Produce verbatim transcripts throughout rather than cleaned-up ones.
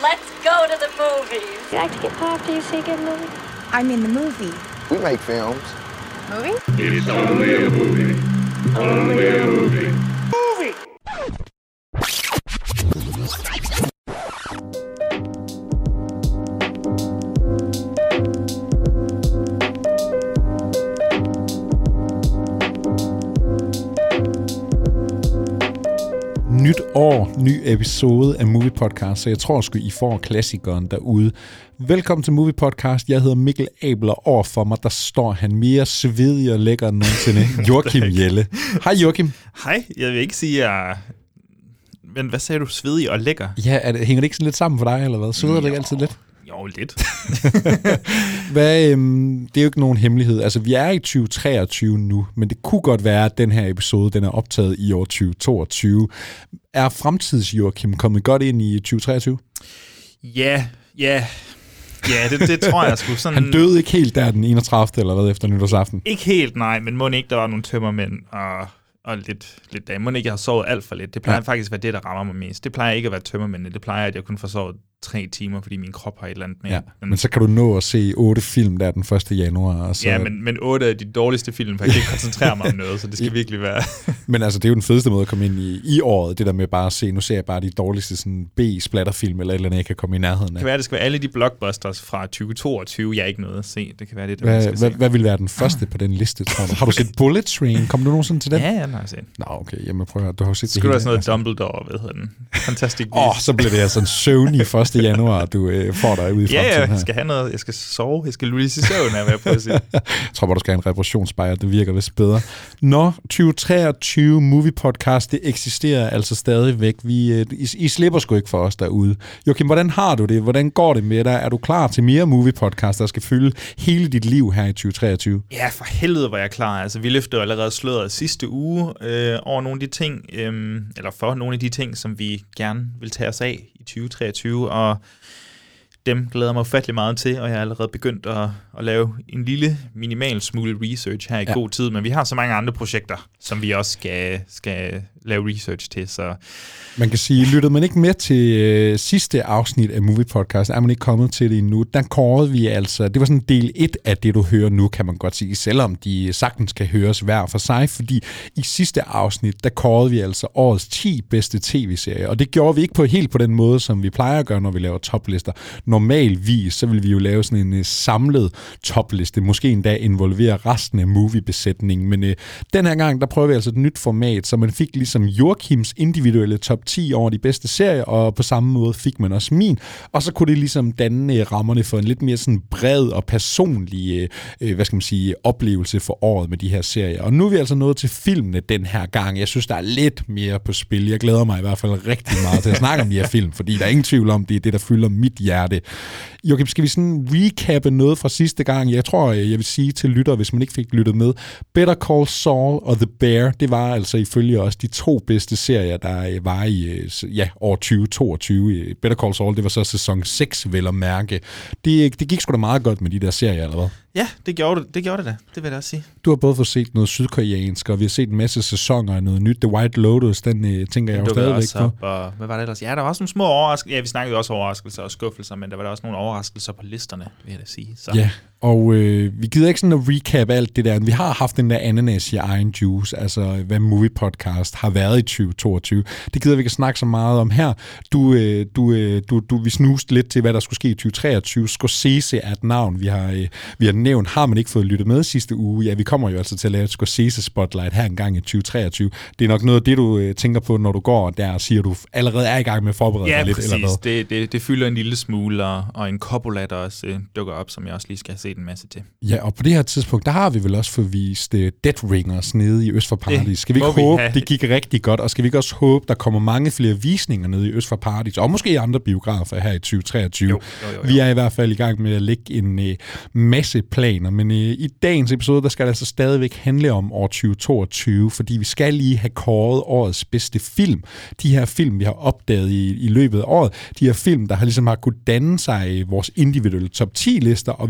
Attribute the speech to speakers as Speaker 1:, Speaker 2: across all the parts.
Speaker 1: Let's go to the movies.
Speaker 2: You like to get pop? Do you see a good movie?
Speaker 3: I mean the movie.
Speaker 4: We make films.
Speaker 3: Movie?
Speaker 5: It's only a movie. Only a movie.
Speaker 3: Movie!
Speaker 6: Nyt år, ny episode af Movie Podcast, så jeg tror sgu, I får klassikeren derude. Velkommen til Movie Podcast. Jeg hedder Mikkel Abel, og overfor mig, der står han mere svedig og lækker end nogensinde. Joachim Jelle. Hej Joachim.
Speaker 7: Hej, jeg vil ikke sige, at jeg... Men hvad sagde du? Svedig og lækker?
Speaker 6: Ja, er det, hænger det ikke sådan lidt sammen for dig, eller hvad? Sveder det ikke altid lidt?
Speaker 7: Jo, lidt.
Speaker 6: Hvad, øhm, det er jo ikke nogen hemmelighed. Altså, vi er i tyve treogtyve nu, men det kunne godt være, at den her episode, den er optaget i år tyve toogtyve. Er fremtids-Joachim kommet godt ind i tyve treogtyve?
Speaker 7: Ja, ja. Ja, det, det tror jeg sgu sådan...
Speaker 6: Han døde ikke helt der den enogtredivte eller hvad efter nytårsaften?
Speaker 7: Ikke helt, nej, men må ikke, der var nogle tømmermænd og... og lidt, lidt dage. Må ikke, jeg har sovet alt for lidt. Det plejer ja. faktisk at være det, der rammer mig mest. Det plejer ikke at være tømmermændene. Det plejer, at jeg kun får sovet tre timer, fordi min krop har et eller andet med.
Speaker 6: Ja, men så kan du nå at se otte film der den første januar. Og så...
Speaker 7: Ja, men, men otte af de dårligste film, for jeg kan ikke koncentrere mig om noget, så det skal virkelig være...
Speaker 6: Men altså, det er jo den fedeste måde at komme ind i, i året, det der med bare at se, nu ser jeg bare de dårligste sådan B-splatterfilm, eller et eller andet, jeg kan komme i nærheden af.
Speaker 7: Det kan være, det skal være alle de blockbusters fra tyve toogtyve, jeg ikke noget at se. Det kan være det, der
Speaker 6: hvad,
Speaker 7: skal
Speaker 6: hvad,
Speaker 7: se.
Speaker 6: hvad vil være den første på den liste, tror du? Har du set Bullet Train? Kom du nogensinde til den?
Speaker 7: Ja, ja, den har jeg set.
Speaker 6: Nå, okay, jamen prøv at høre, du har jo set det
Speaker 7: hele. Skulle der sådan noget
Speaker 6: altså.
Speaker 7: Dumbledore, hvad hedder den? Fantastic Beasts.
Speaker 6: Åh, oh, så bliver det altså en søvnig første januar, du øh, får dig ude i fremtiden.
Speaker 7: Ja, ja,
Speaker 6: her.
Speaker 7: jeg skal have noget, jeg skal sove, jeg skal lulis i søvn, er hvad jeg prøver at sige.
Speaker 6: Jeg tror bare, du skal have en reparationsspejr, det virker vist bedre. Nå, tyve treogtyve Movie Podcast, det eksisterer altså stadigvæk. Vi, øh, I, I slipper sgu ikke for os derude. Joachim, hvordan har du det? Hvordan går det med dig? Er du klar til mere Movie Podcast, der skal fylde hele dit liv her i tyve treogtyve?
Speaker 7: Ja, for helvede var jeg klar. Altså, vi løftede allerede sløret sidste uge øh, over nogle af de ting, øh, eller for nogle af de ting, som vi gerne vil tage os af i tyve treogtyve, og dem glæder mig ufattelig meget til, og jeg har allerede begyndt at, at lave en lille, minimal smule research her i ja. god tid, men vi har så mange andre projekter, som vi også skal, skal lave research til, så...
Speaker 6: Man kan sige, lyttede man ikke med til øh, sidste afsnit af Movie Podcast, er man ikke kommet til det endnu, der kårede vi altså, det var sådan del et af det, du hører nu, kan man godt sige, selvom de sagtens kan høres hver for sig, fordi i sidste afsnit, der kårede vi altså årets ti bedste tv-serier, og det gjorde vi ikke på helt på den måde, som vi plejer at gøre, når vi laver toplister. Normalvis, så vil vi jo lave sådan en uh, samlet topliste, måske endda involvere resten af moviebesætningen, men uh, den her gang, der prøver vi altså et nyt format, så man fik ligesom Joachims individuelle top ti over de bedste serier, og på samme måde fik man også min, og så kunne det ligesom danne uh, rammerne for en lidt mere sådan bred og personlig, uh, hvad skal man sige, oplevelse for året med de her serier. Og nu er vi altså nået til filmene den her gang. Jeg synes, der er lidt mere på spil. Jeg glæder mig i hvert fald rigtig meget til at snakke om de her film, fordi der er ingen tvivl om, det er det, der fylder mit hjerte. Joachim, skal vi sådan recappe noget fra sidste gang? Jeg tror, jeg vil sige til lytter, hvis man ikke fik lyttet med. Better Call Saul og The Bear, det var altså ifølge os de to bedste serier, der var i ja, år tyve toogtyve. Better Call Saul, det var så sæson seks, vel at mærke. Det, det gik sgu da meget godt med de der serier, eller hvad?
Speaker 7: Ja, det gjorde det, det gjorde det da. Det vil jeg da også sige.
Speaker 6: Du har både fået set noget sydkoreansk, og vi har set en masse sæsoner af noget nyt. The White Lotus, den øh, tænker jeg jo stadigvæk på.
Speaker 7: Og hvad var det ellers? Ja, der var også nogle små overraskelser. Ja, vi snakkede også overraskelser og skuffelser, men der var der også nogle overraskelser på listerne, vil jeg da sige. Så.
Speaker 6: Ja, og øh, vi gider ikke sådan at recap alt det der. Vi har haft den der ananas i egen juice, altså hvad Movie Podcast har været i tyve toogtyve. Det gider vi ikke snakke så meget om her. Du, øh, du, øh, du, du, vi snuste lidt til, hvad der skulle ske i tyve treogtyve. Scorsese er et navn, vi har, øh, vi har nævnt. Har man ikke fået lyttet med sidste uge? Ja, vi kommer jo altså til at lave et Scorsese Spotlight her engang i tyve treogtyve. Det er nok noget af det, du øh, tænker på, når du går der og siger, at du allerede er i gang med at forberede
Speaker 7: ja,
Speaker 6: dig lidt.
Speaker 7: Præcis.
Speaker 6: Eller hvad?
Speaker 7: Det, det, det fylder en lille smule, og, og en Coppola, der også øh, dukker op, som jeg også lige skal have set en masse til.
Speaker 6: Ja, og på det her tidspunkt, der har vi vel også forvist uh, Death Ringers nede i Øst for Paradis. Skal vi ikke vi håbe, have... det gik rigtig godt, og skal vi ikke også håbe, der kommer mange flere visninger nede i Øst for Paradis, og måske andre biografer her i tyve treogtyve. Jo, jo, jo, jo. Vi er i hvert fald i gang med at lægge en uh, masse planer, men uh, i dagens episode, der skal det altså stadigvæk handle om år tyve toogtyve, fordi vi skal lige have kåret årets bedste film. De her film, vi har opdaget i, i løbet af året, de her film, der har ligesom har kunnet danne sig i vores individuelle top ti lister, og vi skal selvfølgelig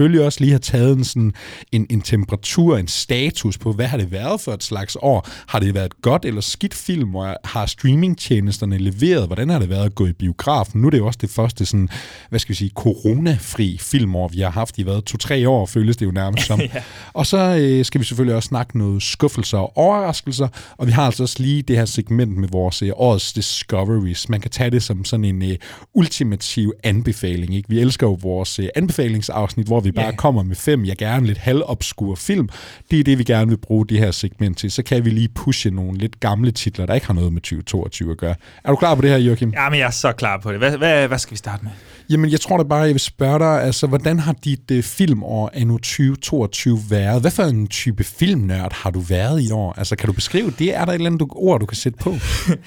Speaker 6: selvfølgelig også lige have taget en, sådan, en, en temperatur, en status på, hvad har det været for et slags år? Har det været et godt eller skidt film, og har streamingtjenesterne leveret? Hvordan har det været at gå i biografen? Nu er det jo også det første sådan, hvad skal vi sige, coronafri filmår, vi har haft i hvad, to-tre år, føles det jo nærmest som. Ja. Og så øh, skal vi selvfølgelig også snakke noget skuffelser og overraskelser, og vi har altså også lige det her segment med vores øh, årets Discoveries. Man kan tage det som sådan en øh, ultimativ anbefaling, ikke? Vi elsker jo vores øh, anbefalingsafsnit, hvor vi bare yeah. kommer med fem, jeg gerne lidt halvobskure film. Det er det, vi gerne vil bruge det her segment til. Så kan vi lige pushe nogle lidt gamle titler, der ikke har noget med tyve toogtyve at gøre. Er du klar på det her, Joachim?
Speaker 7: Ja, men jeg er så klar på det. Hvad, hvad, hvad skal vi starte med?
Speaker 6: Jamen, jeg tror da bare, jeg vil spørge dig, altså, hvordan har dit øh, filmår anno tyve toogtyve været? Hvad for en type filmnørd har du været i år? Altså, kan du beskrive det? Er der et eller andet ord, du kan sætte på?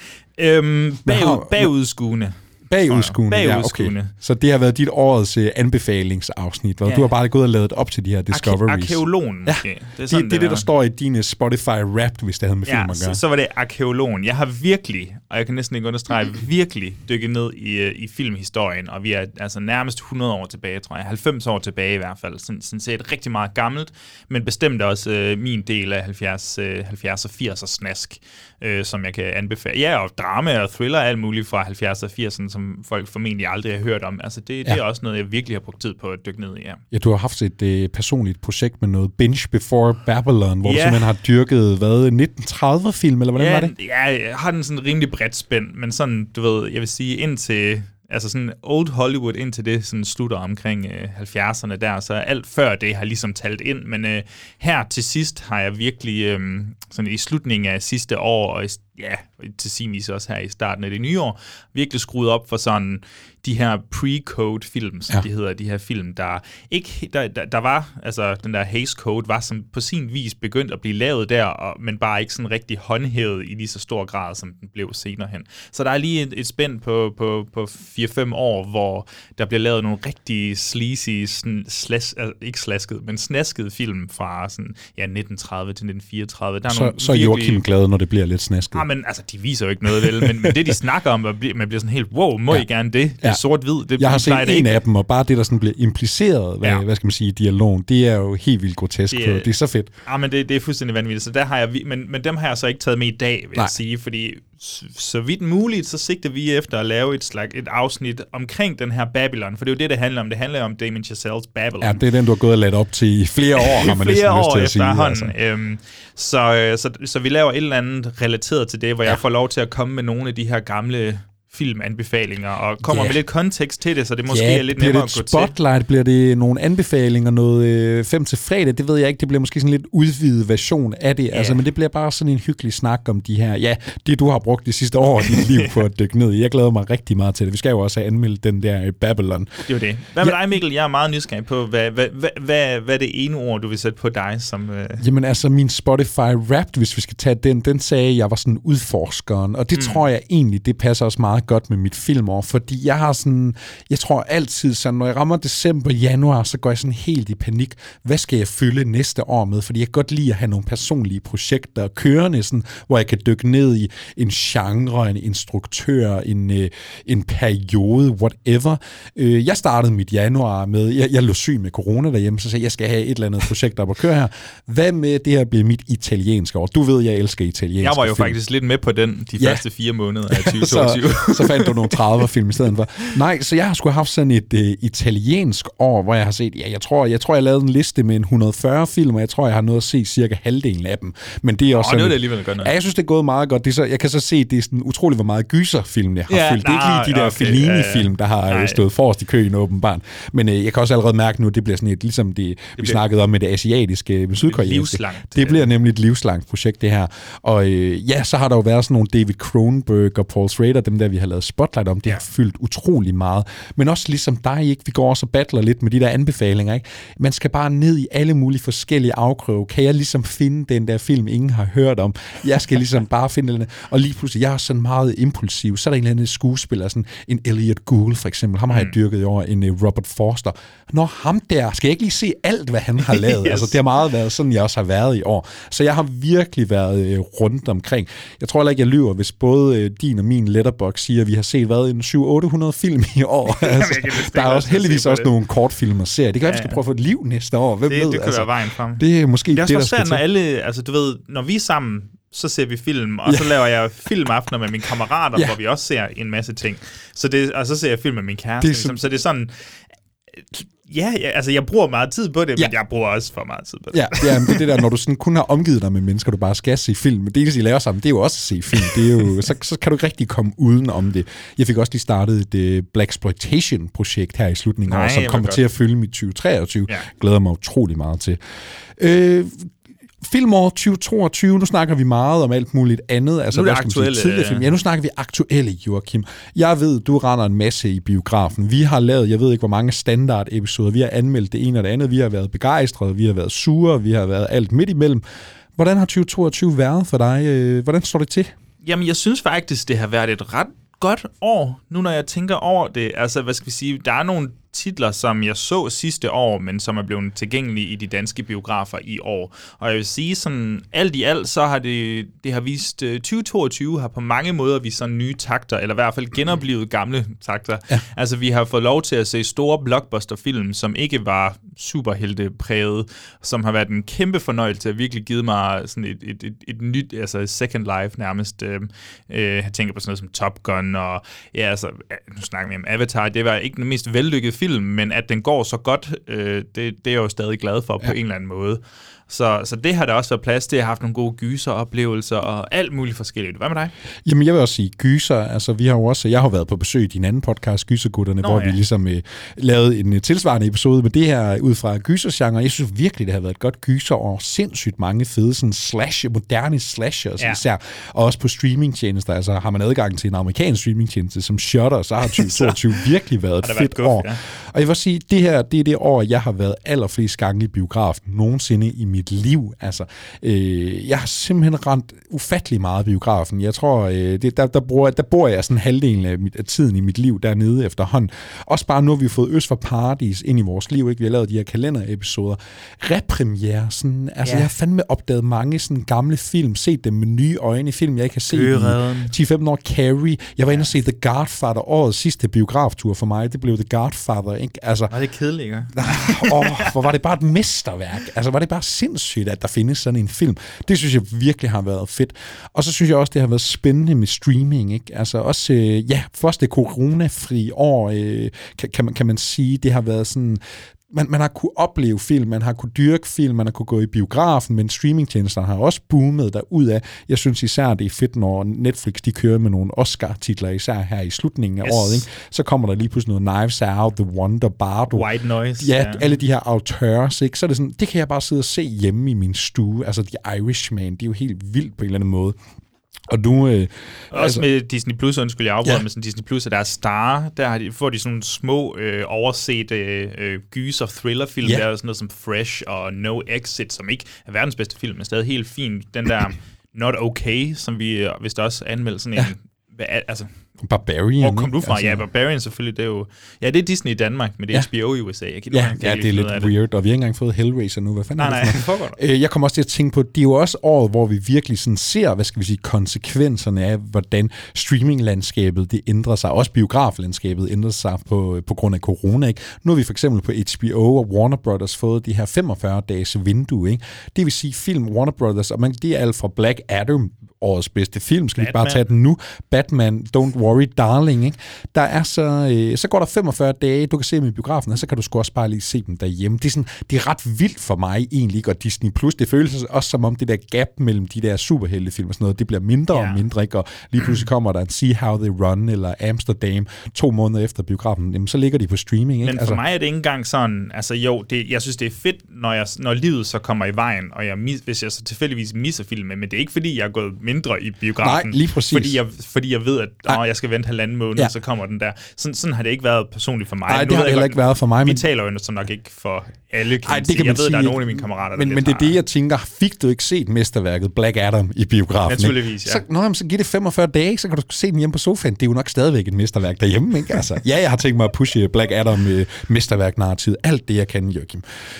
Speaker 7: øhm, bagud, bagudskuende.
Speaker 6: Bagudskuende, ja, okay. Så det har været dit årets uh, anbefalingsafsnit, hvor ja. du har bare gået og lavet op til de her discoveries.
Speaker 7: Arkeologen, måske.
Speaker 6: Ja. Det er sådan, det, det, det, der står i dine Spotify Wrapped, hvis det havde med
Speaker 7: ja,
Speaker 6: film at gøre.
Speaker 7: Så, så var det arkeologen. Jeg har virkelig, og jeg kan næsten ikke understrege, virkelig dykket ned i, i filmhistorien, og vi er altså nærmest hundrede år tilbage, tror jeg. halvfems år tilbage i hvert fald. Sådan, sådan set rigtig meget gammelt, men bestemt også uh, min del af halvfjerds, og firserne snask, uh, som jeg kan anbefale. Ja, og drama og thriller alt muligt fra halvfjerds og firserne, som folk formentlig aldrig har hørt om. Altså det, ja. det er også noget, jeg virkelig har brugt tid på at dykke ned i. Ja,
Speaker 6: ja du har haft et øh, personligt projekt med noget Binge Before Babylon, hvor ja. du simpelthen har dyrket, hvad, nitten tredive-film, eller hvordan
Speaker 7: ja,
Speaker 6: var det?
Speaker 7: Ja, jeg har den sådan rimelig bredt spænd, men sådan, du ved, jeg vil sige, indtil altså sådan old Hollywood indtil det sådan slutter omkring øh, halvfjerdserne der, så alt før det har ligesom talt ind, men øh, her til sidst har jeg virkelig øh, sådan i slutningen af sidste år, og i, ja, til sin vis også her i starten af det nye år, virkelig skruet op for sådan de her pre-code film, som ja. de hedder, de her film, der ikke, der, der, der var, altså den der Hays Code var som på sin vis begyndt at blive lavet der, og, men bare ikke sådan rigtig håndhævet i lige så stor grad, som den blev senere hen. Så der er lige et, et spænd på, på, på fire fem år, hvor der bliver lavet nogle rigtig sleazy, sådan, slash, altså, ikke slasket, men snaskede film fra sådan, ja, nitten tredive til nitten fireogtredive. Der er
Speaker 6: så
Speaker 7: nogle
Speaker 6: så er Joachim virkelig glad, når det bliver lidt snasket.
Speaker 7: Ja, men altså, de viser jo ikke noget, vel, men, men det, de snakker om, man bliver sådan helt, wow, må ja. I gerne det? Det er ja. sort-hvid. Det,
Speaker 6: jeg har set en ikke. af dem, og bare det, der sådan bliver impliceret, hvad, ja. hvad skal man sige, i dialogen, det er jo helt vildt grotesk. Det er, det er så fedt.
Speaker 7: Ja, men det, det er fuldstændig vanvittigt. Så der har jeg, men, men dem har jeg så ikke taget med i dag, vil Nej. jeg sige, fordi så vidt muligt, så sigter vi efter at lave et slags et afsnit omkring den her Babylon, for det er jo det, det handler om. Det handler om Damien Chazelles Babylon.
Speaker 6: Ja, det er den, du har gået og ladt op til i flere år, har man næsten lyst til at sige.
Speaker 7: Flere år efterhånden. Altså. Øhm, så, så, så vi laver et eller andet relateret til det, hvor ja. jeg får lov til at komme med nogle af de her gamle filmanbefalinger, og kommer yeah. med lidt kontekst til det, så det måske yeah, er lidt nemmere at gå til.
Speaker 6: Spotlight, bliver det nogle anbefalinger, noget øh, fem til fredag, det ved jeg ikke, det bliver måske sådan en lidt udvidet version af det, yeah. altså, men det bliver bare sådan en hyggelig snak om de her, ja, det du har brugt de sidste år i dit liv på at dykke ned i. Jeg glæder mig rigtig meget til det. Vi skal jo også have anmeldt den der Babylon.
Speaker 7: Det er jo det. Hvad med ja. dig, Mikkel? Jeg er meget nysgerrig på, hvad, hvad, hvad, hvad, hvad er det ene ord, du vil sætte på dig? Som, øh...
Speaker 6: Jamen altså, min Spotify Wrapped, hvis vi skal tage den, den sagde, at jeg var sådan udforskeren, og det mm. tror jeg egentlig, det passer også meget godt med mit filmår, fordi jeg har sådan, jeg tror altid sådan, når jeg rammer december, januar, så går jeg sådan helt i panik. Hvad skal jeg fylde næste år med? Fordi jeg kan godt lide at have nogle personlige projekter kørende, sådan, hvor jeg kan dykke ned i en genre, en instruktør, en, øh, en periode, whatever. Øh, jeg startede mit januar med, jeg, jeg lå syg med corona derhjemme, så sagde jeg, jeg skal have et eller andet projekt op at køre her. Hvad med det her bliver mit italienske år? Du ved, jeg elsker italienske
Speaker 7: Jeg var jo
Speaker 6: film.
Speaker 7: faktisk lidt med på den de ja. første fire måneder af tyve toogtyve.
Speaker 6: så, så fandt du nogle tredive-film i stedet for. Nej, så jeg har sgu haft sådan et øh, italiensk år, hvor jeg har set, ja, jeg tror, jeg tror, jeg lavede en liste med en et hundrede og fyrre film, og jeg tror, jeg har nået at se cirka halvdelen af dem. Men det er også
Speaker 7: oh,
Speaker 6: sådan,
Speaker 7: det er alligevel godt nok.
Speaker 6: Ja, jeg synes, det er gået meget godt. Det er så, jeg kan så se, det er sådan utroligt, hvor meget gyserfilm jeg har
Speaker 7: ja,
Speaker 6: fyldt. Det er ikke lige de der okay, Fellini-film, der har nej. stået forrest i køen åbenbart. Men øh, jeg kan også allerede mærke nu, at det bliver sådan et, ligesom det, det vi bliver, snakkede om med det asiatiske, med sydkoreanske. Det, det bliver nemlig et livslangt projekt, det her. Og øh, ja, så har der jo været sådan nogle David Cronenberg og Paul Schrader, dem der, vi har lavet Spotlight om, det har fyldt utrolig meget. Men også ligesom dig, ikke? Vi går også og battler lidt med de der anbefalinger, ikke? Man skal bare ned i alle mulige forskellige afkroge. Kan jeg ligesom finde den der film, ingen har hørt om? Jeg skal ligesom bare finde den. Og lige pludselig, jeg er sådan meget impulsiv. Så er der en eller anden skuespiller, sådan en Elliot Gould for eksempel. Ham har jeg dyrket i år, en uh, Robert Forster. Nå, ham der, skal jeg ikke lige se alt, hvad han har lavet? yes. Altså, det har meget været sådan, jeg også har været i år. Så jeg har virkelig været uh, rundt omkring. Jeg tror heller ikke, jeg lyver, hvis både uh, din og min Letterboxd siger, at vi har set, hvad, en syv otte hundrede film i år. altså, der er også heldigvis også nogle kortfilm og serier. Det kan være, ja, ja. vi skal prøve at få et liv næste år. Hvem
Speaker 7: det,
Speaker 6: ved?
Speaker 7: det kan
Speaker 6: altså,
Speaker 7: være vejen frem.
Speaker 6: Det er måske
Speaker 7: det, er
Speaker 6: det, der
Speaker 7: skal
Speaker 6: skal
Speaker 7: når
Speaker 6: til.
Speaker 7: alle, altså du ved, når vi er sammen, så ser vi film, og ja. så laver jeg filmaftener med mine kammerater, ja. hvor vi også ser en masse ting. Så det, og så ser jeg film med min kæreste. Det så, ligesom. så det er sådan... Ja, ja, altså jeg bruger meget tid på det, ja. men jeg bruger også for meget tid på det.
Speaker 6: Ja, ja, men det er det der, når du sådan kun har omgivet dig med mennesker, du bare skal se film. Det eneste, I laver sammen, det er jo også at se film. Det er jo, så, så kan du ikke rigtig komme uden om det. Jeg fik også lige startet et uh, Blaxploitation-projekt her i slutningen af året, som kommer godt. til at følge mit tyve treogtyve. Ja. Glæder mig utrolig meget til. Øh, Filmår tyve toogtyve, nu snakker vi meget om alt muligt andet. Altså,
Speaker 7: nu er det aktuelle.
Speaker 6: Sige, film. Ja, nu snakker vi aktuelle, Joachim. Jeg ved, du render en masse i biografen. Vi har lavet, jeg ved ikke, hvor mange standard-episoder. Vi har anmeldt det ene og det andet. Vi har været begejstrede, vi har været sure, vi har været alt midt imellem. Hvordan har tyve toogtyve været for dig? Hvordan står det til?
Speaker 7: Jamen, jeg synes faktisk, det har været et ret godt år, nu når jeg tænker over det. Altså, hvad skal vi sige, der er nogle titler, som jeg så sidste år, men som er blevet tilgængelige i de danske biografer i år. Og jeg vil sige sådan, alt i alt, så har det, det har vist, tyve toogtyve har på mange måder vist sådan nye takter, eller i hvert fald genoplevet gamle takter. Ja. Altså, vi har fået lov til at se store blockbusterfilm, som ikke var superheltepræget, som har været en kæmpe fornøjelse, at virkelig givet mig sådan et, et, et, et nyt, altså second life nærmest. Øh, jeg tænker på sådan noget som Top Gun, og ja, altså, nu snakker vi om Avatar, det var ikke den mest vellykkede film, men at den går så godt, øh, det, det er jeg jo stadig glad for ja. på en eller anden måde. Så, så det har der også været plads til. Jeg har haft nogle gode gyseroplevelser og alt muligt forskelligt. Hvad med dig?
Speaker 6: Jamen, jeg vil også sige gyser. Altså, vi har jo også, jeg har været på besøg i din anden podcast, Gysergutterne, Nå, hvor ja. vi ligesom øh, lavede en tilsvarende episode med det her ud fra gysergenre. Jeg synes virkelig, det har været et godt gyser og sindssygt mange fede sådan slash, moderne slashers ja. især. Og også på streamingtjenester. Altså, har man adgang til en amerikansk streamingtjeneste som Shudder, så har tyve toogtyve virkelig været et fedt år. Ja. Og jeg vil sige, det her, det er det år, jeg har været allerflest gange i biografen nogensinde i mit liv. Altså, øh, jeg har simpelthen rendt ufattelig meget i biografen. Jeg tror, øh, det, der, der, bruger, der bor jeg sådan halvdelen af, mit, af tiden i mit liv dernede efterhånden. Også bare nu har vi fået Øst for Paradis ind i vores liv, ikke? Vi har lavet de her kalenderepisoder. Repremiere, sådan, altså ja. jeg har fandme opdaget mange sådan gamle film, set dem med nye øjne, film jeg ikke har set i ti femten år. Carrie. Jeg var inde og se The Godfather, årets sidste biograftur for mig. Det blev The Godfather, ikke? Altså,
Speaker 7: var det kedeligt, ikke?
Speaker 6: Åh, hvor var det bare et mesterværk. Altså, var det bare sindssygt, at der findes sådan en film. Det synes jeg virkelig har været fedt. Og så synes jeg også, det har været spændende med streaming, ikke? Altså også, øh, ja, først det coronafri år, øh, kan, kan, man, kan man sige, det har været sådan... Man, man har kunne opleve film, man har kunne dyrke film, man har kunne gå i biografen, men streamingtjenesterne har også boomet derudad. Jeg synes især, det er fedt, når Netflix de kører med nogle Oscar-titler, især her i slutningen af yes. året. Ikke? Så kommer der lige pludselig noget Knives Out, The Wonder, Bardo.
Speaker 7: White Noise.
Speaker 6: Ja, yeah. alle de her auteurs, ikke? Så er det sådan, det kan jeg bare sidde og se hjemme i min stue. Altså, The Irishman, de er jo helt vildt på en eller anden måde. Og nu, øh,
Speaker 7: også altså, med Disney Plus, undskyld, jeg afbryder ja. med sådan Disney Plus, at der er Star, der har de, får de sådan nogle små øh, oversete øh, gyser thriller-film, ja. der er sådan noget som Fresh og No Exit, som ikke er verdens bedste film, men stadig helt fin. Den der Not Okay, som vi vist også anmeldte sådan en, ja. hvad, altså...
Speaker 6: Barbarian.
Speaker 7: Hvor kom du fra? Altså, ja, Barbarian selvfølgelig, det er jo... Ja, det er Disney i Danmark, men det er ja. H B O i U S A. Jeg kan
Speaker 6: ja, ja, det er lidt weird, og vi har ikke engang fået Hellraiser nu. Hvad fanden
Speaker 7: nej,
Speaker 6: er det for
Speaker 7: nej, nej.
Speaker 6: Jeg kommer også til at tænke på, det er jo også året, hvor vi virkelig sådan ser, hvad skal vi sige, konsekvenserne af, hvordan streaminglandskabet det ændrer sig. Også biograflandskabet ændrer sig på, på grund af corona. Ikke? Nu har vi for eksempel på H B O og Warner Brothers fået de her femogfyrre dages vindue. Ikke? Det vil sige film Warner Brothers, og man, det er alt fra Black Adam, årets bedste film, skal Batman. Vi bare tage den nu. Batman, Don't Worry Darling, ikke? Der er så, øh, så går der femogfyrre dage, du kan se dem i biografen, og så kan du sgu også bare lige se dem derhjemme. Det er, sådan, det er ret vildt for mig egentlig, og Disney Plus, det føles også som om det der gap mellem de der superheltefilm og sådan noget, det bliver mindre yeah. og mindre, ikke? Og lige pludselig kommer der en See How They Run eller Amsterdam to måneder efter biografen, jamen, så ligger de på streaming, ikke?
Speaker 7: Men for altså, mig er det ikke engang sådan, altså jo, det, jeg synes det er fedt, når, jeg, når livet så kommer i vejen, og jeg, hvis jeg så tilfældigvis misser filmen, men det er ikke fordi, jeg er gået mindre i biografen.
Speaker 6: Nej, lige præcis.
Speaker 7: Fordi jeg, fordi jeg ved, at åh, jeg skal vente halvanden måned, ja. så kommer den der. Sådan, sådan har det ikke været personligt for mig.
Speaker 6: Nej, det har det heller ikke været for mig.
Speaker 7: Vi
Speaker 6: men...
Speaker 7: taler jo så nok ikke for alle, kan
Speaker 6: Ej, det kan
Speaker 7: jeg ved,
Speaker 6: sige,
Speaker 7: der er nogle af mine kammerater,
Speaker 6: men,
Speaker 7: der
Speaker 6: men det er det, jeg tænker, fik du ikke set mesterværket Black Adam i biografen?
Speaker 7: Naturligvis, ja.
Speaker 6: Så, nå, jamen, så giv det femogfyrre dage, så kan du se den hjemme på sofaen. Det er jo nok stadigvæk et mesterværk derhjemme, ikke? Altså, ja, jeg har tænkt mig at pushe Black Adam med mesterværk-narrativet. Alt det, jeg kan, Joachim.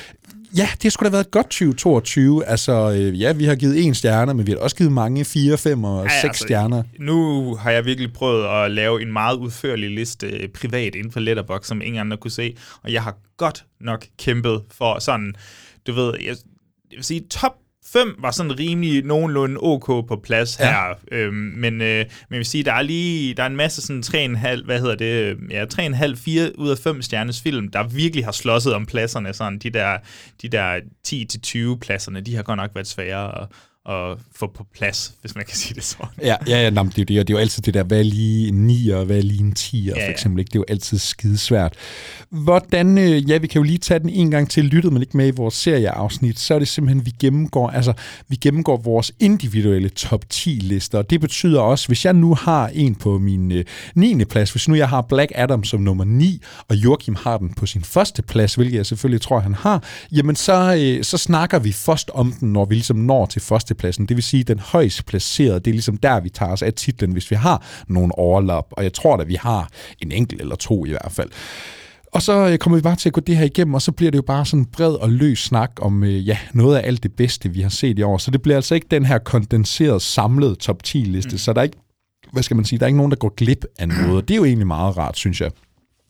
Speaker 6: Ja, det skulle da have været et godt tyve toogtyve. Altså, øh, ja, vi har givet en stjerne, men vi har også givet mange fire, fem og
Speaker 7: ja,
Speaker 6: seks
Speaker 7: altså,
Speaker 6: stjerner.
Speaker 7: Nu har jeg virkelig prøvet at lave en meget udførlig liste øh, privat inden for Letterboxd, som ingen andre kunne se, og jeg har godt nok kæmpet for sådan, du ved, jeg, jeg vil sige, top fem var sådan rimelig nogenlunde ok på plads
Speaker 6: ja.
Speaker 7: her, øhm, men, øh, men jeg vil sige, der er lige, der er en masse sådan tre komma fem, hvad hedder det, ja, tre komma fem, fire ud af fem stjernes film, der virkelig har slåsset om pladserne, sådan de der, de der ti til tyve pladserne, de har godt nok været svære at, at få på plads, hvis man kan sige det sådan.
Speaker 6: Ja, ja, ja, nej, det, er det, det er jo altid det der, hvad er lige en nier, og hvad er lige en tier,
Speaker 7: ja, ja.
Speaker 6: for eksempel, ikke? Det er jo altid skidesvært. Hvordan, øh, ja, vi kan jo lige tage den en gang til, lyttede man ikke med i vores serieafsnit, så er det simpelthen, vi gennemgår, altså, vi gennemgår vores individuelle top ti lister, og det betyder også, hvis jeg nu har en på min øh, niende plads, hvis nu jeg har Black Adam som nummer ni, og Joachim har den på sin første plads, hvilket jeg selvfølgelig tror, han har, jamen så, øh, så snakker vi først om den, når vi ligesom når til første pladsen. Det vil sige, den højst placerede, det er ligesom der, vi tager os af titlen, hvis vi har nogle overlap, og jeg tror at vi har en enkelt eller to i hvert fald. Og så kommer vi bare til at gå det her igennem, og så bliver det jo bare sådan en bred og løs snak om ja, noget af alt det bedste, vi har set i år. Så det bliver altså ikke den her kondenserede, samlede top ti-liste, mm. så der er ikke, hvad skal man sige, der er ikke nogen, der går glip af noget. Det er jo egentlig meget rart, synes jeg.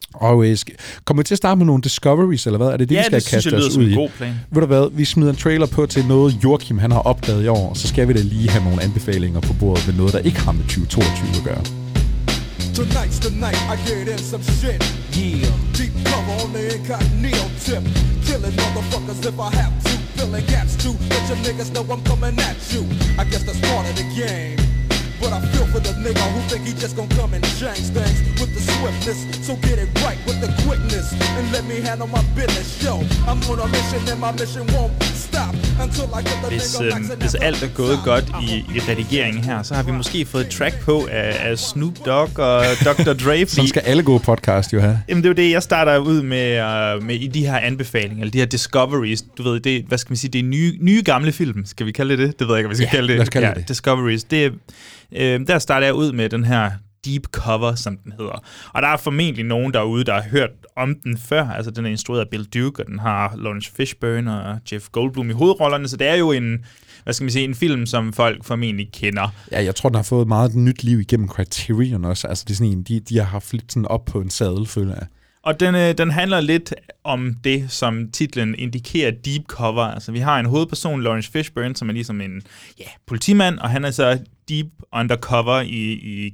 Speaker 6: Og øh, kommer vi til at starte med nogle discoveries, eller hvad? Er det det,
Speaker 7: ja,
Speaker 6: vi skal
Speaker 7: det
Speaker 6: kaste
Speaker 7: synes,
Speaker 6: os ud i?
Speaker 7: God plan.
Speaker 6: Ved du hvad, vi smider en trailer på til noget, Joachim han har opdaget i år, og så skal vi da lige have nogle anbefalinger på bordet med noget, der ikke har med tyve toogtyve at gøre.
Speaker 4: Tonight's the night I get in some shit. Yeah. Deep cover on the incognito tip. Killing motherfuckers if I have to. Filling gaps too. Let your niggas know I'm coming at you. I guess that's part of the game. But I feel for the nigga who think he just gon' come and change things with the swiftness. So get it right with the quickness and let me handle my business. Yo, I'm on a mission and my mission won't stop until I get the
Speaker 7: hvis,
Speaker 4: nigga
Speaker 7: øh, hvis alt er gået godt i, i redigeringen her, så har vi måske fået et track på af, af Snoop Dogg og doktor Dre.
Speaker 6: Sådan skal alle gode podcast jo have.
Speaker 7: Jamen det er jo det, jeg starter ud med, uh, med i de her anbefalinger, eller de her discoveries. Du ved, det, hvad skal man sige, det er nye, nye gamle film, skal vi kalde det det? Det ved jeg ikke, hvad vi skal
Speaker 6: ja,
Speaker 7: kalde det.
Speaker 6: Lad os kalde
Speaker 7: ja,
Speaker 6: det.
Speaker 7: Discoveries. Det er, øh, der starter jeg ud med den her Deep Cover, som den hedder. Og der er formentlig nogen derude, der har hørt om den før. Altså, den er instrueret af Bill Duke, og den har Lawrence Fishburne og Jeff Goldblum i hovedrollerne, så det er jo en, hvad skal man sige, en film, som folk formentlig kender.
Speaker 6: Ja, jeg tror, den har fået meget nyt liv igennem Criterion også. Altså, det er sådan en, de, de har haft lidt sådan op på en sadel, føler jeg.
Speaker 7: Og den, øh, den handler lidt om det, som titlen indikerer, deep cover. Altså, vi har en hovedperson, Lawrence Fishburne, som er ligesom en ja, politimand, og han er så deep undercover i, i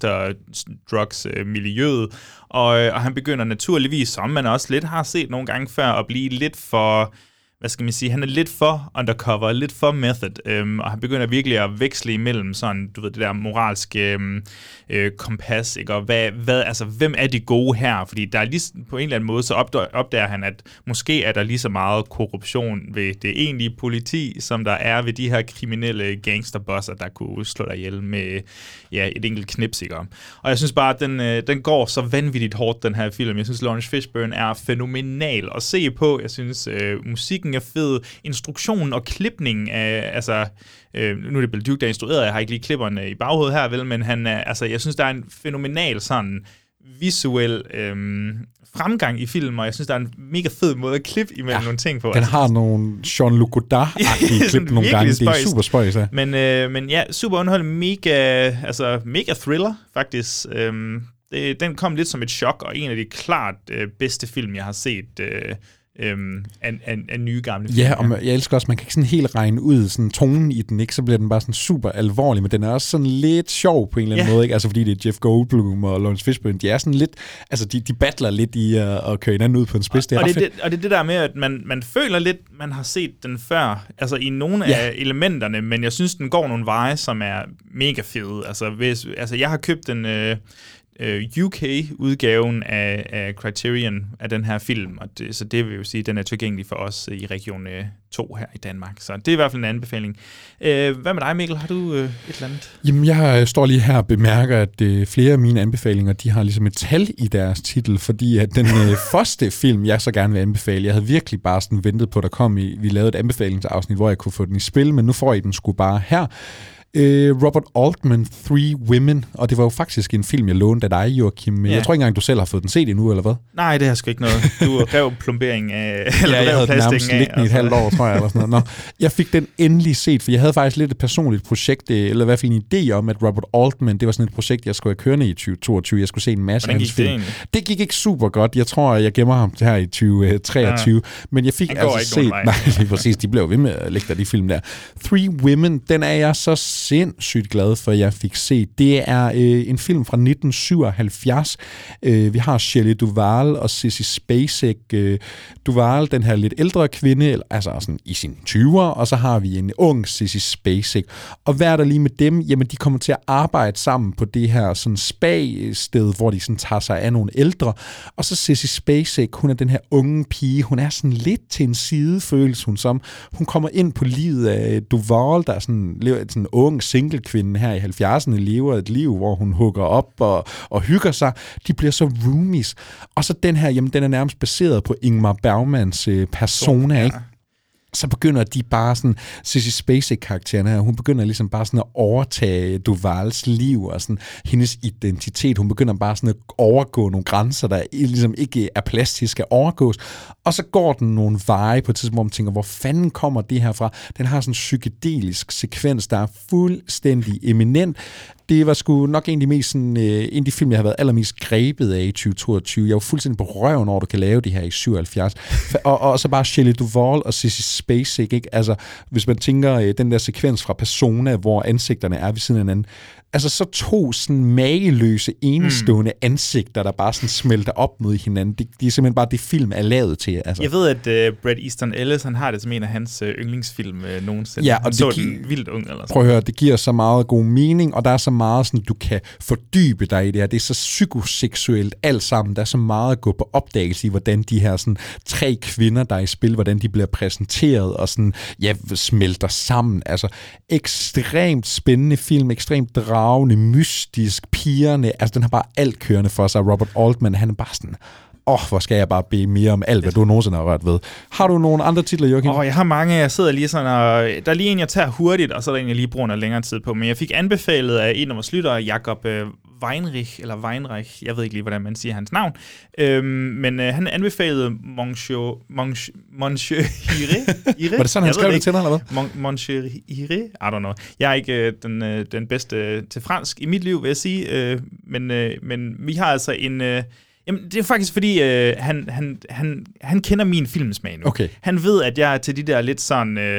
Speaker 7: gangster-drugs-miljøet. Og, og han begynder naturligvis, som man også lidt har set nogle gange før, at blive lidt for... hvad skal man sige, han er lidt for undercover, lidt for method, øhm, og han begynder virkelig at veksle imellem sådan, du ved, det der moralske øhm, øh, kompas, ikke? Og hvad, hvad, altså, hvem er de gode her? Fordi der er lige, på en eller anden måde, så opdager, opdager han, at måske er der lige så meget korruption ved det egentlige politi, som der er ved de her kriminelle gangsterbosser, der kunne slå dig ihjel med ja, et enkelt knips, ikke? Og jeg synes bare, at den, øh, den går så vanvittigt hårdt, den her film. Jeg synes, Lawrence Fishburne er fænomenal at se på. Jeg synes, øh, musik er fed, instruktionen og klipningen af, altså, øh, nu er det Bill Duke, der er instrueret, jeg har ikke lige klipperne i baghovedet her, vel, men han er, altså, jeg synes, der er en fænomenal sådan visuel øh, fremgang i filmen, og jeg synes, der er en mega fed måde at klippe imellem ja, nogle ting på.
Speaker 6: Den altså, har nogle Jean-Luc Godard-agtige klip nogle gange, det er super spøjs. Ja.
Speaker 7: Men, øh, men ja, super underholdende, mega, altså, mega thriller, faktisk. Øh, det, den kom lidt som et chok, og en af de klart øh, bedste film, jeg har set øh, Øhm, af, af, af nye gamle film.
Speaker 6: Ja, og jeg elsker også, man kan ikke sådan helt regne ud sådan tonen i den, ikke? Så bliver den bare sådan super alvorlig, men den er også sådan lidt sjov på en eller anden yeah. måde, ikke? Altså fordi det er Jeff Goldblum og Lawrence Fishburne, de er sådan lidt, altså de, de battler lidt i uh, at køre hinanden ud på en spids.
Speaker 7: Og, og, det, det, og det er det der med, at man, man føler lidt, man har set den før, altså i nogle yeah. af elementerne, men jeg synes, den går nogle veje, som er mega fede. Altså, hvis, altså jeg har købt den øh, U K-udgaven af, af Criterion af den her film, og det, så det vil jo sige, at den er tilgængelig for os i region to her i Danmark. Så det er i hvert fald en anbefaling. Øh, hvad med dig, Mikkel? Har du øh, et eller andet?
Speaker 6: Jamen, jeg står lige her og bemærker, at øh, flere af mine anbefalinger, de har ligesom et tal i deres titel, fordi at den øh, første film, jeg så gerne vil anbefale, jeg havde virkelig bare sådan ventet på, der kom i, vi lavede et anbefalingsafsnit, hvor jeg kunne få den i spil, men nu får I den sgu bare her. Øh, Robert Altman, Three Women, og det var jo faktisk en film, jeg lånte af dig, Joachim. Ja. Jeg tror ikke engang, du selv har fået den set endnu, eller hvad?
Speaker 7: Nej, det har sgu ikke noget. Du rev plombering af, eller
Speaker 6: ja, jeg havde den nærmest liggende i et halvt år, tror jeg, eller sådan noget. Nå, jeg fik den endelig set, for jeg havde faktisk lidt et personligt projekt, eller hvad for en idé om, at Robert Altman, det var sådan et projekt, jeg skulle have kørende i tyve toogtyve. Jeg skulle se en masse af hans film. Det, det gik ikke super godt. Jeg tror, jeg gemmer ham her i tyve treogtyve. Ja. Men jeg fik altså set... Nej, lige præcis. De blev ved med at lægge der de film der. Three Women, den er jeg så sindssygt glad for, jeg fik set. Det er øh, en film fra nitten syvoghalvfjerds. Øh, vi har Shelley Duvall og Sissy Spacek. Øh, Duvall, den her lidt ældre kvinde, altså sådan i sine tyvere, og så har vi en ung Sissy Spacek. Og hvad er der lige med dem? Jamen, de kommer til at arbejde sammen på det her sådan spa-sted, hvor de sådan tager sig af nogle ældre. Og så Sissy Spacek, hun er den her unge pige. Hun er sådan lidt til en side, føles hun som. Hun kommer ind på livet af Duvall, der er sådan, lever sådan en ung single-kvinde her i halvfjerdserne, lever et liv, hvor hun hugger op og, og hygger sig. De bliver så roomies. Og så den her, jamen, den er nærmest baseret på Ingmar Bergmans øh, persona, ikke? Så begynder de bare sådan, Sissy Spacek-karakteren her, hun begynder ligesom bare sådan at overtage Duvalls liv og sådan hendes identitet. Hun begynder bare sådan at overgå nogle grænser, der ligesom ikke er plads til, skal overgås. Og så går den nogle veje på et tidspunkt, hvor man tænker, hvor fanden kommer det her fra? Den har sådan en psykedelisk sekvens, der er fuldstændig eminent. Det var sgu nok en af de mest sådan, øh, en af de film, jeg har været allermest grebet af i tyve toogtyve. Jeg var fuldstændig på røven over, du kan lave det her i syvoghalvfjerds. og, og så bare Shelley Duvall og Sissy Spacek, ikke? Altså, hvis man tænker øh, den der sekvens fra Persona, hvor ansigterne er ved siden af hinanden, altså så to sådan mageløse, enestående mm. ansigter, der bare sådan smelter op mod hinanden. Det, det er simpelthen bare det, film er lavet til. Altså.
Speaker 7: Jeg ved, at uh, Bret Easton Ellis, han har det som en af hans uh, yndlingsfilm uh, nogensinde.
Speaker 6: Ja, og
Speaker 7: han
Speaker 6: det
Speaker 7: så
Speaker 6: gi-
Speaker 7: den vildt ung. Eller
Speaker 6: prøv at høre, det giver så meget god mening, og der er så meget, sådan, du kan fordybe dig i det her. Det er så psykoseksuelt alt sammen. Der er så meget at gå på opdagelse i, hvordan de her sådan, tre kvinder, der er i spil, hvordan de bliver præsenteret og sådan, ja, smelter sammen. Altså, ekstremt spændende film, ekstremt dragende, mystisk, pigerne, altså den har bare alt kørende for sig. Robert Altman, han er bare sådan, åh, oh, hvor skal jeg bare bede mere om alt, hvad du nogensinde har rørt ved. Har du nogle andre titler, Joachim?
Speaker 7: Åh, oh, jeg har mange. Jeg sidder lige sådan, og der er lige en, jeg tager hurtigt, og så er der en, jeg lige bruger noget længere tid på. Men jeg fik anbefalet af en af vores lyttere, Jakob øh, Weinrich, eller Weinreich, jeg ved ikke lige, hvordan man siger hans navn, øhm, men øh, han anbefalede Monsieur, Monsieur, Monsieur Hire.
Speaker 6: Var det sådan, han skrev det til dig, eller hvad?
Speaker 7: Mon, Monsieur Hire? I don't know. Jeg er ikke øh, den, øh, den bedste til fransk i mit liv, vil jeg sige, øh, men, øh, men vi har altså en... Øh, Jamen, det er faktisk fordi, øh, han, han, han, han kender min filmsmag nu.
Speaker 6: Okay.
Speaker 7: Han ved, at jeg er til de der lidt sådan øh,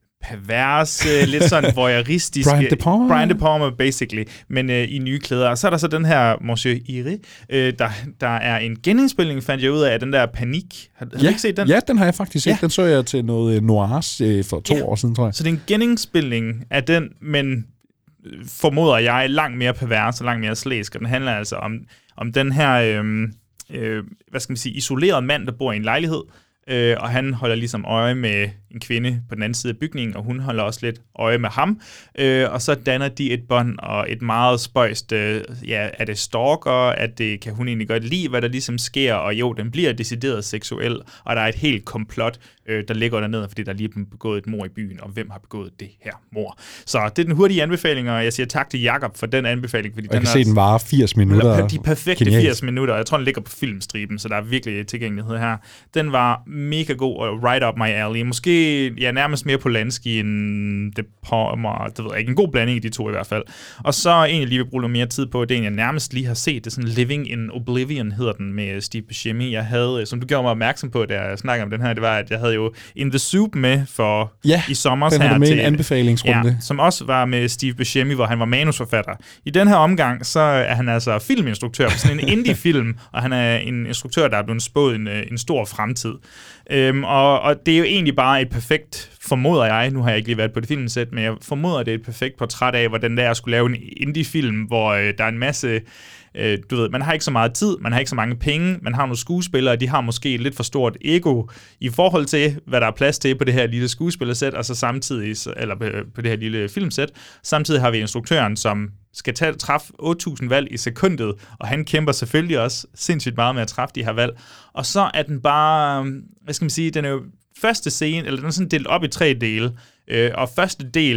Speaker 7: perverse, lidt sådan voyeuristiske...
Speaker 6: Brian De Palma.
Speaker 7: Brian De Palma, basically, men øh, i nye klæder. Og så er der så den her Monsieur Iri, øh, der, der er en genindspilning, fandt jeg ud af, af den der Panik. Har, har
Speaker 6: ja.
Speaker 7: du ikke set den?
Speaker 6: Ja, den har jeg faktisk set. Ja. Den så jeg til noget noirs øh, for to
Speaker 7: ja. år
Speaker 6: siden, tror jeg.
Speaker 7: Så det er en genindspilning af den, men formoder jeg langt mere pervers og langt mere slæsk. Og den handler altså om... om den her, øh, øh, hvad skal man sige, isolerede mand, der bor i en lejlighed, øh, og han holder ligesom øje med en kvinde på den anden side af bygningen, og hun holder også lidt øje med ham, øh, og så danner de et bånd, og et meget spøjst, øh, ja, er det stalker, at det kan hun egentlig godt lide, hvad der ligesom sker, og jo, den bliver decideret seksuel, og der er et helt komplot, øh, der ligger dernede, fordi der lige er begået et mord i byen, og hvem har begået det her mord. Så det er den hurtige anbefaling, og jeg siger tak til Jakob for den anbefaling, fordi
Speaker 6: jeg
Speaker 7: den
Speaker 6: kan se, den varer firs minutter.
Speaker 7: De perfekte
Speaker 6: Genial.
Speaker 7: firs minutter, jeg tror, den ligger på filmstriben, så der er virkelig tilgængelighed her. Den var mega god, og right up my alley. Måske ja, nærmest mere Polanski end det Palmer, det ved jeg ikke, en god blanding i de to i hvert fald. Og så en, jeg lige vil bruge lidt mere tid på, det er en, jeg nærmest lige har set, det er sådan Living in Oblivion, hedder den, med Steve Buscemi. Jeg havde, som du gjorde mig opmærksom på, da jeg snakkede om den her, det var, at jeg havde jo In the Soup med for
Speaker 6: ja,
Speaker 7: i sommer
Speaker 6: her. Ja, den havde med en anbefalingsrunde.
Speaker 7: Ja, som også var med Steve Buscemi, hvor han var manusforfatter. I den her omgang, så er han altså filminstruktør på sådan en indie-film, og han er en instruktør, der er blevet spået en, en stor fremtid. Øhm, og, og det er jo egentlig bare et perfekt, formoder jeg, nu har jeg ikke lige været på det filmsæt, men jeg formoder, det er et perfekt portræt af, hvordan det er at skulle lave en indie-film, hvor øh, der er en masse, øh, du ved, man har ikke så meget tid, man har ikke så mange penge, man har nogle skuespillere, de har måske et lidt for stort ego i forhold til, hvad der er plads til på det her lille skuespillersæt, og så samtidig, eller på det her lille filmsæt, samtidig har vi instruktøren, som skal tage, træffe otte tusind valg i sekundet, og han kæmper selvfølgelig også sindssygt meget med at træffe de her valg. Og så er den bare, hvad skal man sige, den er jo første scene, eller den er sådan delt op i tre dele, øh, og første del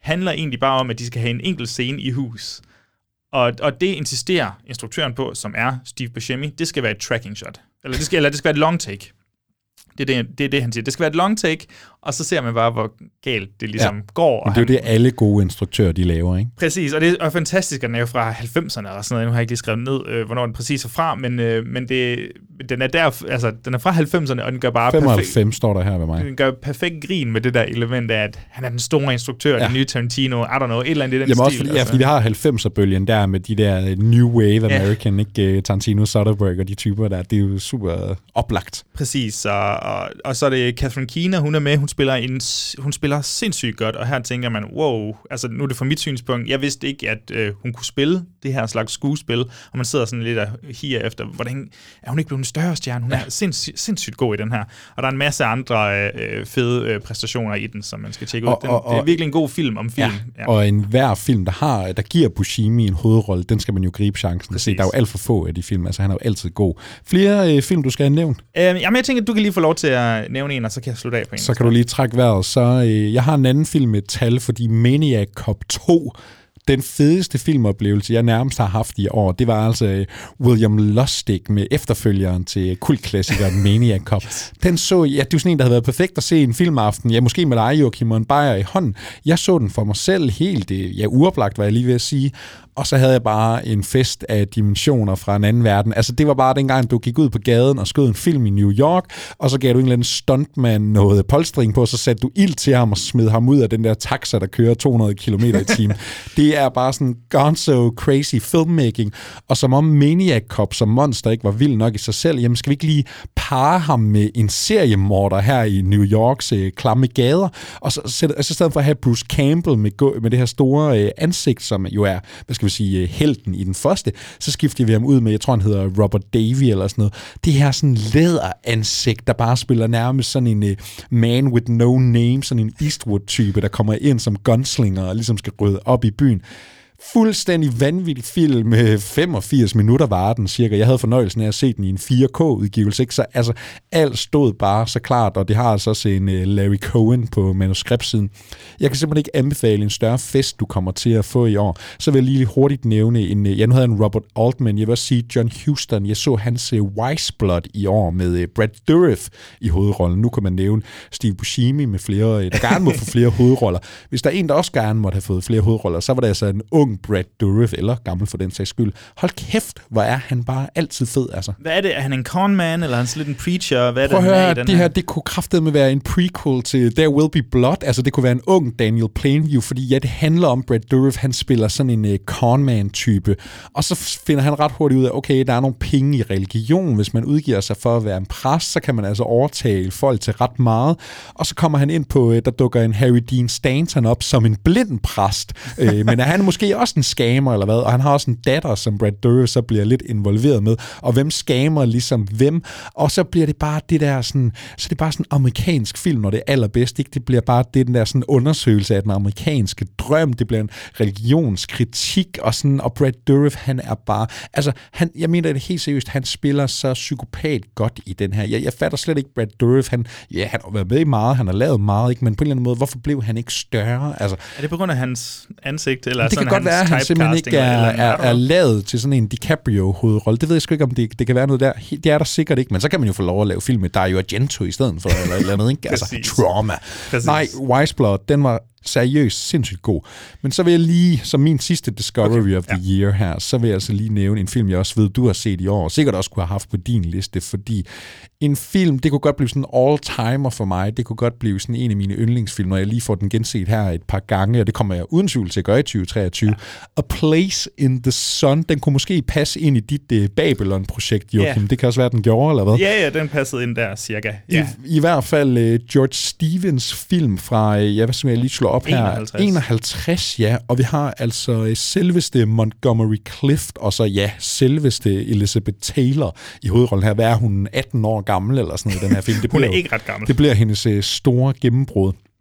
Speaker 7: handler egentlig bare om, at de skal have en enkelt scene i hus. Og, og det insisterer instruktøren på, som er Steve Buscemi, det skal være et tracking shot. Eller det skal, eller det skal være et long take. Det er det, det er det, han siger. Det skal være et long take, og så ser man bare, hvor galt det ligesom ja. går.
Speaker 6: Men det er jo det, alle gode instruktører, de laver, ikke?
Speaker 7: Præcis, og det er fantastisk, at den er jo fra halvfemserne eller sådan noget. Nu har jeg ikke lige skrevet ned, øh, hvornår den præcis er fra, men, øh, men det, den er der, altså, den er fra halvfemserne, og den gør bare
Speaker 6: femoghalvfems
Speaker 7: perfekt,
Speaker 6: står der her ved mig.
Speaker 7: Den gør perfekt grin med det der element af, at han er den store instruktør, ja. den nye Tarantino, I don't know, et eller andet i den
Speaker 6: Jamen
Speaker 7: stil.
Speaker 6: også fordi,
Speaker 7: altså.
Speaker 6: ja, fordi vi har halvfemser-bølgen der med de der New Wave American, ja. ikke Tarantino, Soderbergh og de typer der, det er jo super oplagt.
Speaker 7: Præcis, og, og, og så er det Catherine Keener, hun er med, hun spiller, en, hun spiller sindssygt godt, og her tænker man, wow, altså nu er det fra mit synspunkt, jeg vidste ikke, at øh, hun kunne spille det her slags skuespil, og man sidder sådan lidt og higer efter, hvordan er hun ikke blevet en større stjerne? Hun er sindssygt, sindssygt god i den her, og der er en masse andre øh, fede øh, præstationer i den, som man skal tjekke ud. Den, og, og, det er virkelig en god film om film.
Speaker 6: Ja, ja. Og en hver film, der har, der giver Buscemi en hovedrolle, den skal man jo gribe chancen at se. Der er jo alt for få af de film, altså han er jo altid god. Flere øh, film, du skal have nævnt?
Speaker 7: Øh, jamen jeg tænker, at du kan lige få lov til at nævne en, og så kan jeg slutte af på en.
Speaker 6: Så kan du lige trække vejret. Så øh, jeg har en anden film med et tal, fordi Maniac Cop to, den fedeste filmoplevelse, jeg nærmest har haft i år, det var altså William Lustig med efterfølgeren til kultklassikeren Maniac Cop. Yes. Den så jeg, ja, det var sådan en, der havde været perfekt at se en filmaften, ja, måske med dig, Joachim, og en bajer i hånden. Jeg så den for mig selv helt, ja, uoplagt, var jeg lige ved at sige, og så havde jeg bare en fest af dimensioner fra en anden verden. Altså, det var bare dengang, du gik ud på gaden og skød en film i New York, og så gav du en eller anden stuntman noget polstring på, og så satte du ild til ham og smed ham ud af den der taxa, der kører to hundrede kilometer i timen. Det er bare sådan gonzo crazy filmmaking, og som om Maniac Cop som monster ikke var vild nok i sig selv, jamen skal vi ikke lige parre ham med en seriemorder her i New Yorks øh, klamme gader, og så, så, så stedet for at have Bruce Campbell med, med det her store øh, ansigt, som jo er, hvad skal vi sige, helten i den første, så skifter vi ham ud med, jeg tror han hedder Robert Davey eller sådan noget. Det her sådan læderansigt, der bare spiller nærmest sådan en uh, man with no name, sådan en Eastwood-type, der kommer ind som gunslinger og ligesom skal rydde op i byen. Fuldstændig vanvittig film med femogfirs minutter var den cirka. Jeg havde fornøjelsen af at se den i en fire K-udgivelse, ikke? Så altså, alt stod bare så klart, og det har altså også en uh, Larry Cohen på manuskriptsiden. Jeg kan simpelthen ikke anbefale en større fest, du kommer til at få i år. Så vil jeg lige hurtigt nævne en, ja, nu havde jeg en Robert Altman, jeg vil også sige John Huston. Jeg så hans uh, Wise Blood i år med uh, Brad Dourif i hovedrollen. Nu kan man nævne Steve Buscemi med flere, uh, der gerne må få flere hovedroller. Hvis der er en, der også gerne måtte have fået flere hovedroller, så var det altså en ung Brad Dourif, eller gammel for den sags skyld. Hold kæft, hvor er han bare altid fed, altså.
Speaker 7: Hvad er det? Er han en conman, eller er han lidt en preacher? Hvad er
Speaker 6: Prøv
Speaker 7: det,
Speaker 6: at
Speaker 7: han
Speaker 6: høre,
Speaker 7: er i den
Speaker 6: det
Speaker 7: her?
Speaker 6: her, det kunne kraftedeme være en prequel til There Will Be Blood. Altså, det kunne være en ung Daniel Plainview, fordi ja, det handler om Brad Dourif. Han spiller sådan en uh, conman-type. Og så finder han ret hurtigt ud af, okay, der er nogle penge i religion. Hvis man udgiver sig for at være en præst, så kan man altså overtale folk til ret meget. Og så kommer han ind på, uh, der dukker en Harry Dean Stanton op som en blind præst. uh, men er han måske også en scammer, eller hvad? Og han har også en datter, som Brad Dourif så bliver lidt involveret med. Og hvem scammer ligesom hvem? Og så bliver det bare det der sådan, så det er bare sådan en amerikansk film, når det er allerbedst, ikke? Det bliver bare det, den der sådan undersøgelse af den amerikanske drøm. Det bliver en religionskritik, og sådan, og Brad Dourif, han er bare, altså, han, jeg mener det helt seriøst, han spiller så psykopat godt i den her. Jeg, jeg fatter slet ikke Brad Dourif, han, ja, han har været med i meget, han har lavet meget, ikke? Men på en eller anden måde, hvorfor blev han ikke større? Altså,
Speaker 7: er det på grund af hans ansigt, eller
Speaker 6: det
Speaker 7: sådan
Speaker 6: kan godt være, at han simpelthen ikke er,
Speaker 7: eller,
Speaker 6: er, er lavet til sådan en DiCaprio-hovedrolle. Det ved jeg sgu ikke, om det, det kan være noget der. Det er der sikkert ikke, men så kan man jo få lov at lave film med Dario Argento i stedet for, eller et eller andet, ikke? Altså, trauma. Præcis. Nej, Wise Blood, den var seriøst sindssygt god. Men så vil jeg lige, som min sidste Discovery okay, of the ja. Year her, så vil jeg altså lige nævne en film, jeg også ved, du har set i år, og sikkert også kunne have haft på din liste, fordi en film, det kunne godt blive sådan en all-timer for mig, det kunne godt blive sådan en af mine yndlingsfilm, når jeg lige får den genset her et par gange, og det kommer jeg uden tvivl til at gøre i tyve treogtyve. Ja. A Place in the Sun, den kunne måske passe ind i dit uh, Babylon-projekt, Joachim. Yeah. Det kan også være, den gjorde, eller hvad?
Speaker 7: Ja, ja, den passede ind der, cirka. Ja.
Speaker 6: I, I hvert fald uh, George Stevens film fra, uh, ja, hvad skal jeg lige slå op her?
Speaker 7: enoghalvtreds.
Speaker 6: enoghalvtreds, ja. Og vi har altså uh, selveste Montgomery Clift, og så ja, selveste Elizabeth Taylor i hovedrollen her. Hvad er hun, atten år gammel eller sådan noget i den her film? Det
Speaker 7: hun
Speaker 6: bliver,
Speaker 7: er ikke ret gammel.
Speaker 6: Det bliver hendes uh, store gennembrud.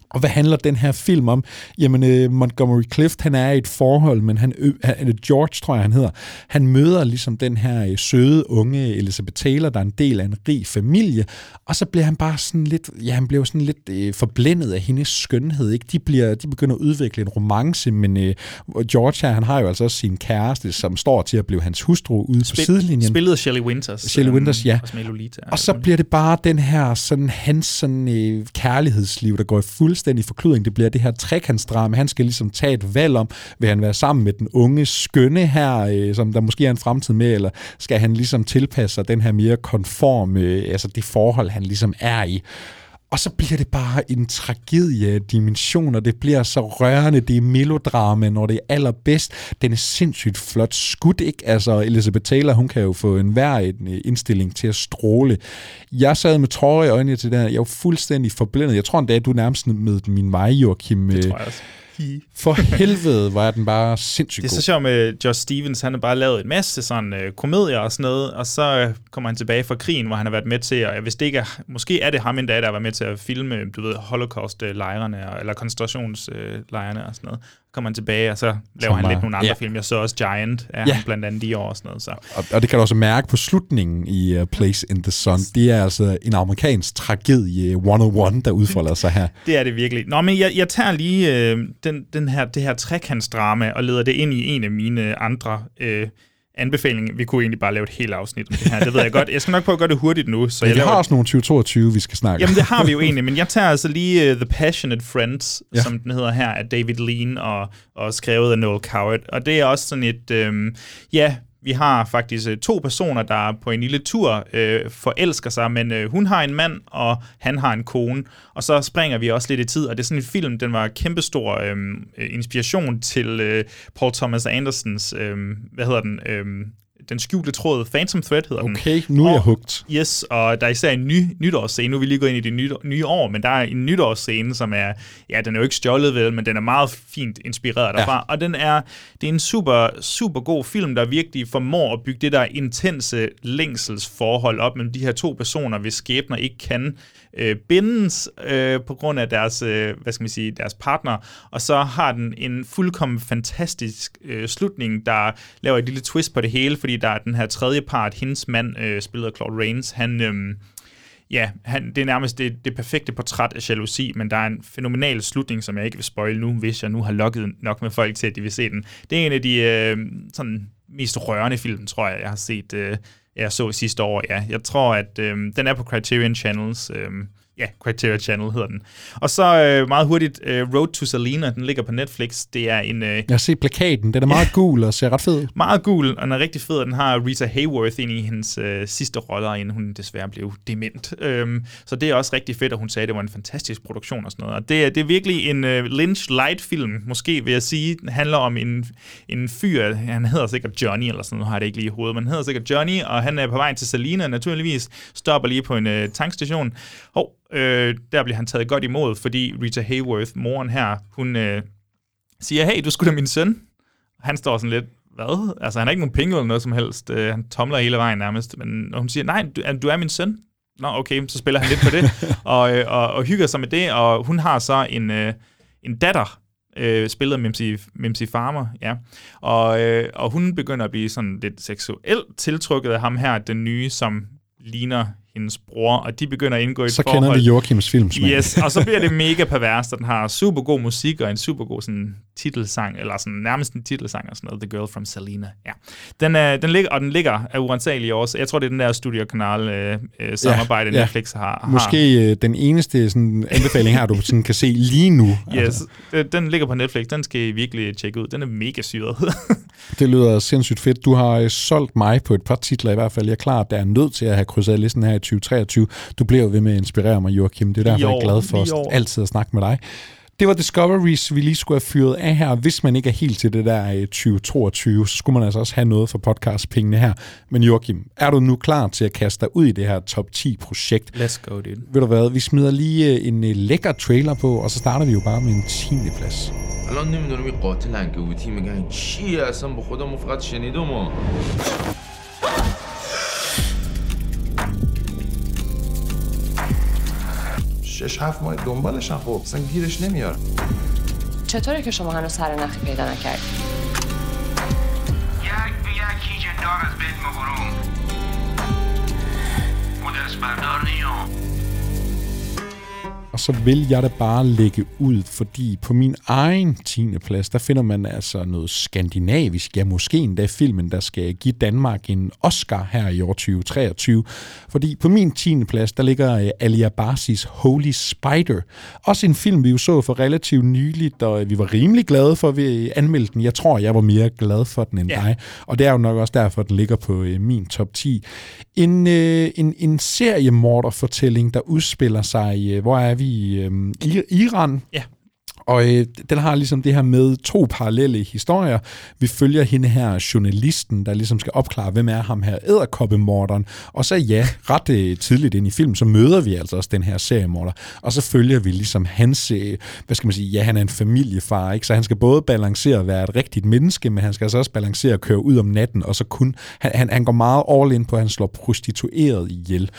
Speaker 6: Og hvad handler den her film om? Jamen, øh, Montgomery Clift, han er i et forhold, men han, øh, George, tror jeg, han hedder, han møder ligesom den her øh, søde, unge Elizabeth Taylor, der er en del af en rig familie, og så bliver han bare sådan lidt, ja, han bliver sådan lidt øh, forblændet af hendes skønhed, ikke? De, bliver, de begynder at udvikle en romance, men øh, George her, han har jo altså også sin kæreste, som står til at blive hans hustru ude Spil- på sidelinjen.
Speaker 7: Spillet Shelley Winters.
Speaker 6: Shelley Winters, ja.
Speaker 7: Og, Lolita,
Speaker 6: og så bliver det bare den her, sådan, hans sådan, øh, kærlighedsliv, der går i fuldstændig forkludring. Det bliver det her trekantsdrama. Han skal ligesom tage et valg om, vil han være sammen med den unge skønne her, øh, som der måske er en fremtid med, eller skal han ligesom tilpasse sig den her mere konforme, øh, altså det forhold, han ligesom er i. Og så bliver det bare en tragedie dimension, og det bliver så rørende, det er melodrama, når det er allerbedst. Den er sindssygt flot skudt, ikke? Altså, Elizabeth Taylor, hun kan jo få enhver en indstilling til at stråle. Jeg sad med tårer i øjnene til den her. Jeg var fuldstændig forblændet. Jeg tror endda, at du nærmest med min vej, Joachim.
Speaker 7: Det tror jeg også.
Speaker 6: For helvede, var den bare sindssygt god.
Speaker 7: Det er så sjovt med Josh Stevens, han har bare lavet en masse sådan øh, komedier og sådan noget, og så øh, kommer han tilbage fra krigen, hvor han har været med til, og jeg vidste ikke, at, måske er det ham endda, der var med til at filme, du ved, Holocaust-lejrene, eller koncentrationslejrene og sådan noget. Så kommer han tilbage, og så laver han lidt nogle andre yeah. film. Jeg så også Giant, er yeah. han blandt andet i år og sådan noget. Så.
Speaker 6: Og, og det kan du også mærke på slutningen i uh, Place in the Sun. Det er altså en amerikansk tragedie et nul et, der udfolder sig her.
Speaker 7: Det er det virkelig. Nå, men jeg, jeg tager lige øh, den, den her, det her trekantsdrama og leder det ind i en af mine andre øh, anbefalinger. Vi kunne egentlig bare lave et helt afsnit om det her. Det ved jeg godt. Jeg skal nok prøve at gøre det hurtigt nu. Så
Speaker 6: men
Speaker 7: jeg
Speaker 6: vi
Speaker 7: laver...
Speaker 6: har også nogle tyve toogtyve, vi skal snakke.
Speaker 7: Jamen, det har vi jo egentlig, men jeg tager altså lige uh, The Passionate Friends,
Speaker 6: ja.
Speaker 7: som den hedder her, af David Lean og, og skrevet af Noel Coward. Og det er også sådan et, øhm, ja, vi har faktisk øh, to personer, der på en lille tur øh, forelsker sig, men øh, hun har en mand, og han har en kone. Og så springer vi også lidt i tid, og det er sådan en film, den var kæmpestor øh, inspiration til øh, Paul Thomas Andersons, øh, hvad hedder den, øh, Den skjulte tråd, Phantom Thread hedder den.
Speaker 6: Okay, nu er jeg hugt.
Speaker 7: Yes, og der er især en ny nytårsscene. Nu er vi lige gået ind i det nye, nye år, men der er en nytårsscene, som er, ja, den er jo ikke stjålet vel, men den er meget fint inspireret derfra. Ja. Og den er, det er en super, super god film, der virkelig formår at bygge det der intense længselsforhold op mellem de her to personer, hvis skæbner ikke kan øh, bindes øh, på grund af deres, øh, hvad skal man sige, deres partner. Og så har den en fuldkommen fantastisk øh, slutning, der laver et lille twist på det hele, fordi der er den her tredje part, hendes mand, øh, spillet af Claude Rains, han, øh, ja, han, det er nærmest det, det perfekte portræt af jalousi, men der er en fænomenal slutning, som jeg ikke vil spoile nu, hvis jeg nu har lukket nok med folk til, at de vil se den. Det er en af de øh, sådan mest rørende film, tror jeg, jeg har set, øh, jeg så sidste år, ja. Jeg tror, at øh, den er på Criterion Channels, øh, ja, Criterion Channel hedder den. Og så øh, meget hurtigt, øh, Road to Salina, den ligger på Netflix. Det er en... Øh,
Speaker 6: jeg har set plakaten, den er meget gul og ser ret fed.
Speaker 7: Meget gul, og den er rigtig fed, den har Rita Hayworth ind i hendes øh, sidste roller, inden hun desværre blev dement. Øhm, så det er også rigtig fedt, at hun sagde, at det var en fantastisk produktion og sådan noget. Og det, det er virkelig en øh, Lynch-light-film, måske vil jeg sige. Den handler om en, en fyr, han hedder sikkert Johnny, eller sådan noget, nu har jeg det ikke lige i hovedet, men han hedder sikkert Johnny, og han er på vej til Salina, naturligvis, stopper lige på en øh, tankstation. Hov, Øh, der bliver han taget godt imod, fordi Rita Hayworth, moren her, hun øh, siger, hey, du skulle da min søn. Han står sådan lidt, hvad? Altså, han har ikke nogen penge eller noget som helst. Øh, han tomler hele vejen nærmest. Men hun siger, nej, du, du er min søn. Nå, okay, så spiller han lidt på det, og, øh, og, og hygger sig med det. Og hun har så en, øh, en datter, øh, spillet af Mimsy, Mimsy Farmer, ja. Og, øh, og hun begynder at blive sådan lidt seksuelt tiltrukket af ham her, den nye, som ligner hendes bror, og de begynder at indgå i et
Speaker 6: så
Speaker 7: forhold.
Speaker 6: Så kender vi Joachims filmsmag.
Speaker 7: Yes, og så bliver det mega perverst, og den har super god musik og en super god sådan titelsang, eller sådan nærmest en titelsang og sådan noget, The Girl from Salina. Ja. Den, øh, den ligger, og den ligger af uansagelige årsager. Jeg tror, det er den der Studio-kanal øh, øh, samarbejde, ja, Netflix ja. har.
Speaker 6: Måske øh, den eneste sådan, anbefaling her, du sådan kan se lige nu.
Speaker 7: Yes, altså. Den ligger på Netflix. Den skal I virkelig tjekke ud. Den er mega syret.
Speaker 6: Det lyder sindssygt fedt. Du har øh, solgt mig på et par titler i hvert fald. Jeg er klar, at der er nødt til at have krydset listen her i tyve treogtyve. Du bliver jo ved med at inspirere mig, Joachim. Det er derfor, jeg er glad for altid at snakke med dig. Det var Discoveries, vi lige skulle have fyret af her. Hvis man ikke er helt til det der tyve toogtyve, så skulle man altså også have noget for podcastpengene her. Men Joachim, er du nu klar til at kaste dig ud i det her top ti-projekt?
Speaker 7: Let's go, dude.
Speaker 6: Ved du hvad, vi smider lige en lækker trailer på, og så starter vi jo bare med en tiende plads.
Speaker 8: الان نمیدونم این قاتل عنکبوتی میگن این چیه اصلا با خودم فقط شنیدم و شش هفت ماه دنبالشن خب اصلا گیرش نمیاره.
Speaker 9: چطوره که شما هنوز سر نخی پیدا نکردید؟
Speaker 10: یک به یک هیچ دار از بین مبروم مدرس بردار نیو.
Speaker 6: Og så vil jeg da bare lægge ud, fordi på min egen tiende plads, der finder man altså noget skandinavisk, ja måske endda filmen, der skal give Danmark en Oscar her i år tyve treogtyve. Fordi på min tiende plads, der ligger Ali Abbasis Holy Spider. Også en film, vi jo så for relativt nyligt, og vi var rimelig glade for, at vi anmeldte den. Jeg tror, jeg var mere glad for den end ja. dig. Og det er jo nok også derfor, at den ligger på øh, min top ti. En, øh, en, en seriemorderfortælling, der udspiller sig, øh, hvor er vi i øh, Iran.
Speaker 7: Ja.
Speaker 6: Og øh, den har ligesom det her med to parallelle historier. Vi følger hende her, journalisten, der ligesom skal opklare, hvem er ham her, edderkoppemorderen. Og så ja, ret øh, tidligt ind i filmen, så møder vi altså også den her seriemorder. Og så følger vi ligesom hans, øh, hvad skal man sige, ja, han er en familiefar, ikke? Så han skal både balancere at være et rigtigt menneske, men han skal altså også balancere at køre ud om natten, og så kun, han, han, han går meget all in på, at han slår prostitueret ihjel.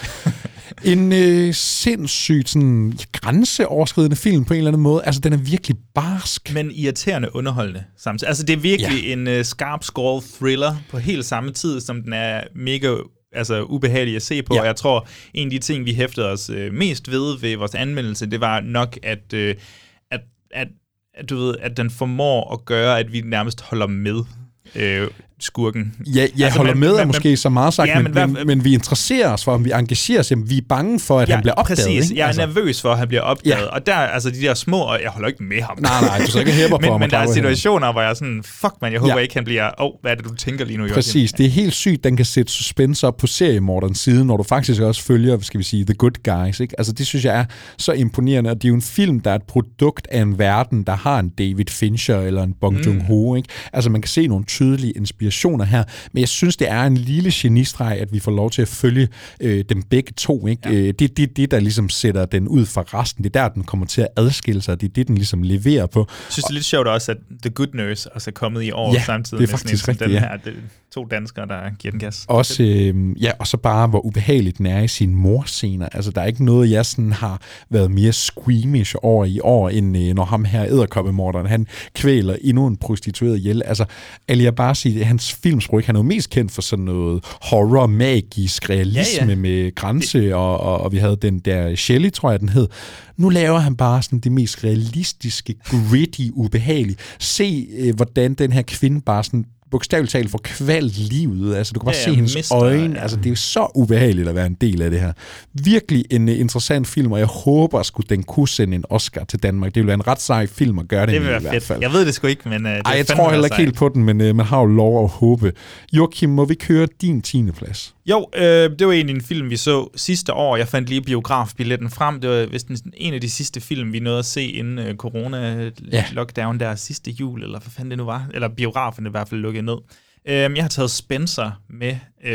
Speaker 6: En øh, sindssygt sådan, grænseoverskridende film på en eller anden måde. Altså, den er virkelig barsk.
Speaker 7: Men irriterende underholdende samtidig. Altså, det er virkelig ja. en uh, skarp-skåret thriller på helt samme tid, som den er mega altså, ubehagelig at se på. Ja. Og jeg tror, en af de ting, vi hæftede os uh, mest ved ved vores anmeldelse, det var nok, at, uh, at, at, at, du ved, at den formår at gøre, at vi nærmest holder med øh, skurken.
Speaker 6: Ja, jeg altså, holder
Speaker 7: man,
Speaker 6: med,
Speaker 7: man,
Speaker 6: er måske så meget sagt, ja, men, men,
Speaker 7: hvad,
Speaker 6: men vi interesserer os for ham, vi engagerer os, jamen, vi er bange for, at ja, han bliver opdaget.
Speaker 7: Præcis,
Speaker 6: ikke?
Speaker 7: jeg er
Speaker 6: altså.
Speaker 7: nervøs for, at han bliver opdaget, ja. Og der, altså de der små, og jeg holder ikke med ham.
Speaker 6: Nej, nej, du skal ikke hæpper på
Speaker 7: men,
Speaker 6: ham.
Speaker 7: Men der er situationer, hvor jeg er sådan, fuck man, jeg håber ja. ikke, han bliver, åh, oh, hvad er det, du tænker lige nu?
Speaker 6: Præcis,
Speaker 7: Joachim?
Speaker 6: det er helt sygt, den kan sætte suspense op på seriemorderens side, når du faktisk også følger, skal vi sige, The Good Guys, ikke? Altså det synes jeg er så imponerende, og det er jo en film, der er et produkt af en verden, der har en David Fincher eller en Bong Joon-ho, ikke? Altså man kan se nogle tydelige inspirationer her, men jeg synes, det er en lille genistreg, at vi får lov til at følge øh, dem begge to. Ikke? Ja. Øh, det er det, det, der ligesom sætter den ud fra resten. Det er der, den kommer til at adskille sig. Det er det, den ligesom leverer på.
Speaker 7: Jeg synes, det er lidt sjovt også, at The Good Nurse også er kommet i år
Speaker 6: ja,
Speaker 7: samtidig
Speaker 6: det er
Speaker 7: med
Speaker 6: faktisk
Speaker 7: sådan en,
Speaker 6: rigtigt,
Speaker 7: den her, det, to danskere, der giver den gas.
Speaker 6: Også, øh, ja, og så bare, hvor ubehageligt den er i sine morscener. Altså, der er ikke noget, jeg sådan har været mere squeamish over i år, end øh, når ham her edderkoppemorderen, han kvæler endnu en prostitueret ihjel. Altså, Ali Abbasi, hans filmsprog, han er jo mest kendt for sådan noget horror, magisk realisme ja, ja. med grænse, og, og, og vi havde den der Shelley, tror jeg, den hed. Nu laver han bare sådan det mest realistiske, gritty, ubehagelige. Se, øh, hvordan den her kvinde bare sådan bogstaveligt talt får kvalt livet. Altså, du kan bare ja, se hendes mister, øjne. Ja. Altså, det er jo så ubehageligt at være en del af det her. Virkelig en uh, interessant film, og jeg håber, at den kunne sende en Oscar til Danmark. Det ville være en ret sej film at gøre det,
Speaker 7: det
Speaker 6: med,
Speaker 7: i
Speaker 6: hvert
Speaker 7: fedt.
Speaker 6: fald.
Speaker 7: Jeg ved det sgu ikke, men... Uh, det
Speaker 6: Ej, jeg tror heller ikke helt på den, men uh, man har jo lov at håbe. Joachim, må vi køre din tiende plads? Jo,
Speaker 7: øh, det var egentlig en film, vi så sidste år. Jeg fandt lige biografbilletten frem. Det var vist en af de sidste film, vi nåede at se inden uh, corona-lockdown ja. der sidste jul, eller hvad fanden det nu var. Eller biografen i hvert fald lukkede ned. Jeg har taget Spencer med.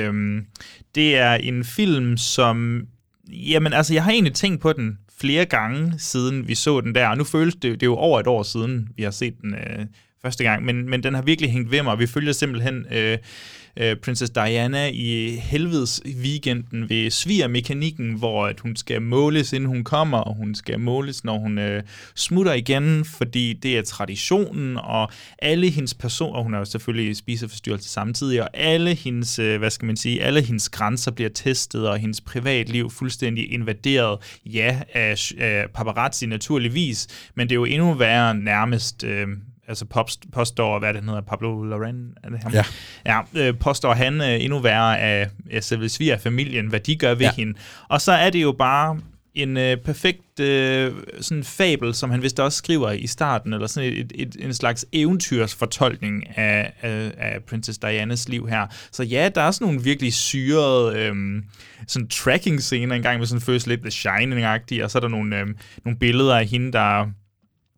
Speaker 7: Det er en film, som... Jamen, altså, jeg har egentlig tænkt på den flere gange, siden vi så den der. Og nu føles det, det er jo over et år siden, vi har set den øh, første gang. Men, men den har virkelig hængt ved mig. Vi følger simpelthen øh, øh, Princess Diana i helvedes weekenden ved svigermekanikken, hvor at hun skal måles, inden hun kommer, og hun skal måles, når hun øh, smutter igen, fordi det er traditionen, og alle hendes personer, og hun har jo selvfølgelig spiseforstyrrelse samtidig, og alle hendes, øh, hvad skal man sige, alle hendes grænser bliver testet, og hendes privatliv fuldstændig invaderet, ja, af, af paparazzi naturligvis, men det er jo endnu værre nærmest... Øh, altså påstår, hvad det hedder, Pablo Larraín, er det ham?
Speaker 6: Ja.
Speaker 7: Ja, øh, påstår han øh, endnu værre af, af selve svigerfamilien, hvad de gør ved ja. hende. Og så er det jo bare en øh, perfekt øh, sådan fabel, som han vist også skriver i starten, eller sådan et, et, en slags eventyrsfortolkning af, af, af Princess Dianas liv her. Så ja, der er sådan nogle virkelig syrede øh, sådan tracking-scener engang, med sådan føles lidt The Shining-agtige, og så er der nogle, øh, nogle billeder af hende, der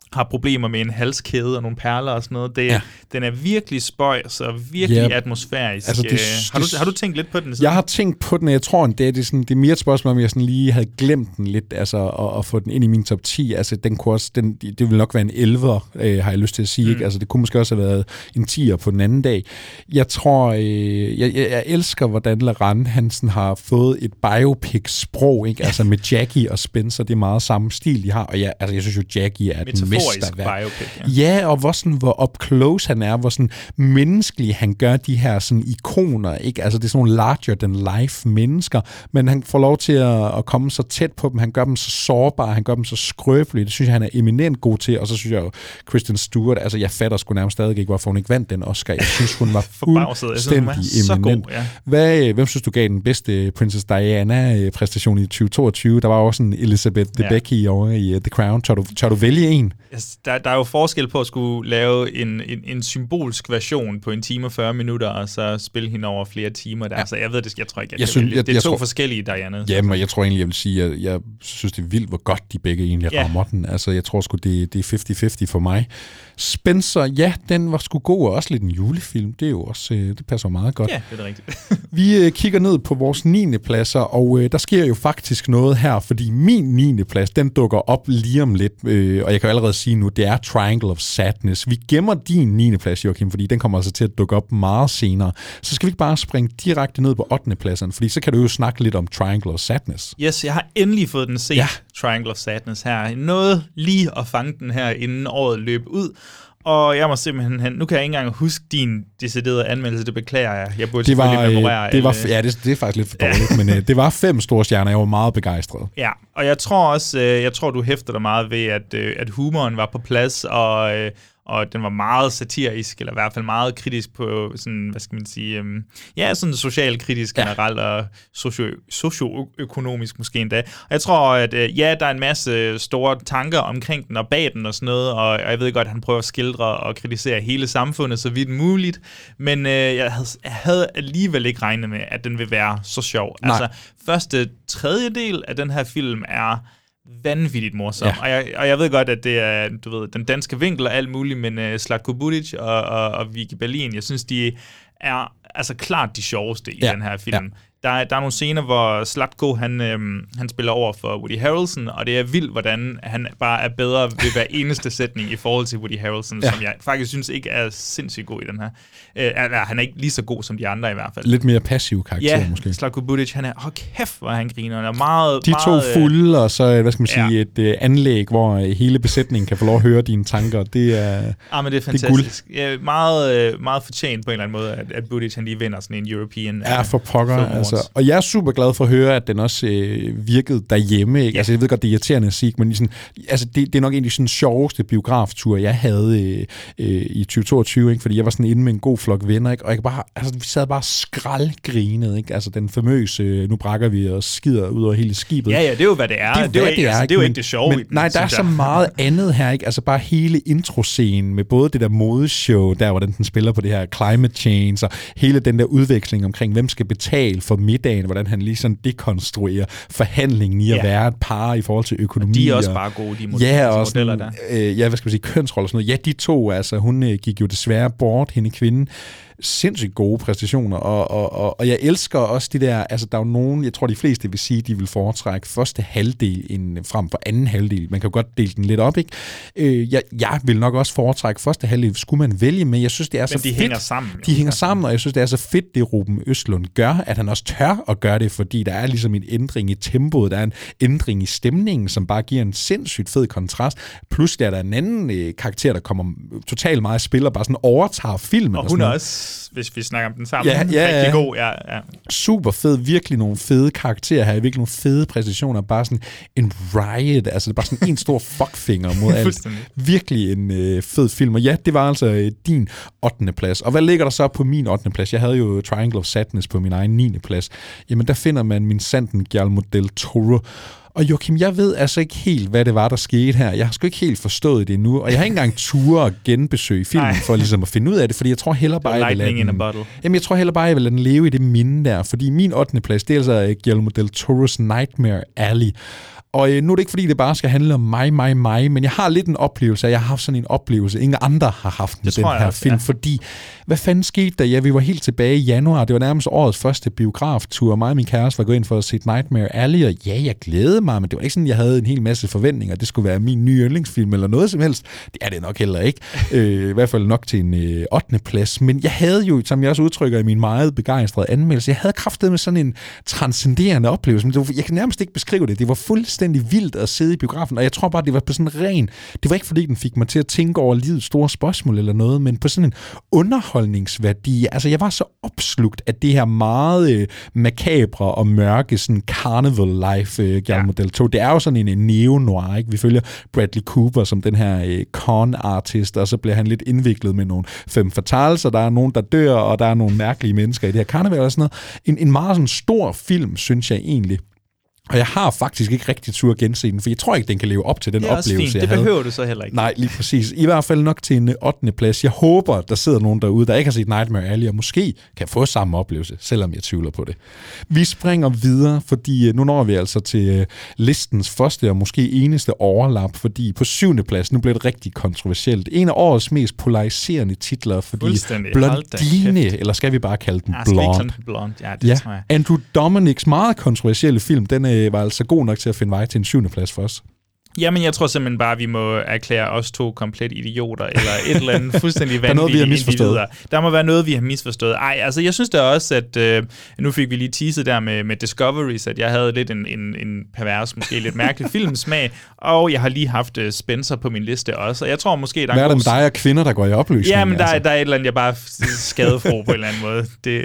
Speaker 7: har problemer med en halskæde og nogle perler og sådan noget. Det, ja. Den er virkelig spøjs og virkelig yep. atmosfærisk. Altså, det, har, du, har du tænkt lidt på den? Sådan?
Speaker 6: Jeg har tænkt på den, jeg tror, det er, det er, sådan, det er mere et spørgsmål, om jeg sådan lige havde glemt den lidt, altså at, at få den ind i min top ti. Altså, den kunne også, den, det ville nok være en elver, øh, har jeg lyst til at sige. Mm. Ikke? Altså, det kunne måske også have været en tier på den anden dag. Jeg tror, øh, jeg, jeg, jeg elsker, hvordan Laurent Hansen har fået et biopic-sprog, ikke? Altså med Jackie og Spencer, det er meget samme stil, de har. Og jeg, altså, jeg synes jo, Jackie er den mesterværk. Biopic, ja. ja, og hvor, sådan, hvor up close han er, hvor sådan menneskelig han gør de her sådan ikoner, ikke? Altså det er sådan nogle larger than life mennesker, men han får lov til at, at komme så tæt på dem, han gør dem så sårbare, han gør dem så skrøbelige, det synes jeg, han er eminent god til, og så synes jeg jo, Kristen Stewart, altså jeg fatter sgu nærmest stadig ikke, hvorfor hun ikke vandt den Oscar. Jeg synes, hun var fuldstændig eminent. Ja. Hvad, hvem synes du gav den bedste Princess Diana-præstation i tyve toogtyve? Der var også en Elizabeth Debicki ja. over i uh, The Crown. Tør du, tør du vælge en?
Speaker 7: Yes, der, der er jo forskel på at skulle lave en, en, en symbolsk version på en time og fyrre minutter, og så spille hende over flere timer der. Ja. Så jeg ved det, jeg tror ikke, jeg, jeg synes, jeg, det er jeg to tror, forskellige Diana.
Speaker 6: Jamen, jeg tror egentlig, jeg vil sige, at jeg, jeg synes, det er vildt, hvor godt de begge egentlig ja. rammer den. Altså, jeg tror sgu, det, det er halvtreds halvtreds for mig. Spencer, ja, den var sgu god, og også lidt en julefilm. Det er jo også, det passer meget godt.
Speaker 7: Ja, det er det rigtigt.
Speaker 6: Vi øh, kigger ned på vores niende pladser, og øh, der sker jo faktisk noget her, fordi min niende plads, den dukker op lige om lidt, øh, og jeg kan allerede sige nu, det er Triangle of Sadness. Vi gemmer din niende plads, Joachim, fordi den kommer altså til at dukke op meget senere. Så skal vi ikke bare springe direkte ned på ottende pladsen, fordi så kan du jo snakke lidt om Triangle of Sadness.
Speaker 7: Yes, jeg har endelig fået den set, ja. Triangle of Sadness her. Noget lige at fange den her, inden året løb ud. Og jeg må simpelthen, nu kan jeg ikke engang huske din deciderede anmeldelse, det beklager jeg. Jeg burde
Speaker 6: det var,
Speaker 7: selvfølgelig memorere.
Speaker 6: Det var, ja, det, det er faktisk lidt for dårligt, ja. men uh, det var fem store stjerner, jeg var meget begejstret.
Speaker 7: Ja, og jeg tror også, uh, jeg tror du hæfter dig meget ved, at, uh, at humoren var på plads, og... Uh, og den var meget satirisk, eller i hvert fald meget kritisk på sådan, hvad skal man sige, øhm, ja, sådan socialkritisk generelt, ja. og socio- socioøkonomisk måske endda. Og jeg tror, at øh, ja, der er en masse store tanker omkring den og bag den og sådan noget, og, og jeg ved godt, at han prøver at skildre og kritisere hele samfundet så vidt muligt, men øh, jeg, havde, jeg havde alligevel ikke regnet med, at den vil være så sjov.
Speaker 6: Nej.
Speaker 7: Altså, første tredjedel af den her film er vanvittigt morsom. Ja. Og, jeg, og jeg ved godt, at det er, du ved, den danske vinkel og alt muligt, men uh, Zlatko Budic og, og, og Vicky Berlin, jeg synes, de er altså klart de sjoveste i ja. den her film. Ja. Der, der er nogle scener, hvor Zlatko, han, øhm, han spiller over for Woody Harrelson, og det er vildt, hvordan han bare er bedre ved hver eneste sætning i forhold til Woody Harrelson, ja. som jeg faktisk synes ikke er sindssygt god i den her. Øh, han er ikke lige så god som de andre i hvert fald.
Speaker 6: Lidt mere passiv karakter
Speaker 7: ja,
Speaker 6: måske.
Speaker 7: Ja, Zlatko Budic, han er, åh kæft, hvor han griner. Han er meget,
Speaker 6: de to
Speaker 7: meget,
Speaker 6: fulde, og så, hvad skal man sige, ja. et uh, anlæg, hvor hele besætningen kan få lov at høre dine tanker. Det er
Speaker 7: Ja, men det er fantastisk. Det er ja, meget, meget fortjent på en eller anden måde, at, at Budic, han lige vinder sådan en European
Speaker 6: Ja, for pokker, altså. Og jeg er super glad for at høre, at den også øh, virkede derhjemme. Ikke? Ja. Altså, jeg ved godt, det er irriterende at sige, men sådan, altså, det, det er nok en af de sådan, sjoveste biografture, jeg havde øh, øh, i tyve toogtyve, ikke? Fordi jeg var sådan inde med en god flok venner, ikke? Og jeg bare, altså, vi sad bare skraldgrinet, ikke? Altså, den famøse, øh, nu brækker vi og skider ud over hele skibet.
Speaker 7: Ja, ja, det er jo, hvad det er. Det er, det er, det er, altså, det er jo ikke det sjove men, i den.
Speaker 6: Nej, der er så meget andet her, ikke? Altså, bare hele introscenen med både det der modeshow, der, hvordan den spiller på det her climate change, og hele den der udveksling omkring, hvem skal betale for middagen, hvordan han lige sådan dekonstruerer forhandlingen i at ja. være et par i forhold til økonomi.
Speaker 7: Og de er også bare gode, de modeller,
Speaker 6: ja,
Speaker 7: og
Speaker 6: modeller
Speaker 7: der.
Speaker 6: Øh, ja, hvad skal man sige, kønsroller og sådan noget. Ja, de to, altså, hun øh, gik jo desværre bort, hende kvinden. Sindssygt gode præstationer, og, og, og, og jeg elsker også de der, altså der er jo nogen, jeg tror de fleste vil sige, de vil foretrække første halvdel end frem for anden halvdel. Man kan jo godt dele den lidt op, ikke? Øh, jeg, jeg vil nok også foretrække første halvdel, skulle man vælge, men jeg synes, det er
Speaker 7: men
Speaker 6: så
Speaker 7: de
Speaker 6: fedt.
Speaker 7: De hænger sammen.
Speaker 6: De hænger sammen, og jeg synes, det er så fedt, det Ruben Østlund gør, at han også tør at gøre det, fordi der er ligesom en ændring i tempoet, der er en ændring i stemningen, som bare giver en sindssygt fed kontrast. Pludselig er der en anden øh, karakter, der kommer totalt meget i spil, og bare sådan overtager filmen.
Speaker 7: Og,
Speaker 6: og
Speaker 7: hun
Speaker 6: sådan
Speaker 7: er også, hvis vi snakker om den sammen,
Speaker 6: ja, ja,
Speaker 7: rigtig god. Ja, ja.
Speaker 6: Super fed, virkelig nogle fede karakterer her, virkelig nogle fede præstationer, bare sådan en riot, altså det er bare sådan en stor fuckfinger mod alt. Virkelig en øh, fed film, og ja, det var altså øh, din ottende plads. Og hvad ligger der så på min ottende plads? Jeg havde jo Triangle of Sadness på min egen niende plads. Jamen, der finder man min sanden Guillermo del Toro. Og Joachim, jeg ved altså ikke helt, hvad det var, der skete her. Jeg har sgu ikke helt forstået det endnu, og jeg har ikke engang ture at genbesøge filmen Nej. for ligesom at finde ud af det, fordi jeg tror heller bare, jeg vil lade den, jamen, jeg tror heller bare, jeg vil lade den leve i det minde der, fordi min ottende plads, det er altså Guillermo del Toro's Nightmare Alley. Og øh, nu er det ikke, fordi det bare skal handle om mig, mig, mig, men jeg har lidt en oplevelse, at jeg har haft sådan en oplevelse, ingen andre har haft med den her også, film, ja. Fordi, hvad fanden skete der? Ja, vi var helt tilbage i januar, det var nærmest årets første biograftur, mig og min kæreste var gået ind for at se Nightmare Alley, og ja, jeg glædede mig, men det var ikke sådan, jeg havde en hel masse forventninger, det skulle være min nye yndlingsfilm eller noget som helst. Det er det nok heller ikke, øh, i hvert fald nok til en øh, ottende plads, men jeg havde jo, som jeg også udtrykker i min meget begejstrede anmeldelse, jeg havde kraftet med sådan en transcenderende oplevelse, men det var, jeg kan nærmest ikke beskrive det, det var fuldstændig vildt at sidde i biografen, og jeg tror bare, det var på sådan en ren, det var ikke fordi, den fik mig til at tænke over livets store spørgsmål eller noget, men på sådan en underholdningsværdi. Altså, jeg var så opslugt af det her meget øh, makabre og mørke, sådan carnival life, øh, Guillermo del Toro. Det er jo sådan en, en neo-noir, ikke? Vi følger Bradley Cooper som den her øh, con-artist, og så bliver han lidt indviklet med nogle femme fatales, og der er nogen, der dør, og der er nogle mærkelige mennesker i det her carnival og sådan noget. En, en meget sådan stor film, synes jeg egentlig. Og jeg har faktisk ikke rigtig tur at gense den, for jeg tror ikke, den kan leve op til den oplevelse, jeg havde.
Speaker 7: Det behøver du så heller ikke.
Speaker 6: Nej, lige præcis. I hvert fald nok til en ottende plads. Jeg håber, der sidder nogen derude, der ikke har set Nightmare Alley, og måske kan få samme oplevelse, selvom jeg tvivler på det. Vi springer videre, fordi nu når vi altså til listens første og måske eneste overlap, fordi på syvende plads, nu bliver det rigtig kontroversielt. En af årets mest polariserende titler, fordi Blondine, eller skal vi bare kalde den Blonde?
Speaker 7: Blonde. Ja, det
Speaker 6: ja.
Speaker 7: tror jeg.
Speaker 6: Andrew Dominics meget kontroversielle film, den er var altså god nok til at finde vej til en syvende plads for os.
Speaker 7: Jamen, jeg tror simpelthen bare, at vi må erklære os to komplet idioter, eller et eller andet fuldstændig vanvittigt.
Speaker 6: Der er noget, vi har misforstået.
Speaker 7: Der må være noget, vi har misforstået. Ej, altså, jeg synes da også, at øh, nu fik vi lige teaset der med, med Discoveries, at jeg havde lidt en, en, en pervers, måske lidt mærkelig filmsmag, og jeg har lige haft uh, Spencer på min liste også, og jeg tror måske, der
Speaker 6: Hvad er
Speaker 7: det
Speaker 6: med dig og kvinder, der går i opløsning?
Speaker 7: Ja, men der,
Speaker 6: altså.
Speaker 7: der er et eller andet, jeg bare skadefro på en eller anden måde. Det,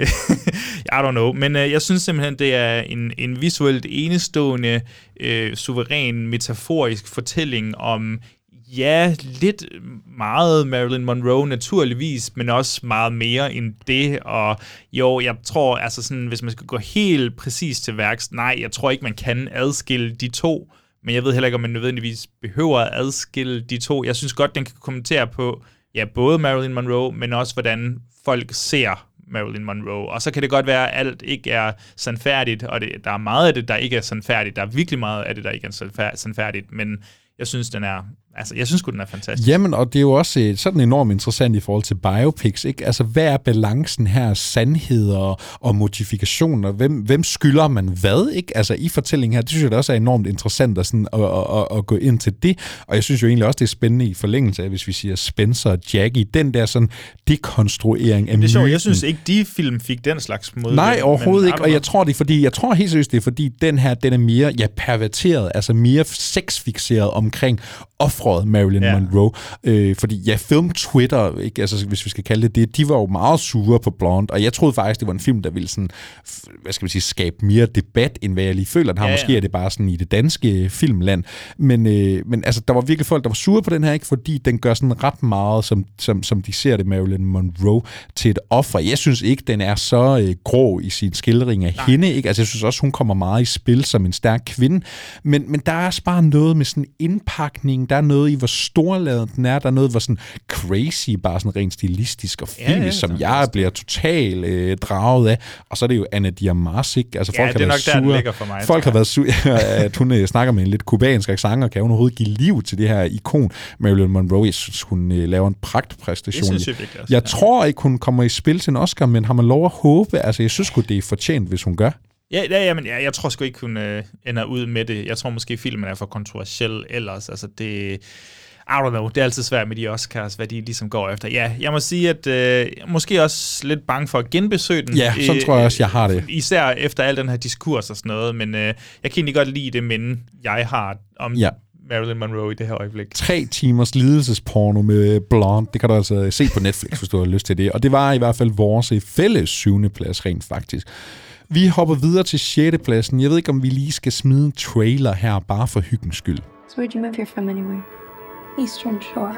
Speaker 7: I don't know. Men øh, jeg synes simpelthen, det er en, en visuelt enestående, øh, suveræn, metaforisk fortælling om, ja, lidt meget Marilyn Monroe naturligvis, men også meget mere end det, og jo, jeg tror, altså sådan, hvis man skal gå helt præcis til værks, nej, jeg tror ikke, man kan adskille de to, men jeg ved heller ikke, om man nødvendigvis behøver at adskille de to. Jeg synes godt, den kan kommentere på, ja, både Marilyn Monroe, men også hvordan folk ser Marilyn Monroe. Og så kan det godt være, at alt ikke er sandfærdigt, og det, der er meget af det, der ikke er sandfærdigt. Der er virkelig meget af det, der ikke er sandfærdigt, men jeg synes, den er, altså, jeg synes den er fantastisk.
Speaker 6: Jamen, og det er jo også sådan enormt interessant i forhold til biopics, ikke? Altså, hvad er balancen her? Sandheder og modifikationer? Hvem, hvem skylder man hvad, ikke? Altså, i fortællingen her, det synes jeg det også er enormt interessant at, sådan, at, at, at, at gå ind til det. Og jeg synes jo egentlig også, det er spændende i forlængelse af, hvis vi siger Spencer og Jackie, den der sådan dekonstruering af myten.
Speaker 7: Det er sjovt, jeg synes ikke, de film fik den slags måde.
Speaker 6: Nej, overhovedet ikke, og jeg tror, det er fordi, jeg tror helt seriøst, det er fordi, den her, den er mere, ja, perverteret, altså mere sexfixeret omkring offret Marilyn ja. Monroe. Øh, fordi ja, film Twitter, ikke? Altså, hvis vi skal kalde det det, de var jo meget sure på Blonde, og jeg troede faktisk, det var en film, der ville sådan, hvad skal man sige, skabe mere debat, end hvad jeg lige føler, den har. Ja, ja. Måske er det bare sådan i det danske filmland. Men, øh, men altså, der var virkelig folk, der var sure på den her, ikke? Fordi den gør sådan ret meget, som, som, som de ser det, Marilyn Monroe, til et offer. Jeg synes ikke, den er så øh, grå i sin skildring af Nej. hende, ikke? Altså, jeg synes også, hun kommer meget i spil som en stærk kvinde. Men, men der er også bare noget med sådan indpakning, der er noget i, hvor storladet den er, der er noget, hvor sådan crazy, bare sådan rent stilistisk og filmisk, ja, ja, som jeg bliver totalt øh, draget af. Og så er det jo Ana de Armas, ikke? Altså,
Speaker 7: ja,
Speaker 6: folk
Speaker 7: det er
Speaker 6: har
Speaker 7: nok
Speaker 6: været
Speaker 7: der,
Speaker 6: sure.
Speaker 7: ligger for mig.
Speaker 6: Folk har været sure, at hun øh, snakker med en lidt kubansk accent, og kan hun overhovedet give liv til det her ikon, Marilyn Monroe. Jeg synes, hun øh, laver en pragtpræstation.
Speaker 7: Det synes jeg virkelig også.
Speaker 6: Jeg ja. tror ikke, hun kommer i spil til en Oscar, men har man lov at håbe? Altså, jeg synes sgu, det er fortjent, hvis hun gør.
Speaker 7: Ja, ja, ja, men jeg, jeg tror sgu ikke, hun øh, ender ud med det. Jeg tror måske, filmen er for kontroversiel ellers. Altså, det... I don't know. Det er altid svært med de Oscars, hvad de ligesom går efter. Ja, jeg må sige, at øh, måske også lidt bange for at genbesøge den.
Speaker 6: Ja, sådan øh, tror jeg også, jeg har det.
Speaker 7: Især efter al den her diskurs og sådan noget. Men øh, jeg kan egentlig godt lide det minde, jeg har om ja. Marilyn Monroe i det her øjeblik.
Speaker 6: Tre timers lidelsesporno med Blonde. Det kan du altså se på Netflix, hvis du har lyst til det. Og det var i hvert fald vores fælles syvende plads rent faktisk. Vi hopper videre til sjette pladsen. Jeg ved ikke, om vi lige skal smide en trailer her, bare for hyggens skyld.
Speaker 2: So where'd you move here from anyway? Eastern Shore.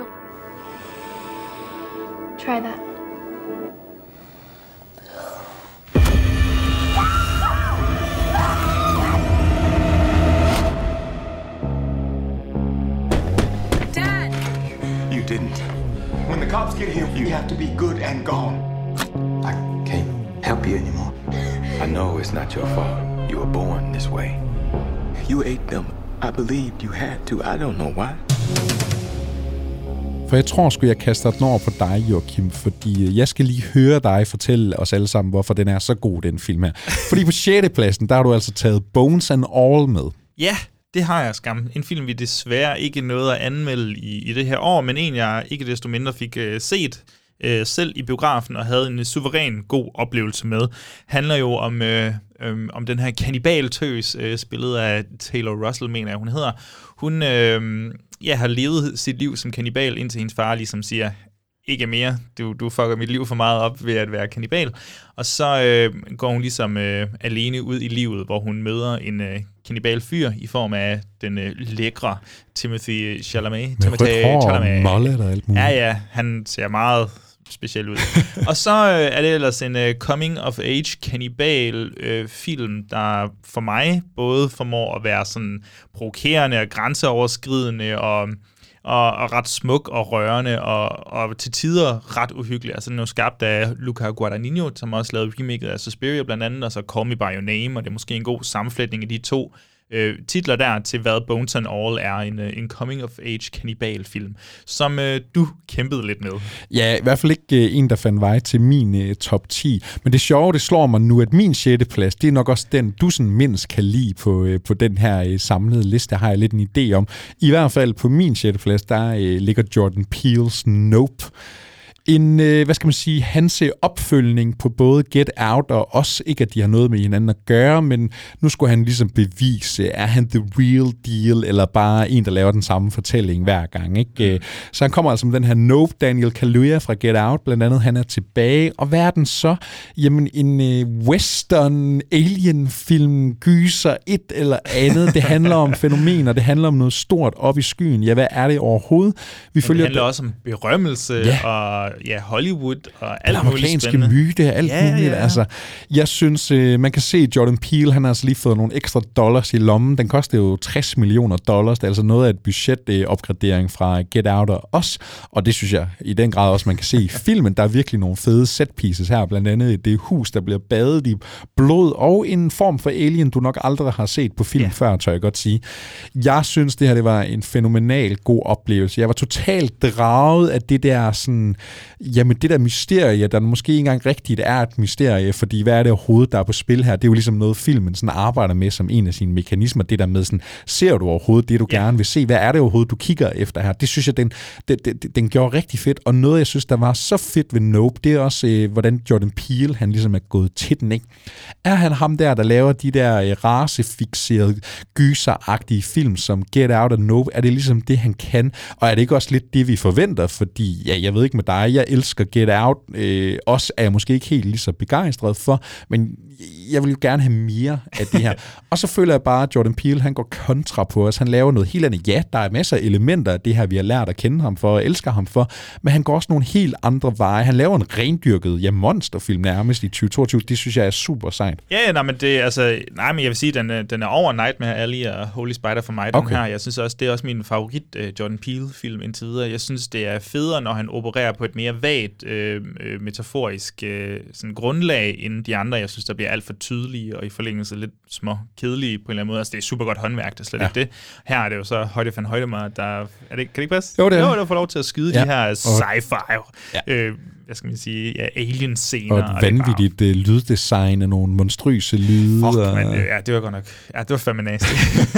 Speaker 2: Try that.
Speaker 11: get here, you have to be good and gone. I can't help you anymore. I know it's not your fault. You were born this way. You ate them. I believed you had to. I don't know why.
Speaker 6: For jeg tror sgu, jeg kaster den over på dig, Joachim, fordi jeg skal lige høre dig fortælle os alle sammen, hvorfor den er så god, den film her. Fordi på sjette pladsen, der har du altså taget Bones and All med.
Speaker 7: Ja, det har jeg skam. En film, vi desværre ikke nåede at anmelde i, i det her år, men en, jeg ikke desto mindre fik uh, set uh, selv i biografen og havde en suveræn god oplevelse med. Handler jo om, uh, um, om den her kannibaltøs, uh, spillet af Taylor Russell, mener jeg, hun hedder. Hun uh, ja, har levet sit liv som kannibal, indtil hendes far ligesom siger, ikke mere, du, du fucker mit liv for meget op ved at være kannibal. Og så øh, går hun ligesom øh, alene ud i livet, hvor hun møder en øh, kannibalfyr i form af den øh, lækre Timothy Chalamet.
Speaker 6: Med rødt hår og mollet og alt muligt.
Speaker 7: Ja, ja, han ser meget speciel ud. Og så øh, er det ellers en øh, coming-of-age kannibal øh, film, der for mig både formår at være sådan provokerende og grænseoverskridende og Og, og ret smuk og rørende, og, og til tider ret uhyggelig. Altså den er jo skabt af Luca Guadagnino, som også lavede remaket af Suspiria blandt andet, og så Call Me By Your Name, og det er måske en god sammenflætning af de to øh, titler der til, hvad Bones and All er, en, en coming-of-age kannibalfilm, som øh, du kæmpede lidt med.
Speaker 6: Ja, i hvert fald ikke øh, en, der fandt vej til min øh, top ti. Men det sjove, det slår mig nu, at min sjette plads, det er nok også den, du sådan mindst kan lide på, øh, på den her øh, samlede liste, har jeg lidt en idé om. I hvert fald på min sjette plads, der øh, ligger Jordan Peele's Nope. En, øh, hvad skal man sige, hans opfølgning på både Get Out og også, ikke at de har noget med hinanden at gøre, men nu skulle han ligesom bevise, er han the real deal, eller bare en, der laver den samme fortælling hver gang, ikke? Så han kommer altså med den her Nope, Daniel Kaluuya fra Get Out, blandt andet, han er tilbage, og hvad er den så? Jamen, en øh, western, alien-film, gyser, et eller andet, det handler om fænomener, det handler om noget stort op i skyen, ja, hvad er det overhovedet? Vi
Speaker 7: det handler d- også om berømmelse, ja. og ja, Hollywood og alt muligt
Speaker 6: amerikanske
Speaker 7: spændende.
Speaker 6: myte, alt
Speaker 7: ja,
Speaker 6: muligt.
Speaker 7: Ja, ja.
Speaker 6: Altså, jeg synes, øh, man kan se, Jordan Peele, han har altså lige fået nogle ekstra dollars i lommen. Den koster jo tres millioner dollars. Det er altså noget af et budgetopgradering øh, fra Get Out og os. Og det synes jeg i den grad også, man kan se i filmen. Der er virkelig nogle fede set pieces her. Blandt andet det hus, der bliver badet i blod, og en form for alien, du nok aldrig har set på film ja. før, tør jeg godt sige. Jeg synes, det her det var en fænomenal god oplevelse. Jeg var totalt draget af det der sådan, jamen det der mysterie, der måske ikke engang rigtigt er et mysterie, fordi hvad er det overhovedet, der er på spil her? Det er jo ligesom noget, filmen sådan arbejder med som en af sine mekanismer. Det der med sådan, ser du overhovedet det, du yeah. gerne vil se? Hvad er det overhovedet, du kigger efter her? Det synes jeg, den, den, den, den gjorde rigtig fedt. Og noget, jeg synes, der var så fedt ved Nope, det er også, øh, hvordan Jordan Peele, han ligesom er gået til den, ikke? Er han ham der, der laver de der øh, racefixerede, gyseragtige film, som Get Out og Nope? Er det ligesom det, han kan? Og er det ikke også lidt det, vi forventer? Fordi, ja, jeg ved ikke med dig, jeg elsker Get Out, øh, også er jeg måske ikke helt lige så begejstret for, men jeg vil jo gerne have mere af det her. Og så føler jeg bare, at Jordan Peele, han går kontra på os. Han laver noget helt andet. Ja, der er masser af elementer af det her, vi har lært at kende ham for og elsker ham for, men han går også nogle helt andre veje. Han laver en rendyrket, ja, monsterfilm nærmest i tyve toogtyve. Det synes jeg er super sejt.
Speaker 7: Ja, nej, men det altså, nej, men jeg vil sige, den den er over Nightmare Alley og Holy Spider for mig, den okay. her. Jeg synes også, det er også min favorit uh, Jordan Peele-film indtil videre. Jeg synes, det er federe, når han opererer på et mere vagt, øh, metaforisk øh, sådan grundlag end de andre. Jeg synes, der bliver alt for tydelige og i forlængelse lidt små kedelige på en eller anden måde. Altså, det er super godt håndværk, det er slet ja. ikke det. Her er det jo så Højde van Højdemar, der... Er det, kan det ikke passe?
Speaker 6: Jo, det er.
Speaker 7: Jo, der får lov til at skyde ja. de her sci-fi, ja. øh, hvad skal man sige, ja, alien-scener.
Speaker 6: Og et vanvittigt og bare... lyddesign af nogle monstrøse lyde.
Speaker 7: Fuck,
Speaker 6: og...
Speaker 7: man, ja, det var godt nok... Ja, det var fandme nasty.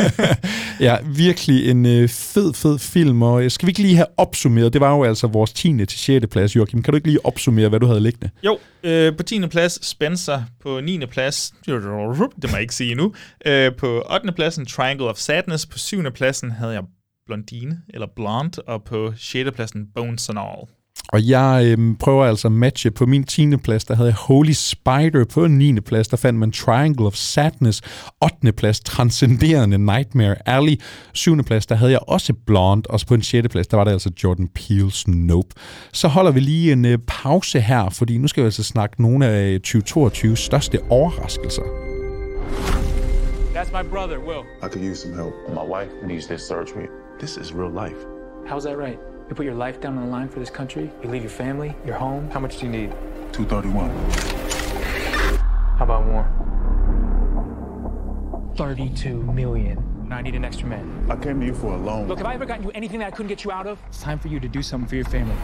Speaker 6: Ja, virkelig en øh, fed, fed film, og skal vi ikke lige have opsummeret? Det var jo altså vores tiende til sjette plads, Joachim. Kan du ikke lige opsummere, hvad du havde liggende?
Speaker 7: Jo, øh, på tiende plads Spencer, på niende plads, det må jeg ikke sige endnu, øh, på ottende pladsen Triangle of Sadness, på syvende pladsen havde jeg Blondine, eller Blonde, og på sjette pladsen Bones and All.
Speaker 6: Og jeg øh, prøver altså at matche. På min tiende plads, der havde jeg Holy Spider. På niende plads, der fandt man Triangle of Sadness. ottende plads, Transcenderende Nightmare Alley. syvende plads, der havde jeg også Blonde. Og så på en sjette plads, der var der altså Jordan Peele's Nope. Så holder vi lige en øh, pause her, fordi nu skal vi altså snakke nogle af tyve toogtyves største overraskelser.
Speaker 12: That's my brother, Will.
Speaker 13: I could use some help.
Speaker 12: My wife needs this surgery.
Speaker 13: This is real life.
Speaker 12: How's that right? You put your life down on the line for this country. You leave your family, your home. How much do you need?
Speaker 11: two thirty-one.
Speaker 12: How about more? thirty-two million. I need an extra man.
Speaker 11: I came to you for a loan.
Speaker 12: Look, have I ever gotten you anything that I couldn't get you out of? It's time for you to do something for your family.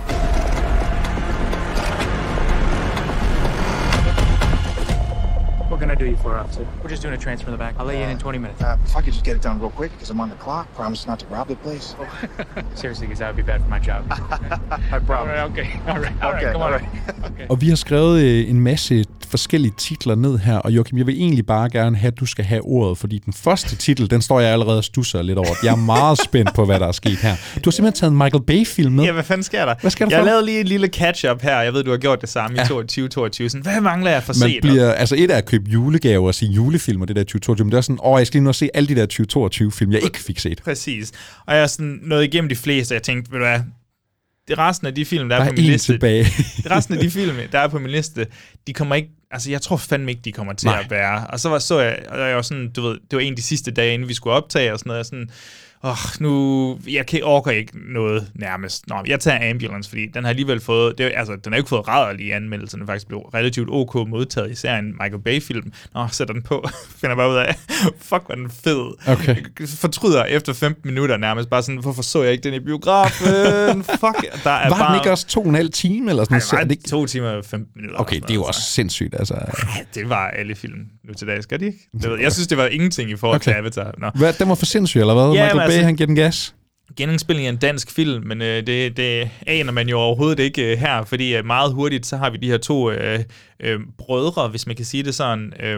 Speaker 12: What can I do you for, officer? We're just doing a transfer in the back. I'll lay you in in twenty minutes.
Speaker 13: Uh, if I could just get it done real quick, because I'm on the clock. Promise not to rob the place.
Speaker 12: Oh. Seriously, because that would be bad for my job.
Speaker 13: I promise.
Speaker 12: All right, okay. All right, all right,
Speaker 13: okay,
Speaker 12: come on.
Speaker 13: all right.
Speaker 6: Okay. Og vi har skrevet øh, en masse forskellige titler ned her, og Joachim, jeg vil egentlig bare gerne have, at du skal have ordet, fordi den første titel, den står jeg allerede og stusser lidt over. Jeg er meget spændt på, hvad der er sket her. Du har simpelthen taget en Michael Bay-film med.
Speaker 7: Ja, hvad fanden sker der?
Speaker 6: Hvad sker der
Speaker 7: jeg
Speaker 6: for?
Speaker 7: har lavet lige en lille catch-up her. Jeg ved, du har gjort det samme ja. i tyve toogtyve. Sådan, hvad mangler jeg for
Speaker 6: Man
Speaker 7: set?
Speaker 6: bliver, altså et er at købe julegaver og sige julefilm og det der tyve toogtyve, men det er sådan, åh, jeg skal lige nu at se alle de der tyve toogtyve film, jeg ikke fik set.
Speaker 7: Præcis. Og jeg er sådan nået igennem de fleste, og jeg tænkte, ved du hvad, det resten af de film, der,
Speaker 6: der
Speaker 7: er på min liste,
Speaker 6: tilbage.
Speaker 7: resten af de film, der er på min liste, de kommer ikke, altså jeg tror fandme ikke, de kommer til Nej. at være. Og så var så jeg, og jeg var sådan, du ved, det var en af de sidste dage, inden vi skulle optage og sådan noget, og sådan, åh, oh, nu, jeg kan, orker ikke noget nærmest. Nå, jeg tager Ambulance, fordi den har alligevel fået, det, altså, den har ikke fået rædderlige anmeldelser, den faktisk blev relativt ok modtaget, især en Michael Bay-film. Nå, sætter den på, finder bare ud af, fuck, var den fed.
Speaker 6: Okay.
Speaker 7: Jeg fortryder efter femten minutter nærmest, bare sådan, hvorfor så jeg ikke den i biografen? Fuck, der er
Speaker 6: var
Speaker 7: bare...
Speaker 6: den ikke også to og en halv time, eller sådan noget?
Speaker 7: Nej, det var to timer og femten minutter.
Speaker 6: Okay, det er jo også sindssygt, altså.
Speaker 7: Ej, det var alle film nu til dag, skal de ikke? Det ved, jeg synes, det var ingenting i forhold okay. til Avatar. Nå.
Speaker 6: Hvad, den var for sindssyg, eller hvad?
Speaker 7: Ja,
Speaker 6: Michael Bay, altså, han giver den gas?
Speaker 7: Genindspilling af en dansk film, men øh, det, det aner man jo overhovedet ikke øh, her, fordi øh, meget hurtigt, så har vi de her to øh, øh, brødre, hvis man kan sige det sådan, øh,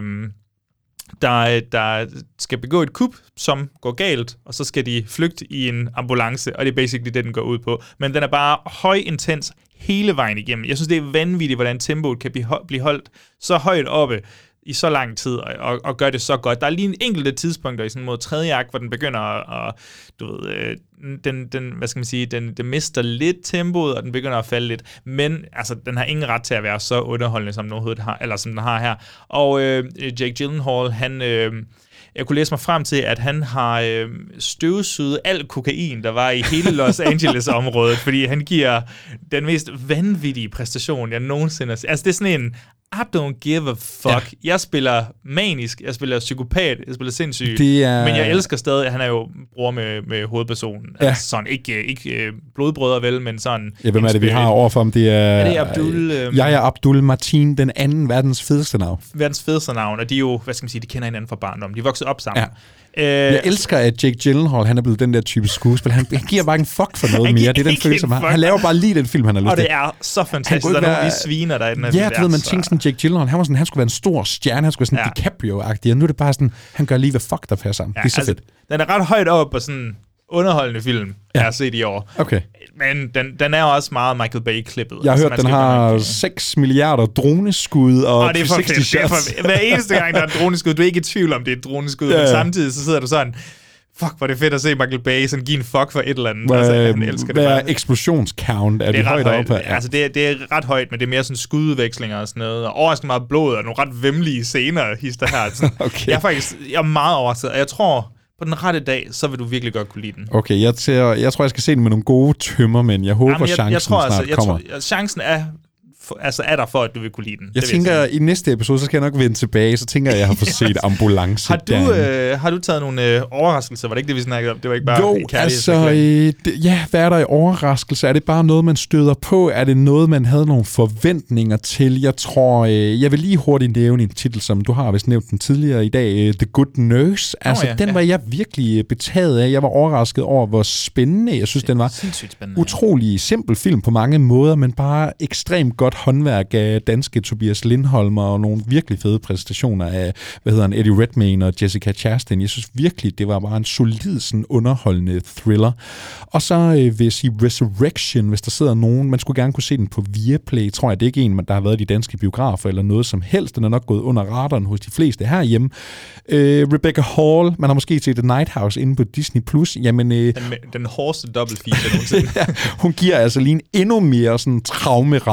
Speaker 7: der, der skal begå et kup, som går galt, og så skal de flygte i en ambulance, og det er basically det, den går ud på. Men den er bare højintens hele vejen igennem. Jeg synes, det er vanvittigt, hvordan tempoet kan blive holdt så højt oppe i så lang tid, og, og, og gør det så godt. Der er lige en enkelte tidspunkter i sådan mod tredje akt, hvor den begynder at, at du ved, øh, den, den, hvad skal man sige, den, den mister lidt tempoet, og den begynder at falde lidt, men altså, den har ingen ret til at være så underholdende, som den overhovedet har, eller som den har her. Og øh, Jake Gyllenhaal, han... Øh, Jeg kunne læse mig frem til, at han har øh, støvsuget al kokain, der var i hele Los Angeles-området, fordi han giver den mest vanvittige præstation, jeg nogensinde har set. Altså, det er sådan en, I don't give a fuck. Ja. Jeg spiller manisk, jeg spiller psykopat, jeg spiller sindssyg, er... men jeg elsker stadig, han er jo bror med, med hovedpersonen. Ja. Altså sådan, ikke, ikke blodbrødre vel, men sådan...
Speaker 6: Ja, hvem er det, vi har overfor ham? Det er...
Speaker 7: Er det Abdul... Øh...
Speaker 6: Jeg er Abdul Martin, den anden verdens fedeste navn.
Speaker 7: Verdens fedeste navn, og de er jo, hvad skal man sige, de kender hinanden fra barndom. De er vokset op sammen. Ja.
Speaker 6: Øh, jeg elsker, at Jake Gyllenhaal, han er blevet den der type skuespiller. Han, han giver bare en fuck for noget mere. Det er den følelse, han har. Han laver bare lige den film, han har lyst til.
Speaker 7: Og det er så fantastisk. Der er nogle af de sviner, der er i den her
Speaker 6: ja, du ved, man tænker sådan, Jake Gyllenhaal, han var sådan, han skulle være en stor stjerne, han skulle være sådan ja. DiCaprio-agtig, og nu er det bare sådan, han gør lige, hvad fuck der passer sammen. Ja, det er så altså, fedt.
Speaker 7: Den er ret højt op på sådan underholdende film, ja. jeg har set i år.
Speaker 6: Okay.
Speaker 7: Men den, den er også meget Michael Bay-klippet.
Speaker 6: Jeg har
Speaker 7: altså,
Speaker 6: hørt, den har seks milliarder droneskud og, og det er for fedt. Det er for,
Speaker 7: hver eneste gang, der er et droneskud, du er ikke i tvivl om, det er et droneskud, ja. men samtidig så sidder du sådan, fuck, hvor det fedt at se Michael Bay sådan give en fuck for et eller andet.
Speaker 6: Hvad,
Speaker 7: altså, han elsker
Speaker 6: hvad
Speaker 7: det
Speaker 6: er eksplosionscount? Er det, det er højt op? Ja.
Speaker 7: Altså, det er, det er ret højt, men det er mere sådan skududvekslinger og sådan noget, og overraskende meget blod, og nogle ret vemmelige scener, hister her. Sådan, okay. Jeg er faktisk jeg er meget overrasket, og jeg tror, på den rette dag, så vil du virkelig godt kunne lide den.
Speaker 6: Okay, jeg, tager, jeg tror, jeg skal se den med nogle gode tømmer, men jeg håber, Jamen, jeg, chancen jeg tror, snart altså, jeg kommer.
Speaker 7: Tror, chancen er... For, altså er der for, at du vil kunne lide den.
Speaker 6: Jeg
Speaker 7: det
Speaker 6: tænker, jeg i næste episode, så skal jeg nok vende tilbage, så tænker jeg, jeg har fået set Ambulance.
Speaker 7: Har du, øh, har du taget nogle øh, overraskelser? Var det ikke det, vi snakkede om? Det var ikke bare
Speaker 6: jo, altså, øh, det, ja, hvad er der i overraskelser? Er det bare noget, man støder på? Er det noget, man havde nogle forventninger til? Jeg tror, øh, jeg vil lige hurtigt nævne en titel, som du har vist nævnt den tidligere i dag, øh, The Good Nurse. Altså, oh, ja, den ja. var jeg virkelig betaget af. Jeg var overrasket over, hvor spændende. Jeg synes, den var utrolig simpel film på mange måder, men bare ekstremt godt håndværk af danske Tobias Lindholm og nogle virkelig fede præstationer af, hvad hedder han, Eddie Redmayne og Jessica Chastain. Jeg synes virkelig, det var bare en solid, sådan underholdende thriller. Og så øh, vil jeg sige Resurrection, hvis der sidder nogen, man skulle gerne kunne se den på Viaplay, tror jeg, det er ikke en, der har været i de danske biografer eller noget som helst. Den er nok gået under radaren hos de fleste herhjemme. Øh, Rebecca Hall, man har måske set The Night House inde på Disney plus. Jamen, øh,
Speaker 7: den, den hårdeste double feature nogensinde.
Speaker 6: ja, hun giver altså lige en endnu mere sådan traumeramt præstation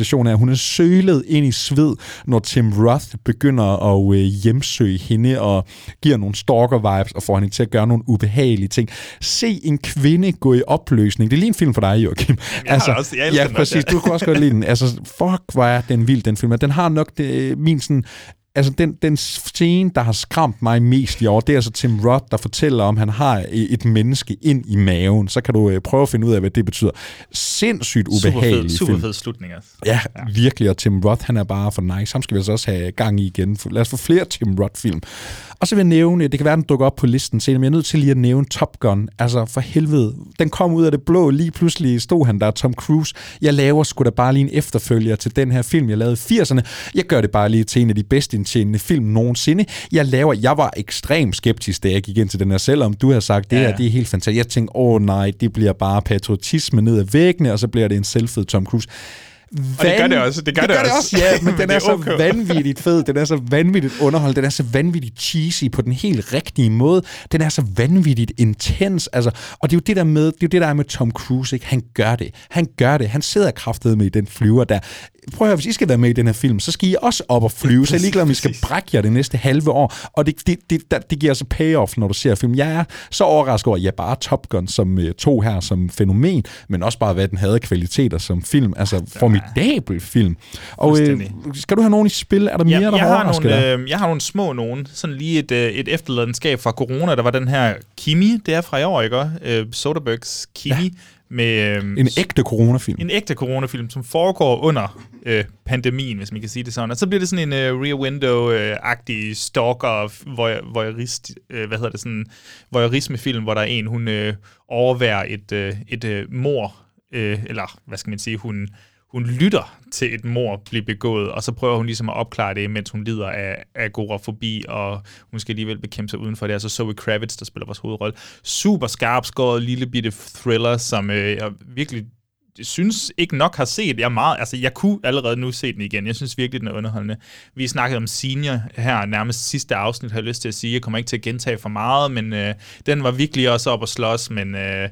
Speaker 6: præstation af. Hun er sølet ind i sved, når Tim Roth begynder at øh, hjemsøge hende og giver nogle stalker-vibes og får hende til at gøre nogle ubehagelige ting. Se en kvinde gå i opløsning. Det er lige en film for dig, Joachim.
Speaker 7: Jeg altså, har også, jeg
Speaker 6: ja, præcis. Også, ja. Du kan også godt lide den. Altså, fuck, hvor er den vild, den film. Den har nok det, min sådan... Altså, den, den scene, der har skræmt mig mest i år, det er altså Tim Roth, der fortæller om, at han har et menneske ind i maven. Så kan du øh, prøve at finde ud af, hvad det betyder. Sindssygt ubehagelig film.
Speaker 7: Super fed slutning også.
Speaker 6: Ja, ja, virkelig. Og Tim Roth, han er bare for nice. Ham skal vi altså også have gang i igen. Lad os få flere Tim Roth-film. Og så vil jeg nævne, det kan være, den dukker op på listen senere, men jeg er nødt til lige at nævne Top Gun. Altså, for helvede. Den kom ud af det blå. Lige pludselig stod han der, Tom Cruise. Jeg laver sgu da bare lige en efterfølger til den her film, jeg lavede i firserne. Jeg gør det bare lige til en af de bedste indtjenende film nogensinde. Jeg laver, jeg var ekstremt skeptisk, da jeg gik ind til den her, selvom du har sagt, det her, ja. Det er helt fantastisk. Jeg tænkte, åh nej, det bliver bare patriotisme ned ad væggene, og så bliver det en selvfed Tom Cruise.
Speaker 7: Van... Og det gør det også. Det gør det,
Speaker 6: det, gør
Speaker 7: det
Speaker 6: også. også. Ja, men den er, er så okay. vanvittigt fed. Den er så vanvittigt underholdt. Den er så vanvittigt cheesy på den helt rigtige måde. Den er så vanvittigt intens. Altså, og det er jo det der med, det er jo det der er med Tom Cruise, ikke? Han gør det. Han gør det. Han sidder kraftedet med i den flyver der. Prøv at høre, hvis I skal være med i den her film, så skal I også op og flyve. Så jeg er ligeglad, om I skal brække jer det næste halve år. Og det, det, det, det giver altså payoff, når du ser film. Jeg er så overrasket over, at jeg bare Top Gun som uh, to her som fænomen, men også bare, hvad den havde kvaliteter som film. Altså, formidabel film. Og øh, skal du have nogen i spil? Er der mere,
Speaker 7: ja,
Speaker 6: der
Speaker 7: jeg
Speaker 6: har
Speaker 7: nogle, øh, Jeg har nogle små nogen. Sådan lige et, øh, et efterladenskab fra corona. Der var den her Kimi, det er fra i år, ikke? Øh, Soderberghs Kimi. Ja. Med, øhm,
Speaker 6: en ægte coronafilm.
Speaker 7: En ægte coronafilm, som foregår under øh, pandemien, hvis man kan sige det sådan. Og så bliver det sådan en øh, Rear Window-agtig øh, stalker, voyeurist, øh, hvad hedder det, sådan voyeurisme-film, hvor der er en, hun øh, overværer et, øh, et øh, mord, øh, eller hvad skal man sige, hun... Hun lytter til et mord blive begået, og så prøver hun ligesom at opklare det, mens hun lider af agorafobi, og hun skal alligevel bekæmpe sig udenfor det. Altså Zoe Kravitz, der spiller vores hovedrolle. Super skarp skåret, lille bitte thriller, som øh, jeg virkelig synes ikke nok har set. Jeg meget, altså jeg kunne allerede nu se den igen. Jeg synes virkelig, den er underholdende. Vi snakkede om Senior her nærmest sidste afsnit, har jeg lyst til at sige. Jeg kommer ikke til at gentage for meget, men øh, den var virkelig også op at slås, men... Øh,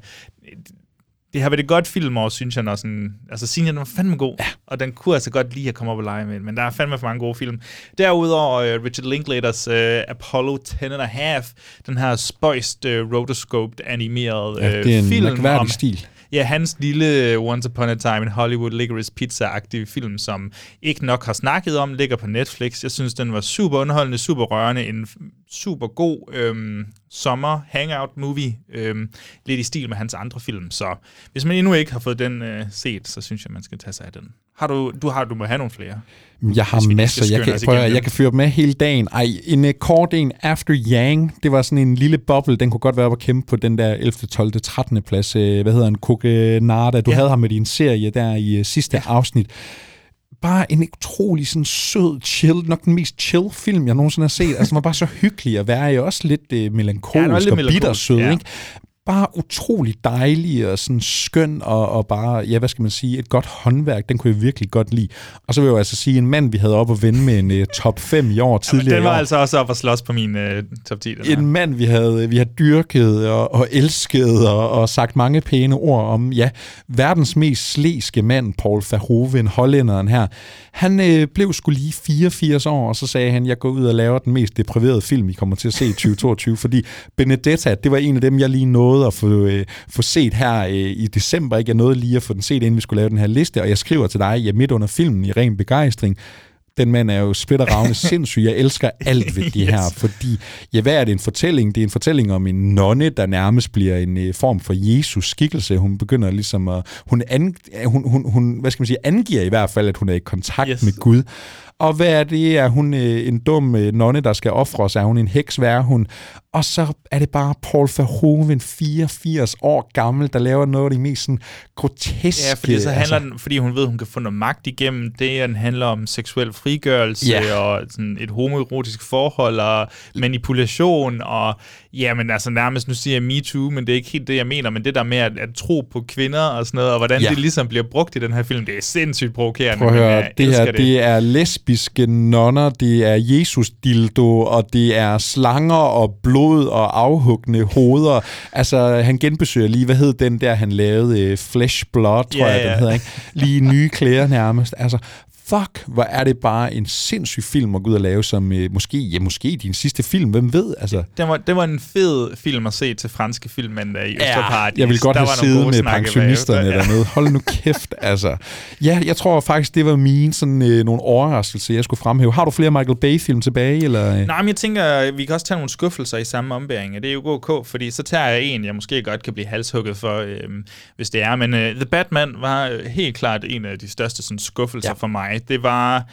Speaker 7: det har været et godt film over, synes jeg, når sådan... Altså, Senior, den var fandme god, ja. Og den kunne altså godt lige at komme op og lege med, men der er fandme for mange gode film. Derudover uh, Richard Linklaters uh, Apollo ten and a half, den her spøjst uh, rotoscoped animeret uh, film.
Speaker 6: Ja, det er en film mærkværdig stil.
Speaker 7: Ja, hans lille Once Upon a Time in Hollywood Licorice Pizza-agtige film, som ikke nok har snakket om, ligger på Netflix. Jeg synes, den var super underholdende, super rørende, en super god øhm, sommer hangout-movie, øhm, lidt i stil med hans andre film. Så hvis man endnu ikke har fået den øh, set, så synes jeg, man skal tage sig af den. Har du, du, har, du må have nogle flere.
Speaker 6: Jeg har masser. Jeg kan, prøv, jeg kan føre med hele dagen. Ej, en uh, kort en, After Yang, det var sådan en lille boble. Den kunne godt være på at kæmpe på den der ellevte, tolvte, trettende plads. Uh, hvad hedder han? Kokenada. Du ja. havde ham med din serie der i uh, sidste ja. afsnit. Bare en utrolig sådan sød, chill, nok den mest chill film, jeg nogensinde har set. Altså, den var bare så hyggelig at være i. Også lidt uh, melankolsk ja, og bittersød, ja. ikke? Bare utrolig dejlig og sådan skøn og, og bare, ja, hvad skal man sige, et godt håndværk, den kunne jeg virkelig godt lide. Og så vil jeg jo altså sige, en mand, vi havde op at vende med en uh, top fem i år tidligere.
Speaker 7: Ja, den var altså også op at slås på min uh, top ti. Den
Speaker 6: en her. mand, vi havde, vi havde dyrket og, og elsket og, og sagt mange pæne ord om, ja, verdens mest sleske mand, Paul Verhoeven, hollænderen her. Han øh, blev sgu lige fireogfirs år, og så sagde han, jeg går ud og laver den mest depriverede film, I kommer til at se i tyve toogtyve, fordi Benedetta, det var en af dem, jeg lige nåede at få, øh, få set her øh, i december. Ikke? Jeg nåede lige at få den set, inden vi skulle lave den her liste, og jeg skriver til dig, ja, midt under filmen i ren begejstring. Den mand er jo splitterravne sindssyg. Jeg elsker alt ved det her, yes. fordi, ja, hvad er det en fortælling? Det er en fortælling om en nonne, der nærmest bliver en uh, form for Jesus skikkelse. Hun begynder ligesom at, hun, an, hun, hun, hun, hvad skal man sige, angiver i hvert fald, at hun er i kontakt yes. med Gud. Og hvad er det? Er hun øh, en dum øh, nonne, der skal ofres? Er hun en heks? Hvad er hun? Og så er det bare Paul Verhoeven, fireogfirs år gammel, der laver noget af det mest sådan groteske.
Speaker 7: Ja, fordi så handler
Speaker 6: altså,
Speaker 7: den, fordi hun ved, hun kan få noget magt igennem det, den handler om seksuel frigørelse
Speaker 6: ja.
Speaker 7: og sådan et homoerotisk forhold og manipulation og jamen altså nærmest, nu siger jeg MeToo, men det er ikke helt det, jeg mener, men det der med at, at tro på kvinder og sådan noget, og hvordan ja. det ligesom bliver brugt i den her film, det er sindssygt provokerende.
Speaker 6: Prøv at høre, det her, det. det er lesbisk lesbiske nonner, det er Jesus-dildo, og det er slanger og blod og afhuggende hoveder. Altså, han genbesøger lige, hvad hed den der, han lavede? Flesh Blood, tror
Speaker 7: ja,
Speaker 6: jeg,
Speaker 7: ja.
Speaker 6: den hedder, ikke? Lige nye klæder nærmest. Altså, fuck, hvor er det bare en sindssyg film at gå ud og lave, som øh, måske, ja, måske din sidste film, hvem ved? Altså.
Speaker 7: Det var, det var en fed film at se til franske filmmandag i Østerparadis.
Speaker 6: Ja, jeg vil godt
Speaker 7: der
Speaker 6: have siddet med pensionisterne
Speaker 7: ja.
Speaker 6: dernede. Hold nu kæft, altså. Ja, jeg tror faktisk, det var mine sådan øh, nogle overraskelser, jeg skulle fremhæve. Har du flere Michael Bay-film tilbage? Eller?
Speaker 7: Nej, men jeg tænker, vi kan også tage nogle skuffelser i samme ombæring. Det er jo ok, fordi så tager jeg en, jeg måske godt kan blive halshugget for, øh, hvis det er. Men øh, The Batman var helt klart en af de største sådan, skuffelser ja. for mig. Det var...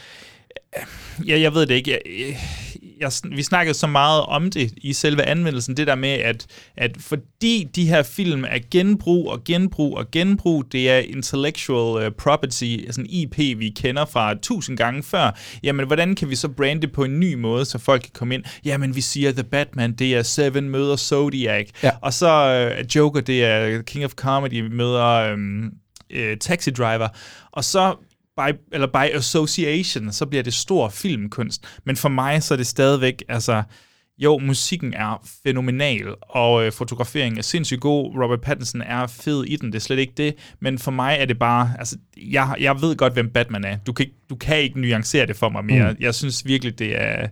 Speaker 7: Ja, jeg ved det ikke. Jeg, jeg, jeg, vi snakkede så meget om det i selve anvendelsen, det der med, at, at fordi de her film er genbrug og genbrug og genbrug, det er intellectual uh, property, sådan I P, vi kender fra tusind gange før, jamen hvordan kan vi så brande det på en ny måde, så folk kan komme ind? Jamen vi siger, The Batman, det er Seven møder Zodiac, ja. og så uh, Joker, det er King of Comedy møder um, uh, Taxi Driver, og så By, eller by association, så bliver det stor filmkunst. Men for mig, så er det stadigvæk, altså, jo, musikken er fænomenal, og øh, fotograferingen er sindssygt god. Robert Pattinson er fed i den, det er slet ikke det. Men for mig er det bare, altså, jeg, jeg ved godt, hvem Batman er. Du kan, du kan ikke nuancere det for mig mere. Mm. Jeg synes virkelig, det er...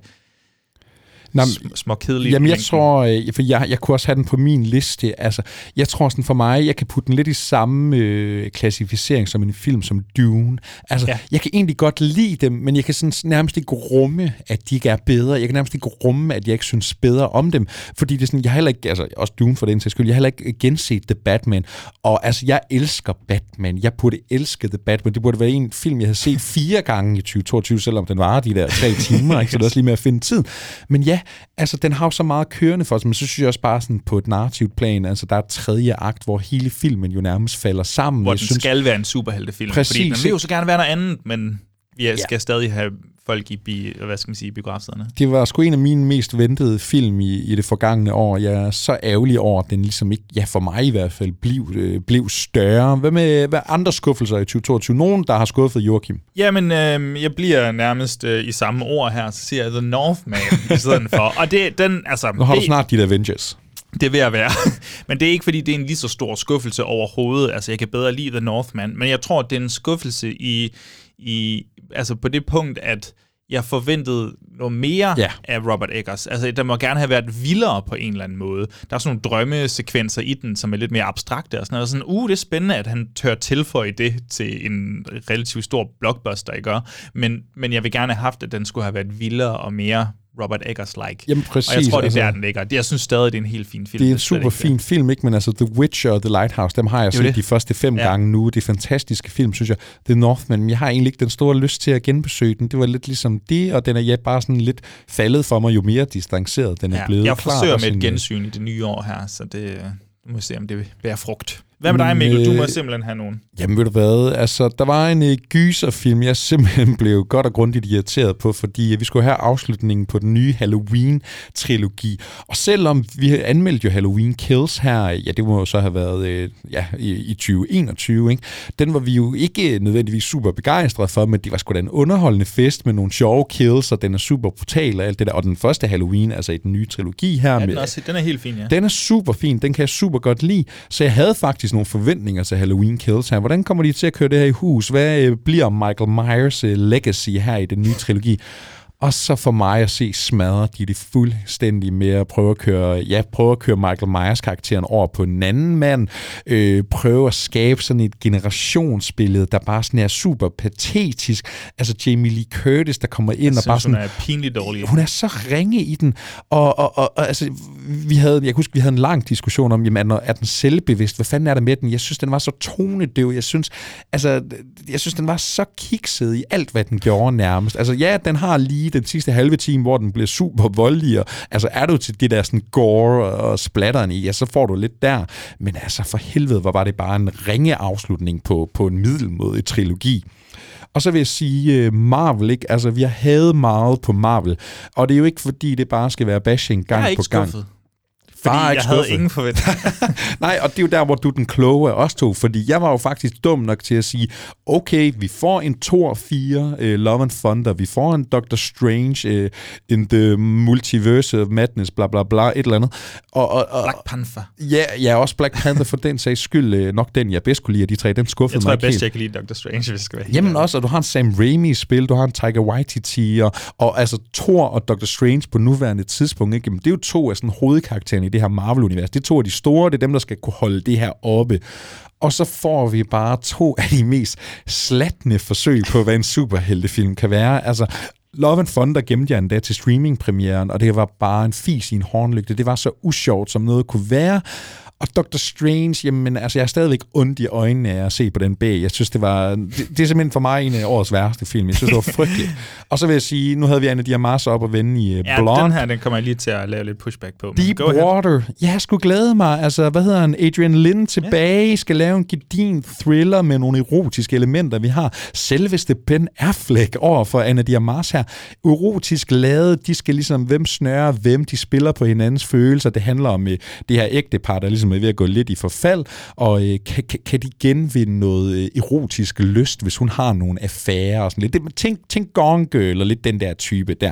Speaker 7: Nå, små kedelige.
Speaker 6: Jamen, jeg tror, for jeg, jeg kunne også have den på min liste. Altså, jeg tror sådan for mig, jeg kan putte den lidt i samme øh, klassificering som en film som Dune. Altså, ja. jeg kan egentlig godt lide dem, men jeg kan sådan nærmest ikke rumme, at de ikke er bedre. Jeg kan nærmest ikke rumme, at jeg ikke synes bedre om dem. Fordi det er sådan, jeg har heller ikke, altså også Dune for den sags skyld, jeg har heller ikke genset The Batman. Og altså, jeg elsker Batman. Jeg burde elske The Batman. Det burde være en film, jeg havde set fire gange i tyve toogtyve, selvom den var de der tre timer, ikke? Så det er også lige med at finde tiden. Men ja, altså, den har jo så meget kørende for os, men så synes jeg også bare sådan på et narrativt plan, altså der er et tredje akt, hvor hele filmen jo nærmest falder sammen.
Speaker 7: Hvor
Speaker 6: jeg
Speaker 7: den
Speaker 6: synes,
Speaker 7: skal være en superheltefilm,
Speaker 6: præcis,
Speaker 7: fordi den vil jo så gerne være noget andet, men vi skal
Speaker 6: ja.
Speaker 7: stadig have folk i bi, hvad skal man sige, biografsæderne.
Speaker 6: Det var sgu en af mine mest ventede film i, i det forgangne år. Jeg er så ærgerlig over, at den ligesom ikke, ja for mig i hvert fald, blev, øh, blev større. Hvad med hvad andre skuffelser i tyve toogtyve? Nogen, der har skuffet Joachim?
Speaker 7: Jamen, øh, jeg bliver nærmest øh, i samme ord her, så siger jeg The Northman i stedet for. Og det, den, altså...
Speaker 6: Nu har
Speaker 7: det,
Speaker 6: du snart dit Avengers.
Speaker 7: Det er ved at være. Men det er ikke, fordi det er en lige så stor skuffelse overhovedet. Altså, jeg kan bedre lide The Northman. Men jeg tror, det er en skuffelse i, i altså på det punkt, at jeg forventede noget mere ja. af Robert Eggers. Altså, der må gerne have været vildere på en eller anden måde. Der er sådan nogle drømmesekvenser i den, som er lidt mere abstrakte og sådan noget. Sådan, uh, det er spændende, at han tør tilføje det til en relativt stor blockbuster, ikke? Men, men jeg vil gerne have haft, at den skulle have været vildere og mere Robert Eggers-like.
Speaker 6: Jamen, præcis,
Speaker 7: og jeg tror, det er
Speaker 6: altså,
Speaker 7: der, den ligger. Jeg synes stadig, det er en helt fin film.
Speaker 6: Det er en super fin film, ikke? Men altså The Witcher og The Lighthouse, dem har jeg set det. de første fem ja. gange nu. Det er fantastiske film, synes jeg. The Northman, men jeg har egentlig ikke den store lyst til at genbesøge den. Det var lidt ligesom det, og den er ja, bare sådan lidt faldet for mig, jo mere distanceret den er
Speaker 7: ja,
Speaker 6: blevet.
Speaker 7: Jeg
Speaker 6: klar
Speaker 7: forsøger med
Speaker 6: sådan,
Speaker 7: et gensyn i det nye år her, så det må vi se, om det bærer frugt. Hvad med dig, Mikkel? Du må simpelthen have nogen.
Speaker 6: Jamen ved du hvad, altså der var en uh, gyserfilm, jeg simpelthen blev godt og grundigt irriteret på, fordi uh, vi skulle have afslutningen på den nye Halloween-trilogi. Og selvom vi anmeldte jo Halloween Kills her, ja det må jo så have været uh, ja, i, i tyve enogtyve, ikke? Den var vi jo ikke nødvendigvis super begejstrede for, men det var sgu da en underholdende fest med nogle sjove kills, og den er super brutal og alt det der. Og den første Halloween, altså i den nye trilogi her.
Speaker 7: Ja, den,
Speaker 6: med,
Speaker 7: også, den er helt fin, ja.
Speaker 6: Den er super fin, den kan jeg super godt lide. Så jeg havde faktisk nogle forventninger til Halloween Kills her. Hvordan kommer de til at køre det her i hus? Hvad øh, bliver Michael Myers øh, legacy her i den nye trilogi? Og så for mig at se smadre de det fuldstændig med at prøve at køre, ja, prøve at køre Michael Myers-karakteren over på en anden mand, øh, prøve at skabe sådan et generationsbillede, der bare sådan er super patetisk. Altså Jamie Lee Curtis, der kommer ind jeg og synes, bare sådan...
Speaker 7: hun er pinligt dårlig.
Speaker 6: Hun er så ringe i den, og, og, og, og altså, vi havde, jeg kan huske, vi havde en lang diskussion om, jamen, er den selvbevidst? Hvad fanden er der med den? Jeg synes, den var så tonedøv. Jeg synes, altså, jeg synes, den var så kikset i alt, hvad den gjorde nærmest. Altså, ja, den har lige den sidste halve time, hvor den bliver super voldelig, og altså er du til det der sådan gore og splatteren i, ja, så får du lidt der. Men altså for helvede, hvor var det bare en ringe afslutning på, på en middelmådig trilogi. Og så vil jeg sige Marvel, ikke? Altså, vi har hadet meget på Marvel, og det er jo ikke, fordi det bare skal være bashing gang på gang.
Speaker 7: Skuffet. Fordi
Speaker 6: Bare
Speaker 7: jeg havde ingen forventninger.
Speaker 6: Nej, og det er jo der, hvor du er den kloge af os to, fordi jeg var jo faktisk dum nok til at sige, okay, vi får en Thor fire, uh, Love and Thunder, vi får en Doctor Strange uh, in the Multiverse of Madness, bla bla bla, et eller andet. Og, og, og,
Speaker 7: Black Panther.
Speaker 6: Ja, ja, også Black Panther for den sags skyld, uh, nok den, jeg bedst kunne lide af de tre, den skuffede
Speaker 7: jeg tror,
Speaker 6: mig
Speaker 7: jeg bedst,
Speaker 6: helt.
Speaker 7: jeg kan lide Doctor Strange, hvis det skal være helt
Speaker 6: Jamen også, og du har en Sam Raimi spil, du har en Taika Waititi, og, og altså Thor og Doctor Strange på nuværende tidspunkt, ikke? Jamen, det er jo to af sådan hovedkaraktererne i det her Marvel-univers. Det er to af de store, det er dem, der skal kunne holde det her oppe. Og så får vi bare to af de mest slatne forsøg på, hvad en superheltefilm kan være. Altså, Love and Thunder gemte jeg endda til streamingpremieren, og det var bare en fis i en hornlygte. Det var så usjovt, som noget kunne være. Og Doctor Strange, jamen altså, jeg er stadigvæk ondt i øjnene af at se på den bag. Jeg synes, det var... Det, det er simpelthen for mig en af årets værste film. Jeg synes, det var frygteligt. Og så vil jeg sige, nu havde vi en af de her masser op at vende i uh,
Speaker 7: ja,
Speaker 6: Blonde.
Speaker 7: den her, den kommer jeg lige til at lave lidt pushback på.
Speaker 6: Deep Water. Ja, jeg skulle glæde mig. Altså, hvad hedder han? Adrian Lin tilbage. Ja. Skal lave en gedin thriller med nogle erotiske elementer. Vi har selveste Ben Affleck over for Ana de Armas her. Erotisk lavet. De skal ligesom, hvem snører hvem. De spiller på hinandens følelser. Det handler om uh, det her ægtepar, der ligesom er ved at gå lidt i forfald, og øh, kan, kan de genvinde noget øh, erotisk lyst, hvis hun har nogle affærer og sådan lidt. Det, tænk, tænk Gone Girl og lidt den der type der.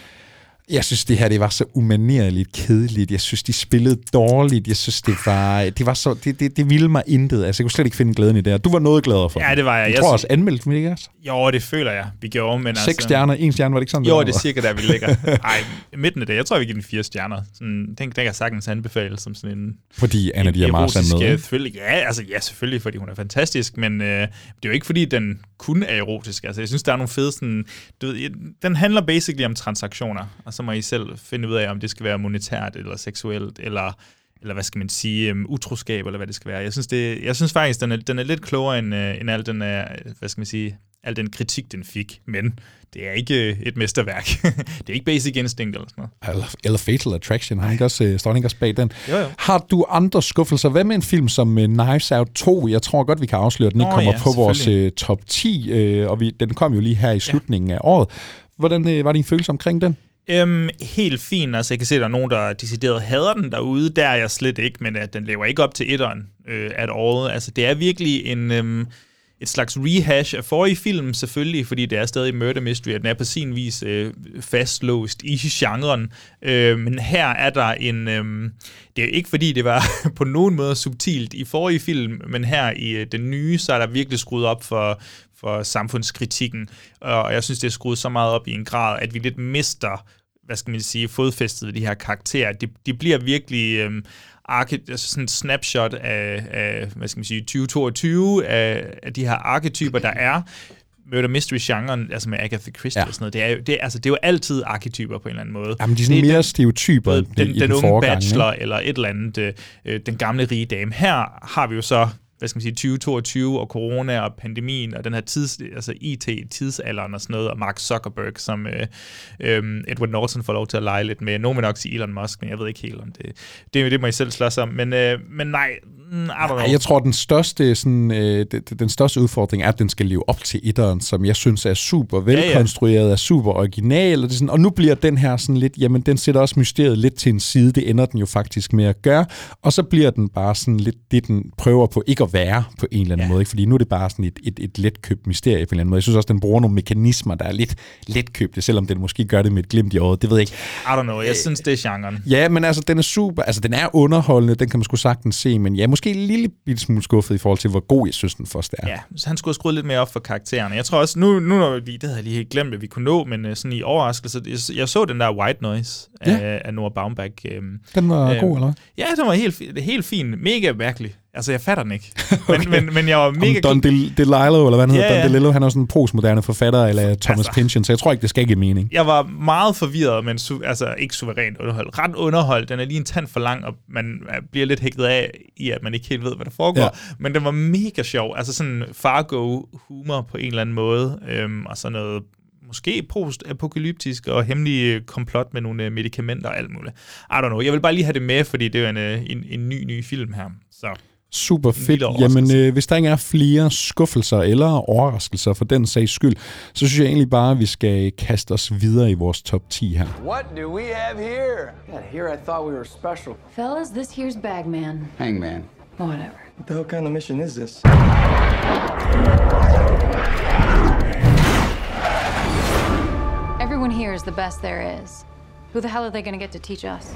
Speaker 6: Jeg synes, det her det var så umanerligt kedeligt. Jeg synes, de spillede dårligt. Jeg synes, det var, det var så, det, det, det ville mig intet. Altså, jeg kunne slet ikke finde glæden i det her. Du var noget gladere for
Speaker 7: Ja, det var jeg.
Speaker 6: Jeg,
Speaker 7: jeg
Speaker 6: tror
Speaker 7: synes...
Speaker 6: også anmeldt, men ikke også?
Speaker 7: Jo, det føler jeg. Vi gjorde, men
Speaker 6: Seks
Speaker 7: altså...
Speaker 6: stjerner, en stjerne, var det ikke sådan?
Speaker 7: Jo,
Speaker 6: det,
Speaker 7: det er cirka der, vi ligger. Ej, midten af det. Jeg tror, vi giver den fire stjerner. Sådan, den, den kan sagtens anbefales som sådan en...
Speaker 6: Fordi Ana de Armas er med.
Speaker 7: Selvfølgelig. Ja, altså, ja, selvfølgelig, fordi hun er fantastisk, men øh, det er jo ikke, fordi den kun er erotisk. Altså, jeg synes, der er nogle fede sådan... Du ved, den handler basically om transaktioner, og så må I selv finde ud af, om det skal være monetært eller seksuelt, eller, eller hvad skal man sige, um, utroskab, eller hvad det skal være. Jeg synes, det, jeg synes faktisk, den er, den er lidt klogere end, uh, end al den, uh, hvad skal man sige, al den kritik, den fik. Men det er ikke et mesterværk. Det er ikke Basic Instinct eller sådan noget.
Speaker 6: Eller, eller Fatal Attraction, han ikke også, står han ikke også bag den.
Speaker 7: Jo, jo.
Speaker 6: Har du andre skuffelser? Hvad med en film som uh, Knives Out to? Jeg tror godt, vi kan afsløre, at den ikke
Speaker 7: Nå,
Speaker 6: kommer
Speaker 7: ja,
Speaker 6: på vores uh, top ti, uh, og vi, den kom jo lige her i slutningen ja. af året. Hvordan uh, var din følelse omkring den?
Speaker 7: Øhm, helt fint. Altså, jeg kan se, at der er nogen, der decideret hader den derude. Der er jeg slet ikke, men at den lever ikke op til etteren øh, at året. Altså, det er virkelig en, øhm, et slags rehash af forrige film, selvfølgelig, fordi det er stadig murder mystery, og den er på sin vis øh, fastlåst i genren. Øh, men her er der en... Øh, det er ikke, fordi det var på nogen måde subtilt i forrige film, men her i øh, den nye, så er der virkelig skruet op for... for samfundskritikken, og jeg synes, det er skruet så meget op i en grad, at vi lidt mister, hvad skal man sige, fodfæstet de her karakterer. De, de bliver virkelig øhm, arke, altså sådan et snapshot af, af, hvad skal man sige, tyve toogtyve, af, af de her arketyper, der er. Murder Mystery-genren, altså med Agatha Christie ja. og sådan noget, det er, jo, det, altså, det er jo altid arketyper på en eller anden måde.
Speaker 6: Jamen, de er sådan mere stereotyper
Speaker 7: den, den,
Speaker 6: i
Speaker 7: den,
Speaker 6: den
Speaker 7: unge
Speaker 6: forgang,
Speaker 7: bachelor,
Speaker 6: ikke?
Speaker 7: eller et eller andet, øh, den gamle rige dame. Her har vi jo så hvad skal man sige, tyve toogtyve og corona og pandemien og den her tids, altså I T-tidsalderen og sådan noget, og Mark Zuckerberg, som øh, øh, Edward Norton får lov til at lege lidt med. Nogen vil nok sige Elon Musk, men jeg ved ikke helt om det. Det, det må I selv slås om. Men, øh, men nej, I don't know.
Speaker 6: Jeg tror, den største, sådan, øh, den største udfordring er, at den skal leve op til etteren, som jeg synes er super velkonstrueret, ja, ja. er super original. Og, det sådan, og nu bliver den her sådan lidt, jamen den sætter også mysteriet lidt til en side. Det ender den jo faktisk med at gøre. Og så bliver den bare sådan lidt det, den prøver på ikke at være på en eller anden ja. måde. Ikke? Fordi nu er det bare sådan et, et, et letkøbt mysterie på en eller anden måde. Jeg synes også, den bruger nogle mekanismer, der er lidt letkøbte, selvom den måske gør det med et glimt i øjet. Det ved jeg ikke.
Speaker 7: I don't know. Jeg synes, det er genren.
Speaker 6: Ja, men altså, den er super. Altså, den er underholdende. Den kan man sgu sagtens se, men jeg er måske en lille bitte smule skuffet i forhold til, hvor god jeg synes, den først er.
Speaker 7: Ja, så han skulle have skruet lidt mere op for karaktererne. Jeg tror også, nu, nu når vi, det havde jeg lige helt glemt, at vi kunne nå, men sådan i overraskelse, jeg, jeg så den der White Noise af, ja. af Noah Baumbach. Øhm,
Speaker 6: den var
Speaker 7: øhm,
Speaker 6: god, eller?
Speaker 7: Ja, den var helt, helt fin. Mega mærkelig. Altså, jeg fatter den ikke. Men, okay. men, men jeg var mega...
Speaker 6: Don DeLillo, eller hvad han hedder,
Speaker 7: ja, ja.
Speaker 6: Don DeLillo, han er sådan en postmoderne forfatter, eller Thomas altså, Pynchon, så jeg tror ikke, det skal give mening.
Speaker 7: Jeg var meget forvirret, men su- altså ikke suverænt underholdt. Ret underholdt. Den er lige en tand for lang, og man bliver lidt hægtet af i, at man ikke helt ved, hvad der foregår. Ja. Men den var mega sjov. Altså sådan Fargo-humor på en eller anden måde, øhm, og sådan noget måske post-apokalyptisk og hemmelig komplot med nogle medicamenter og alt muligt. I don't know. Jeg vil bare lige have det med, fordi det er en, en, en ny, ny film her. Så...
Speaker 6: Super fedt. Jamen, øh, hvis der ikke er flere skuffelser eller overraskelser for den sags skyld, så synes jeg egentlig bare, at vi skal kaste os videre i vores top ti her.
Speaker 14: What do we have here? God, here I thought we were special.
Speaker 15: Fellas, this here's Bagman.
Speaker 14: Hangman.
Speaker 15: Whatever.
Speaker 14: What the hell kind of mission is this?
Speaker 15: Everyone here is the best there is. Who the hell are they going to get to teach us?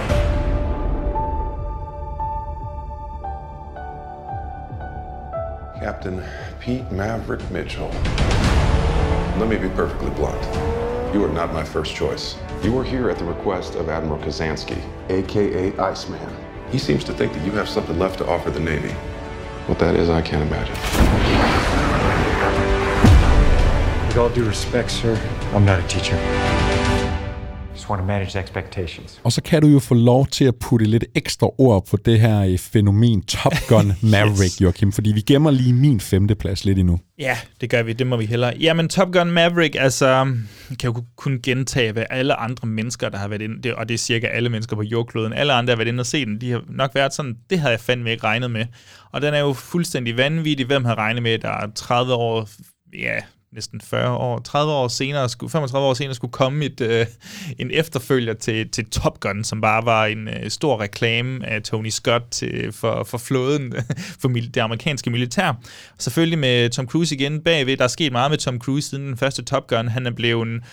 Speaker 16: Captain Pete Maverick Mitchell. Let me be perfectly blunt. You are not my first choice. You are here at the request of Admiral Kazansky, a k a. Iceman. He seems to think that you have something left to offer the Navy. What that is, I can't imagine.
Speaker 17: With all due respect, sir, I'm not a teacher. Just want to manage expectations.
Speaker 6: Og så kan du jo få lov til at putte lidt ekstra ord på det her fænomen Top Gun Maverick, yes. Joachim, fordi vi gemmer lige min femteplads lidt endnu.
Speaker 7: Ja, det gør vi. Det må vi hellere. Jamen, Top Gun Maverick, altså, kan jo kun gentage, hvad alle andre mennesker, der har været inde, det, og det er cirka alle mennesker på jordkloden, alle andre, der har været inde og set den, de har nok været sådan, det havde jeg fandme ikke regnet med. Og den er jo fuldstændig vanvittig. Hvem havde regnet med, der er tredive år, ja, næsten fyrre år, tredive år senere, femogtredive år senere skulle komme et, øh, en efterfølger til, til Top Gun, som bare var en øh, stor reklame af Tony Scott til, for, for flåden, for mil, det amerikanske militær. Selvfølgelig med Tom Cruise igen bagved. Der er sket meget med Tom Cruise siden den første Top Gun. Han er blevet en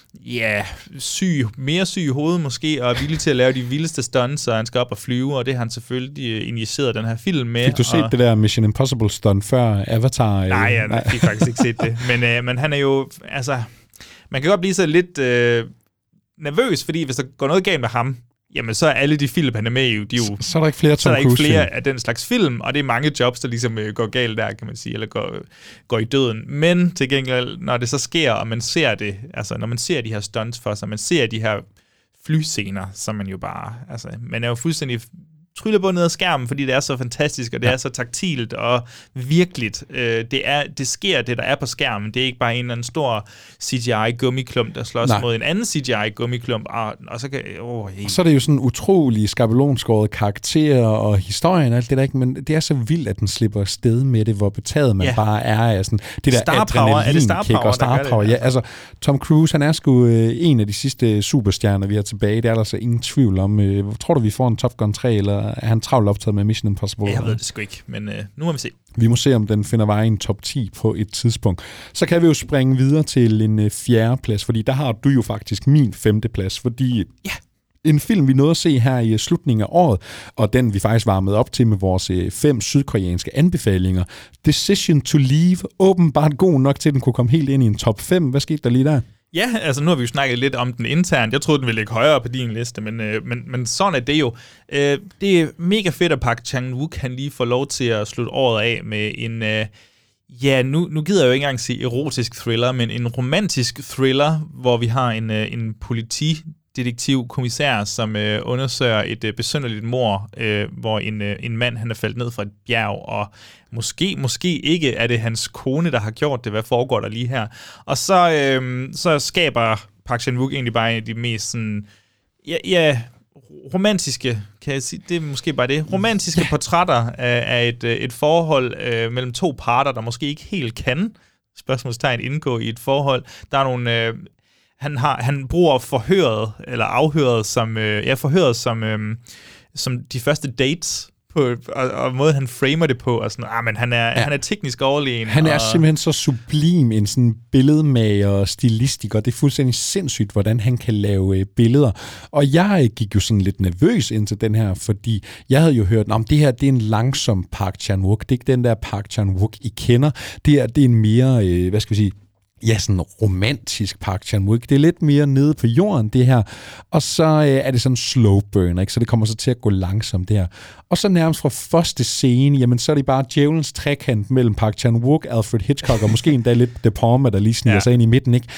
Speaker 7: ja, syg, mere syg i hovedet måske, og er villig til at lave de vildeste stunts, og han skal op og flyve, og det har han selvfølgelig injiceret den her film med.
Speaker 6: Fik du set
Speaker 7: og...
Speaker 6: det der Mission Impossible stunt før Avatar?
Speaker 7: Nej, jeg nej. fik faktisk ikke set det. Men, øh, men han er jo, altså, man kan godt blive så lidt øh, nervøs, fordi hvis der går noget galt med ham, jamen så er alle de film, han er med i, de er jo,
Speaker 6: så er der ikke flere Tom
Speaker 7: så er der ikke
Speaker 6: Cruise
Speaker 7: flere af den slags film, og det er mange jobs, der ligesom øh, går galt der, kan man sige, eller går, går i døden. Men til gengæld, når det så sker, og man ser det, altså når man ser de her stunts for sig, man ser de her flyscener, som man jo bare, altså man er jo fuldstændig tryller på ned af skærmen, fordi det er så fantastisk, og det ja. er så taktilt og virkeligt. Øh, det, er, det sker, det der er på skærmen. Det er ikke bare en eller anden stor C G I-gummiklump, der slås Nej. mod en anden C G I-gummiklump, og, og så kan... Oh, hey.
Speaker 6: Så er det jo sådan utrolig skabelonskåret karakterer og historien og alt det der, ikke? Men det er så vildt, at den slipper sted med det, hvor betaget man ja. bare er af sådan det der adrenalinkick og star power. Ja, altså, Tom Cruise, han er sgu øh, en af de sidste superstjerner, vi har tilbage. Det er der altså ingen tvivl om. Øh, tror du, vi får en Top Gun tre, eller er han travlt optaget med Mission Impossible?
Speaker 7: Jeg ved det sgu ikke, men øh, nu må vi se.
Speaker 6: Vi må se, om den finder vej i en top ti på et tidspunkt. Så kan vi jo springe videre til en øh, fjerde plads, fordi der har du jo faktisk min femte plads, fordi
Speaker 7: ja.
Speaker 6: en film, vi nåede at se her i slutningen af året, og den vi faktisk varmede op til med vores øh, fem sydkoreanske anbefalinger. Decision to Leave, åbenbart god nok til, at den kunne komme helt ind i en top fem. Hvad skete der lige der?
Speaker 7: Ja, altså nu har vi jo snakket lidt om den internt. Jeg troede, den ville ligge højere på din liste, men, øh, men, men sådan er det jo. Øh, det er mega fedt, at Park Chan-wook kan lige få lov til at slutte året af med en... Øh, ja, nu, nu gider jeg jo ikke engang sige erotisk thriller, men en romantisk thriller, hvor vi har en, øh, en politidetektiv, kommissær, som øh, undersøger et øh, besynderligt mord, øh, hvor en, øh, en mand han er faldet ned fra et bjerg, og måske, måske ikke er det hans kone, der har gjort det. Hvad foregår der lige her? Og så, øh, så skaber Park Chan-wook egentlig bare en af de mest sådan, ja, ja, romantiske, kan jeg sige, det er måske bare det, romantiske ja. portrætter af, af et, et forhold øh, mellem to parter, der måske ikke helt kan, spørgsmålstegn, indgå i et forhold. Der er nogle... Øh, Han, har, han bruger forhøret, eller afhøret som, øh, ja, forhøret som, øh, som de første dates, på, og, og måde han framer det på, og sådan, ah, men han er, ja. han er teknisk overlegen.
Speaker 6: Han er
Speaker 7: og...
Speaker 6: simpelthen så sublim, en sådan billedmager og stilistiker. Det er fuldstændig sindssygt, hvordan han kan lave øh, billeder. Og jeg øh, gik jo sådan lidt nervøs ind til den her, fordi jeg havde jo hørt, om det her det er en langsom Park Chan-wook. Det er ikke den der Park Chan-wook, I kender. Det er, det er en mere, øh, hvad skal vi sige, ja, sådan romantisk Park Chan-wook. Det er lidt mere nede på jorden, det her. Og så øh, er det sådan slow burn, ikke? Så det kommer så til at gå langsomt der. Og så nærmest fra første scene, jamen så er det bare djævelens trekant mellem Park Chan-wook, Alfred Hitchcock, og måske endda lidt De Palma, der lige sniger ja. sig ind i midten, ikke?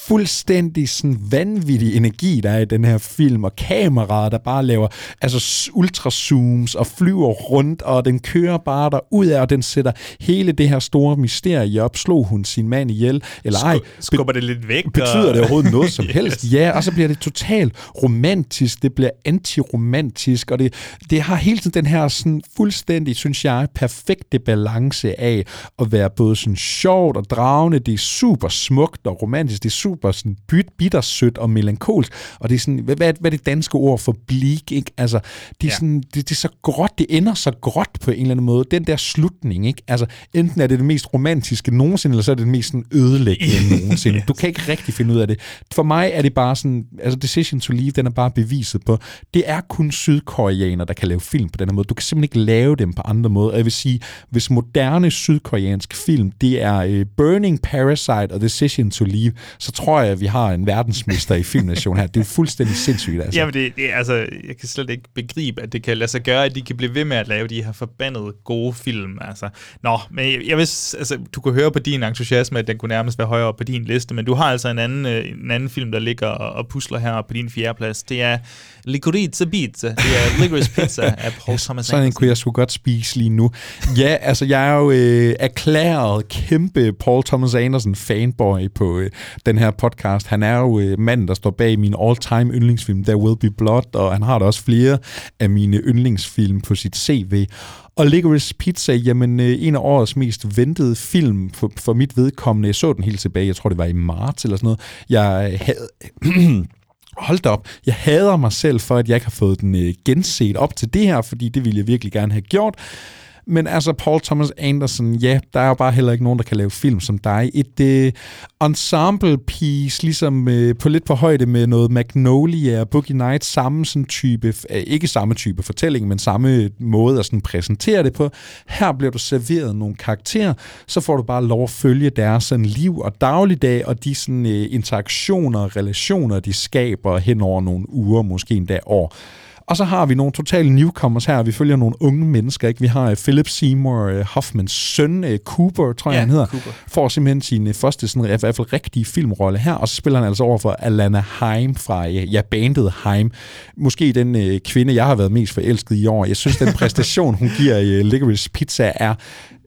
Speaker 6: fuldstændig sådan vanvittig energi, der er i den her film, og kameraet, der bare laver altså ultrazooms og flyver rundt, og den kører bare derudad, og den sætter hele det her store mysterie op. Slog hun sin mand ihjel, eller ej?
Speaker 7: Skubber det lidt væk?
Speaker 6: Betyder
Speaker 7: og...
Speaker 6: det overhovedet noget som helst? Yes. Ja, og så bliver det totalt romantisk, det bliver antiromantisk, og det, det har hele tiden den her sådan fuldstændig, synes jeg, perfekte balance af at være både sådan sjovt og dragende, det er super smukt og romantisk, det er super sådan byt, bittersødt og melankolsk, og det er sådan, hvad, hvad er det danske ord for bleak, ikke? Altså, det er, ja. sådan, det, det er så gråt, det ender så gråt på en eller anden måde, den der slutning, ikke? Altså, enten er det det mest romantiske nogensinde, eller så er det det mest sådan ødelæggende nogensinde. Du kan ikke rigtig finde ud af det. For mig er det bare sådan, altså Decision to Leave, den er bare beviset på, det er kun sydkoreanere, der kan lave film på den her måde. Du kan simpelthen ikke lave dem på andre måder. Og jeg vil sige, hvis moderne sydkoreansk film, det er uh, Burning, Parasite og Decision to Leave, så tror jeg, at vi har en verdensmester i filmnation her. Det er fuldstændig sindssygt, altså.
Speaker 7: Jamen, det, det, altså, jeg kan slet ikke begribe, at det kan lade sig gøre, at de kan blive ved med at lave de her forbandede gode film, altså. Nå, men jeg, jeg vidste, altså, du kunne høre på din entusiasme, at den kunne nærmest være højere på din liste, men du har altså en anden, en anden film, der ligger og, og pusler her på din fjerdeplads. Det er Licorice Pizza. Det er Licorice Pizza af Paul Thomas Anderson.
Speaker 6: Sådan en kunne jeg sgu godt spise lige nu. Ja, altså jeg er jo øh, erklæret kæmpe Paul Thomas Anderson fanboy på øh, den her podcast. Han er jo øh, manden, der står bag min all-time yndlingsfilm There Will Be Blood, og han har da også flere af mine yndlingsfilm på sit C V. Og Licorice Pizza, jamen øh, en af årets mest ventede film for, for mit vedkommende. Jeg så den helt tilbage, jeg tror det var i marts eller sådan noget. Jeg havde... Hold da op, jeg hader mig selv for, at jeg ikke har fået den øh, genset op til det her, fordi det ville jeg virkelig gerne have gjort. Men altså, Paul Thomas Anderson, ja, der er jo bare heller ikke nogen, der kan lave film som dig. Et øh, ensemble piece, ligesom øh, på lidt på højde med noget Magnolia og Boogie Nights, samme sådan type, øh, ikke samme type fortælling, men samme måde at sådan præsentere det på. Her bliver du serveret nogle karakterer, så får du bare lov at følge deres sådan liv og dagligdag, og de sådan øh, interaktioner og relationer, de skaber hen over nogle uger, måske endda år. Og så har vi nogle totale newcomers her. Vi følger nogle unge mennesker, ikke? Vi har Philip Seymour Hoffmans søn, Cooper, tror jeg, ja, han hedder. Cooper. Får simpelthen sin første sådan, i hvert fald rigtige filmrolle her, og så spiller han altså over for Alana Haim fra, ja, bandet Haim. Måske den øh, kvinde, jeg har været mest forelsket i år. Jeg synes, den præstation, hun giver i uh, Licorice Pizza, er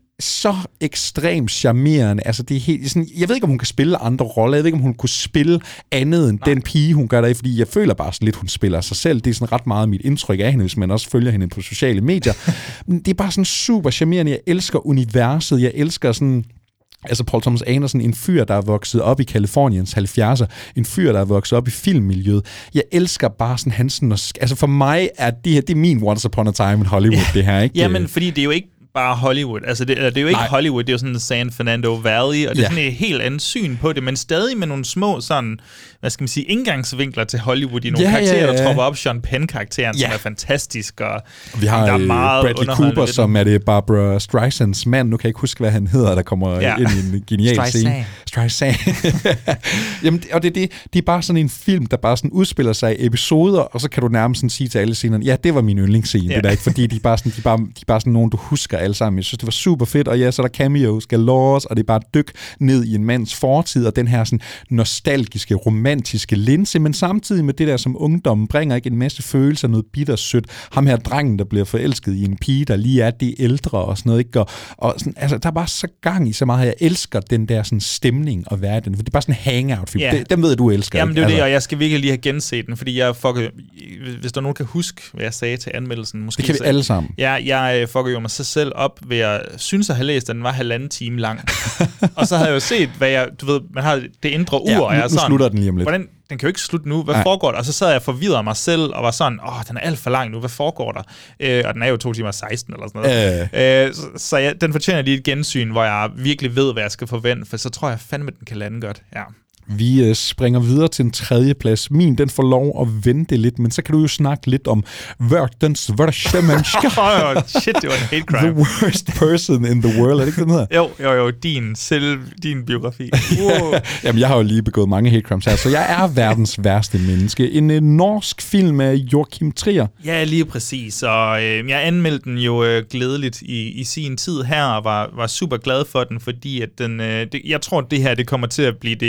Speaker 6: så ekstremt charmerende. Altså, det er helt sådan, jeg ved ikke, om hun kan spille andre roller. Jeg ved ikke, om hun kunne spille andet end Nej. den pige, hun gør der, fordi jeg føler bare sådan lidt, hun spiller sig selv. Det er sådan ret meget mit indtryk af hende, hvis man også følger hende på sociale medier. Men det er bare sådan super charmerende. Jeg elsker universet. Jeg elsker sådan... Altså Paul Thomas Anderson, en fyr, der er vokset op i Californiens halvfjerdser, en fyr, der er vokset op i filmmiljøet. Jeg elsker bare sådan hans... Altså for mig er det her, det er min Once Upon a Time in Hollywood, det her, ikke?
Speaker 7: Jamen, fordi det er jo ikke bare Hollywood. Altså, det, det er jo ikke Nej. Hollywood, det er jo sådan San Fernando Valley, og det er ja. sådan et helt andet syn på det, men stadig med nogle små sådan, hvad skal man sige, indgangsvinkler til Hollywood i nogle ja, karakterer, ja, ja. der tropper op. Sean Penn-karakteren, ja. som er fantastisk, og
Speaker 6: vi har der er meget Bradley Cooper, som er det Barbara Streisands mand. Nu kan jeg ikke huske, hvad han hedder, der kommer ja. ind i en genial scene. Streisand. Jamen, og det, det, det er bare sådan en film, der bare sådan udspiller sig i episoder, og så kan du nærmest sådan sige til alle scenerne, ja, det var min yndlingsscene, ja. det der ikke, fordi de er bare sådan, de er bare, de er bare sådan nogen, du husker alle sammen. Jeg synes, det var super fedt, og ja, så er der cameos, galores, og det er bare et dyk ned i en mands fortid, og den her sådan nostalgiske, romantiske linse, men samtidig med det der, som ungdommen bringer, ikke en masse følelser, noget bittersødt. Ham her drengen, der bliver forelsket i en pige, der lige er det ældre og sådan noget, ikke? Og, og sådan, altså, der er bare så gang i så meget, jeg elsker den der sådan stemning og verden, for det er bare sådan en hangout-film.
Speaker 7: Yeah.
Speaker 6: Dem ved du elsker.
Speaker 7: Jamen, det er
Speaker 6: altså.
Speaker 7: det, og jeg skal virkelig lige have genset den, fordi jeg fucker, hvis der nogen kan huske, hvad jeg sagde til anmeldelsen, måske.
Speaker 6: Det kan vi alle sammen.
Speaker 7: Ja, jeg fucker jo mig sig selv op ved at synes at have læst, at den var halvanden time lang. Og så havde jeg jo set, hvad jeg, du ved, man har det indre ur,
Speaker 6: ja,
Speaker 7: og jeg er sådan,
Speaker 6: nu slutter den lige om lidt.
Speaker 7: Hvordan, den kan jo ikke slutte nu, hvad
Speaker 6: Nej.
Speaker 7: foregår der? Og så sad jeg forvirret mig selv, og var sådan, åh, den er alt for lang nu, hvad foregår der? Øh, og den er jo to timer seksten eller sådan noget. Øh. Øh, så så jeg, den fortjener lige et gensyn, hvor jeg virkelig ved, hvad jeg skal forvente, for så tror jeg fandme, den kan lande godt. Ja.
Speaker 6: Vi øh, springer videre til en tredje plads. Min, den får lov at vente lidt, men så kan du jo snakke lidt om verdens værste menneske.
Speaker 7: Oh, shit, det var en hate crime.
Speaker 6: The worst person in the world, er det ikke den hedder?
Speaker 7: Jo, jo, jo, din, selv din biografi. Wow.
Speaker 6: Jamen, jeg har jo lige begået mange hate crimes her, så jeg er verdens værste menneske. En øh, norsk film af Joachim Trier.
Speaker 7: Ja, lige præcis, og øh, jeg anmeldte den jo øh, glædeligt i, i sin tid her, og var, var super glad for den, fordi at den, øh, det, jeg tror, at det her det kommer til at blive det definitive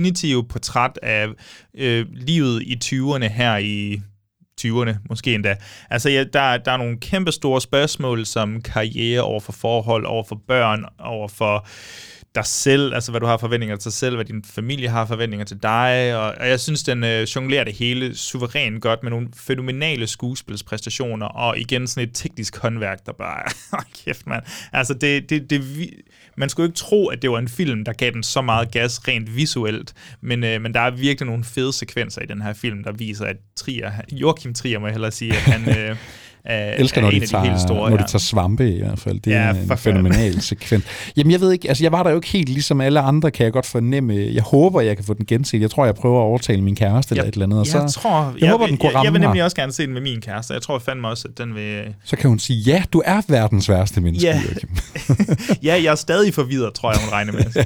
Speaker 7: definitive portræt af øh, livet i tyverne her i tyverne, måske endda. Altså, ja, der, der er nogle kæmpe store spørgsmål, som karriere over for forhold, over for børn, over for dig selv, altså hvad du har forventninger til dig selv, hvad din familie har forventninger til dig, og, og jeg synes, den øh, jonglerer det hele suverænt godt med nogle fænomenale skuespilspræstationer, og igen sådan et teknisk håndværk, der bare, åh kæft mand, altså det, det, det, man skulle ikke tro, at det var en film, der gav den så meget gas rent visuelt, men, øh, men der er virkelig nogle fede sekvenser i den her film, der viser, at Trier, Joachim Trier må jeg hellere sige, at han øh,
Speaker 6: Jeg elsker, når, de tager, de store, når ja. de tager svampe i hvert fald. Det er ja, en fænomenal sekvens. Jamen, jeg ved ikke, altså jeg var der jo ikke helt ligesom alle andre, kan jeg godt fornemme. Jeg håber, jeg kan få den genset. Jeg tror, jeg prøver at overtale min kæreste eller et eller andet. Og så,
Speaker 7: jeg tror, jeg,
Speaker 6: jeg håber, den kunne
Speaker 7: jeg,
Speaker 6: ramme
Speaker 7: jeg vil nemlig
Speaker 6: mig.
Speaker 7: også gerne se den med min kæreste. Jeg tror fandme også, at den vil...
Speaker 6: Så kan hun sige, ja, du er verdens værste menneske.
Speaker 7: Ja, ja jeg er stadig forvirret, tror jeg, hun regner med.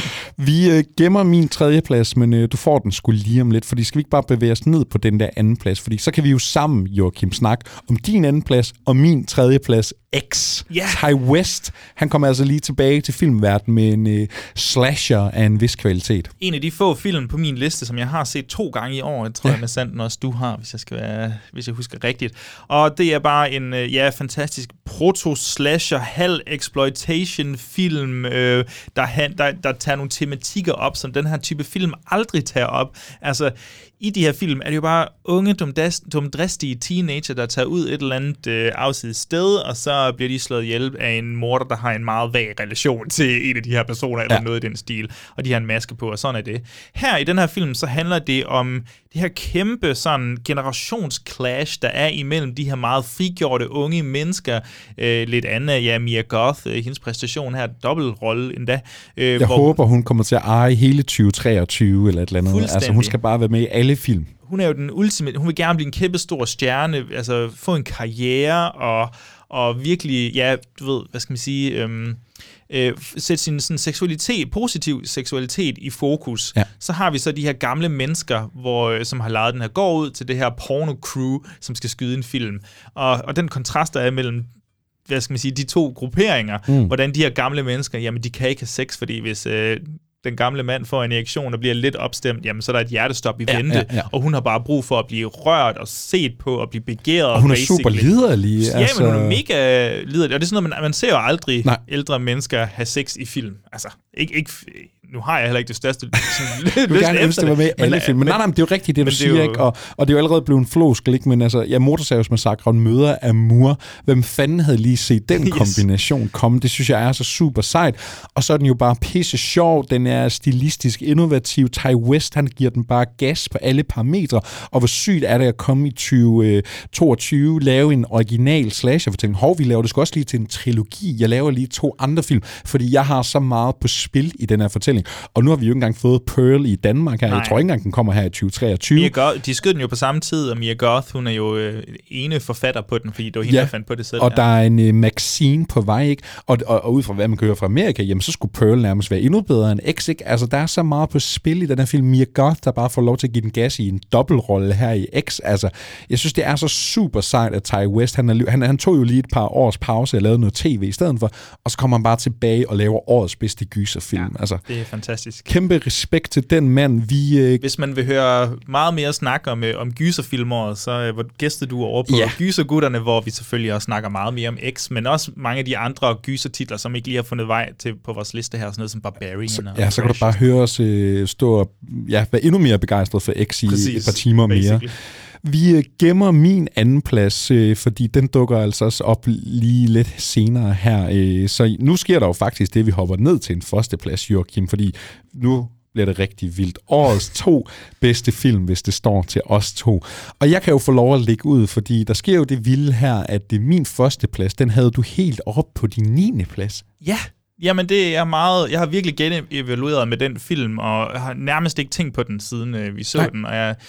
Speaker 6: Vi øh, gemmer min tredje plads, men øh, du får den sgu lige om lidt, fordi skal vi ikke bare bevæge os ned på den der anden plads? Fordi så kan vi jo sammen, Joachim, snakke om din anden plads og min tredje plads, X.
Speaker 7: Yeah.
Speaker 6: Ty West, han kommer altså lige tilbage til filmverdenen med en øh, slasher af en vis kvalitet.
Speaker 7: En af de få film på min liste, som jeg har set to gange i år, jeg tror ja. jeg med sandt også du har, hvis jeg skal være, hvis jeg husker rigtigt. Og det er bare en øh, ja fantastisk proto-slasher, halv exploitation film, øh, der, der, der tager nogle tematikker op, som den her type film aldrig tager op. Altså, i de her film er det jo bare unge, dumdristige teenager, der tager ud et eller andet øh, afsides sted, og så bliver de slået ihjel af en morder, der har en meget vag relation til en af de her personer, eller ja. noget i den stil, og de har en maske på, og sådan er det. Her i den her film, så handler det om det her kæmpe sådan generationsclash, der er imellem de her meget frigjorte unge mennesker. Øh, lidt andet, ja, Mia Goth, øh, hendes præstation her, dobbeltrolle endda.
Speaker 6: Øh, Jeg hvor håber, hun kommer til at eje hele tyve treogtyve eller et eller andet. Altså, hun skal bare være med i alle film.
Speaker 7: Hun er jo den ultimate, hun vil gerne blive en kæmpe stor stjerne, altså få en karriere, og, og virkelig, ja, du ved, hvad skal man sige... Øhm, Øh, sætte sin sådan, seksualitet, positiv seksualitet i fokus, ja. Så har vi så de her gamle mennesker, hvor, som har lejet den her, går ud til det her porno-crew, som skal skyde en film. Og, og den kontrast, der er mellem hvad skal man sige, de to grupperinger, mm. hvordan de her gamle mennesker, jamen de kan ikke have sex, fordi hvis... Øh, den gamle mand får en erektion og bliver lidt opstemt, jamen så er der et hjertestop i vente, ja, ja, ja. Og hun har bare brug for at blive rørt og set på og blive begæret.
Speaker 6: Og hun er
Speaker 7: basically.
Speaker 6: super liderlig.
Speaker 7: Ja, altså... men hun er mega liderlig. Og det er sådan noget, man, man ser jo aldrig Nej. ældre mennesker have sex i film. Altså, ikke... ikke nu har jeg heller ikke det største
Speaker 6: du vil gerne ønske, det var med i alle film. Men nej, nej, men det er jo rigtigt, det du siger, jo... ikke? Og, og det er jo allerede blevet en floskel, ikke? Men altså, ja, Motorsavsmassakren møder Amour. Hvem fanden havde lige set den kombination yes. komme? Det synes jeg er så super sejt. Og så er den jo bare pisse sjov. Den er stilistisk innovativ. Ty West, han giver den bare gas på alle parametre. Og hvor sygt er det at komme i tyve toogtyve, lave en original slasher-fortælling. Hov, vi laver det sgu også lige til en trilogi. Jeg laver lige to andre film, fordi jeg har så meget på spil i den her fortælling. Og nu har vi jo ikke engang fået Pearl i Danmark her. Nej. Jeg tror ikke engang, den kommer her i tyve treogtyve.
Speaker 7: Mia Goth, de skød den jo på samme tid, og Mia Goth, hun er jo øh, ene forfatter på den, fordi det var hende,
Speaker 6: ja.
Speaker 7: der fandt på det selv.
Speaker 6: Og
Speaker 7: ja.
Speaker 6: der er en uh, Maxine på vej, ikke? Og, og, og ud fra hvad man kan høre fra Amerika, jamen så skulle Pearl nærmest være endnu bedre end X, ikke? Altså, der er så meget på spil i den her film. Mia Goth, der bare får lov til at give den gas i en dobbeltrolle her i X. Altså, jeg synes, det er så super sejt, at Ty West, han, er, han, han tog jo lige et par års pause og lavede noget tv i stedet for, og så kommer han bare tilbage og laver årets bedste gyserfilm. Ja, altså,
Speaker 7: det er fantastisk.
Speaker 6: Kæmpe respekt til den mand. Vi, øh...
Speaker 7: Hvis man vil høre meget mere snak om, øh, om gyserfilmer, så øh, gæster du over på ja. Gysergutterne, hvor vi selvfølgelig også snakker meget mere om X, men også mange af de andre gysertitler, som ikke lige har fundet vej til på vores liste her, sådan noget som Barbarian.
Speaker 6: Så, ja, så kan du bare høre os øh, stå og ja, være endnu mere begejstret for X i Præcis, et par timer basically. mere. Vi gemmer min anden plads, øh, fordi den dukker altså også op lige lidt senere her. Øh, så nu sker der jo faktisk det, vi hopper ned til en første plads, Joachim, fordi nu bliver det rigtig vildt. Årets to bedste film, hvis det står til os to. Og jeg kan jo få lov at lægge ud, fordi der sker jo det vilde her, at det min første plads, den havde du helt op på din niende plads.
Speaker 7: Ja, jamen det er meget... Jeg har virkelig genevalueret med den film, og har nærmest ikke tænkt på den, siden øh, vi så Nej. den, og jeg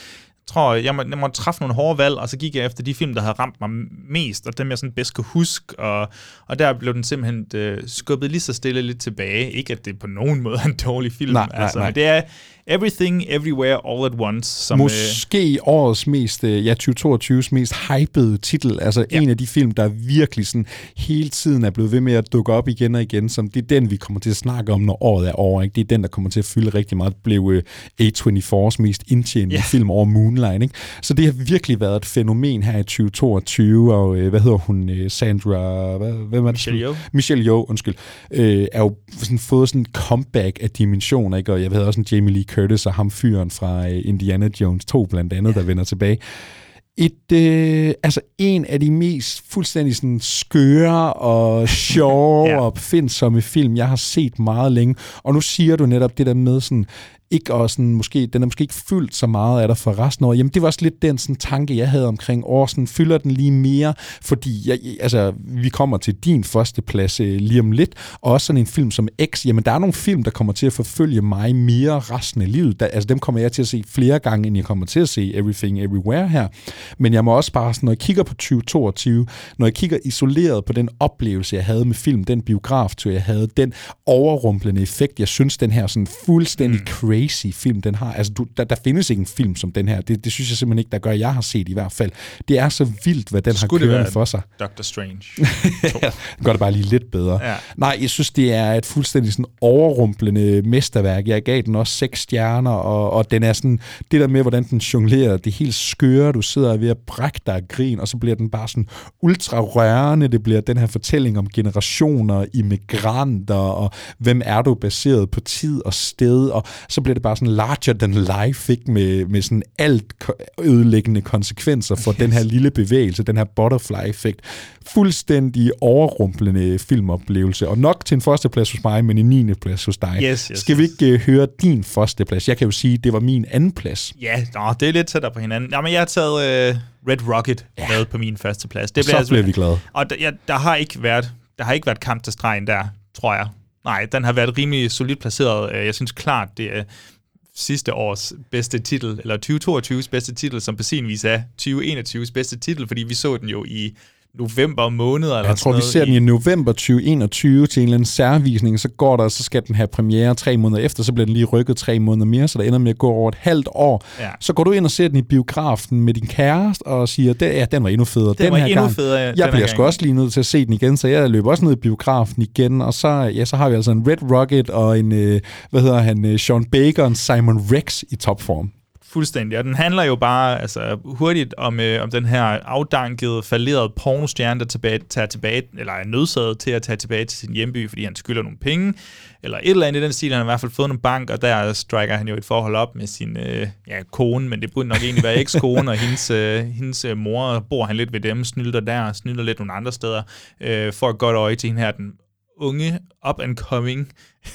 Speaker 7: tror, jeg må, jeg må træffe nogle hårde valg, og så gik jeg efter de film, der havde ramt mig mest, og dem jeg sådan bedst kunne huske, og, og der blev den simpelthen øh, skubbet lige så stille lidt tilbage. Ikke at det på nogen måde er en dårlig film,
Speaker 6: nej,
Speaker 7: altså,
Speaker 6: nej, nej.
Speaker 7: men det er Everything, Everywhere, All at Once. Som,
Speaker 6: Måske øh, årets mest, ja, tyve toogtyves mest hypede titel, altså ja. En af de film, der virkelig sådan hele tiden er blevet ved med at dukke op igen og igen, som det er den, vi kommer til at snakke om, når året er over, ikke? Det er den, der kommer til at fylde rigtig meget, blev øh, A toogtyves mest indtjenende ja. Film over Moonlight, ikke? Så det har virkelig været et fænomen her i tyve toogtyve, og øh, hvad hedder hun, øh, Sandra, hvad, hvem er det?
Speaker 7: Michelle Yeoh.
Speaker 6: Michelle Yeoh, undskyld, øh, er jo sådan fået sådan en comeback af dimensioner, ikke? Og jeg ved også en Jamie Lee Curtis og ham fyren fra øh, Indiana Jones to blandt andet, ja. Der vender tilbage. Et, øh, altså en af de mest fuldstændig sådan skøre og sjove ja. Og opfindsomme film, jeg har set meget længe. Og nu siger du netop det der med sådan, ikke og sådan, måske, den er måske ikke fyldt så meget af dig for resten af året. Jamen, det var også lidt den sådan, tanke, jeg havde omkring Orson. Fylder den lige mere, fordi jeg, altså, vi kommer til din første plads øh, lige om lidt, og også sådan en film som X. Jamen, der er nogle film, der kommer til at forfølge mig mere resten af livet. Der, altså, dem kommer jeg til at se flere gange, end jeg kommer til at se Everything Everywhere her. Men jeg må også bare, sådan, når jeg kigger på tyve toogtyve, når jeg kigger isoleret på den oplevelse, jeg havde med film, den biograftur, jeg havde, den overrumplende effekt, jeg synes, den her sådan fuldstændig mm. crazy film, den har. Altså, du, der, der findes ikke en film som den her. Det, det synes jeg simpelthen ikke, der gør, jeg har set i hvert fald. Det er så vildt, hvad den Skulle har kørt for sig.
Speaker 7: Doctor Strange.
Speaker 6: Ja, det gør det bare lige lidt bedre.
Speaker 7: Ja.
Speaker 6: Nej, jeg synes, det er et fuldstændig sådan overrumplende mesterværk. Jeg gav den også seks stjerner, og, og den er sådan, det der med, hvordan den jonglerer, det er helt skøre, du sidder ved at brække dig af grin, og så bliver den bare sådan ultra rørende. Det bliver den her fortælling om generationer, immigranter, og hvem er du baseret på tid og sted, og så bliver det bare sådan larger than life, ikke? Med, med sådan alt ødelæggende konsekvenser for yes. den her lille bevægelse, den her butterfly-effekt. Fuldstændig overrumplende filmoplevelse, og nok til en førsteplads hos mig, men en niende plads hos dig.
Speaker 7: Yes, yes,
Speaker 6: Skal vi ikke uh, høre din førsteplads? Jeg kan jo sige, det var min anden plads.
Speaker 7: Ja, nå, det er lidt tættere på hinanden. Jamen, jeg har taget uh, Red Rocket ja. med på min førsteplads. Det
Speaker 6: så bliver altså, vi glade.
Speaker 7: Og der, ja, der har ikke været, der har ikke været kamp til stregen der, tror jeg. Nej, den har været rimelig solidt placeret. Jeg synes klart, det er sidste års bedste titel, eller tyve toogtyves bedste titel, som på sin vis er tyve enogtyves bedste titel, fordi vi så den jo i november måned. Eller
Speaker 6: jeg tror, vi ser i... den i november tyve enogtyve til en eller anden særvisning, så går der, så skal den have premiere tre måneder efter, så bliver den lige rykket tre måneder mere, så der ender med at gå over et halvt år. Ja. Så går du ind og ser den i biografen med din kæreste og siger, ja, den var endnu federe. Den,
Speaker 7: den var
Speaker 6: her
Speaker 7: endnu
Speaker 6: gang.
Speaker 7: federe, ja,
Speaker 6: jeg bliver sgu også lige nødt til at se den igen, så jeg løber også ned i biografen igen, og så, ja, så har vi altså en Red Rocket og en, øh, hvad hedder han, øh, Sean Baker og Simon Rex i topform.
Speaker 7: Fuldstændig, og den handler jo bare altså, hurtigt om, øh, om den her afdankede, fallerede pornostjerne, der tilbage, tager tilbage, eller er nødsaget til at tage tilbage til sin hjemby, fordi han skylder nogle penge, eller et eller andet i den stil. Han har i hvert fald fået en bank, og der striker han jo et forhold op med sin øh, ja, kone, men det burde nok egentlig være ekskone, og hendes, øh, hendes øh, mor bor han lidt ved dem, snylder der, snylder lidt nogle andre steder, øh, får et godt øje til hende her, den unge, up-and-coming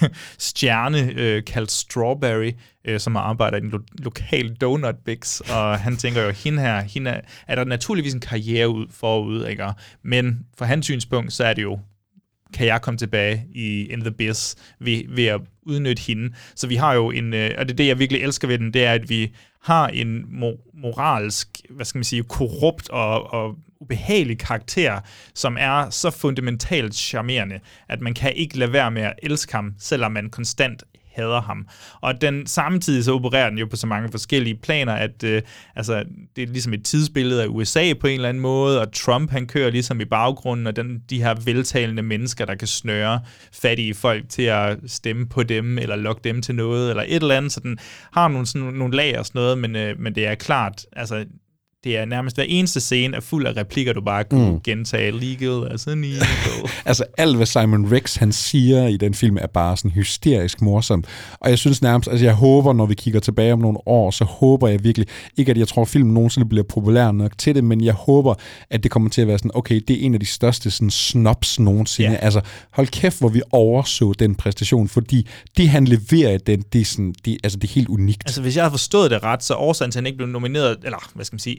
Speaker 7: stjerne, øh, kaldt Strawberry, øh, som arbejder i en lo- lokal donut bix, og han tænker jo, hende her, hende er, er der naturligvis en karriere ud forud, ikke? Men fra hans synspunkt, så er det jo, kan jeg komme tilbage i in the biz ved, ved at udnytte hende. Så vi har jo en, øh, og det er det, jeg virkelig elsker ved den, det er, at vi har en mo- moralsk, hvad skal man sige, korrupt og, og ubehagelig karakter, som er så fundamentalt charmerende, at man kan ikke lade være med at elske ham, selvom man konstant hader ham. Og den samtidig så opererer den jo på så mange forskellige planer, at øh, altså, det er ligesom et tidsbillede af U S A på en eller anden måde, og Trump han kører ligesom i baggrunden, og den, de her veltalende mennesker, der kan snøre fattige folk til at stemme på dem, eller lokke dem til noget, eller et eller andet, så den har nogle, sådan, nogle lag og sådan noget, men, øh, men det er klart, altså det er nærmest hver eneste scene er fuld af replikker, du bare kunne mm. gentage. Legal, altså illegal.
Speaker 6: Altså alt, hvad Simon Rex han siger i den film, er bare sådan hysterisk morsom. Og jeg synes nærmest, altså jeg håber, når vi kigger tilbage om nogle år, så håber jeg virkelig, ikke at jeg tror, at filmen nogensinde bliver populær nok til det, men jeg håber, at det kommer til at være sådan, okay, det er en af de største sådan snobs nogensinde. Ja. Altså hold kæft, hvor vi overså den præstation, fordi det, han leverer, den, det er sådan, det, altså det er helt unikt.
Speaker 7: Altså hvis jeg har forstået det ret, så årsagen til, at han ikke blev nomineret, eller hvad skal man sige,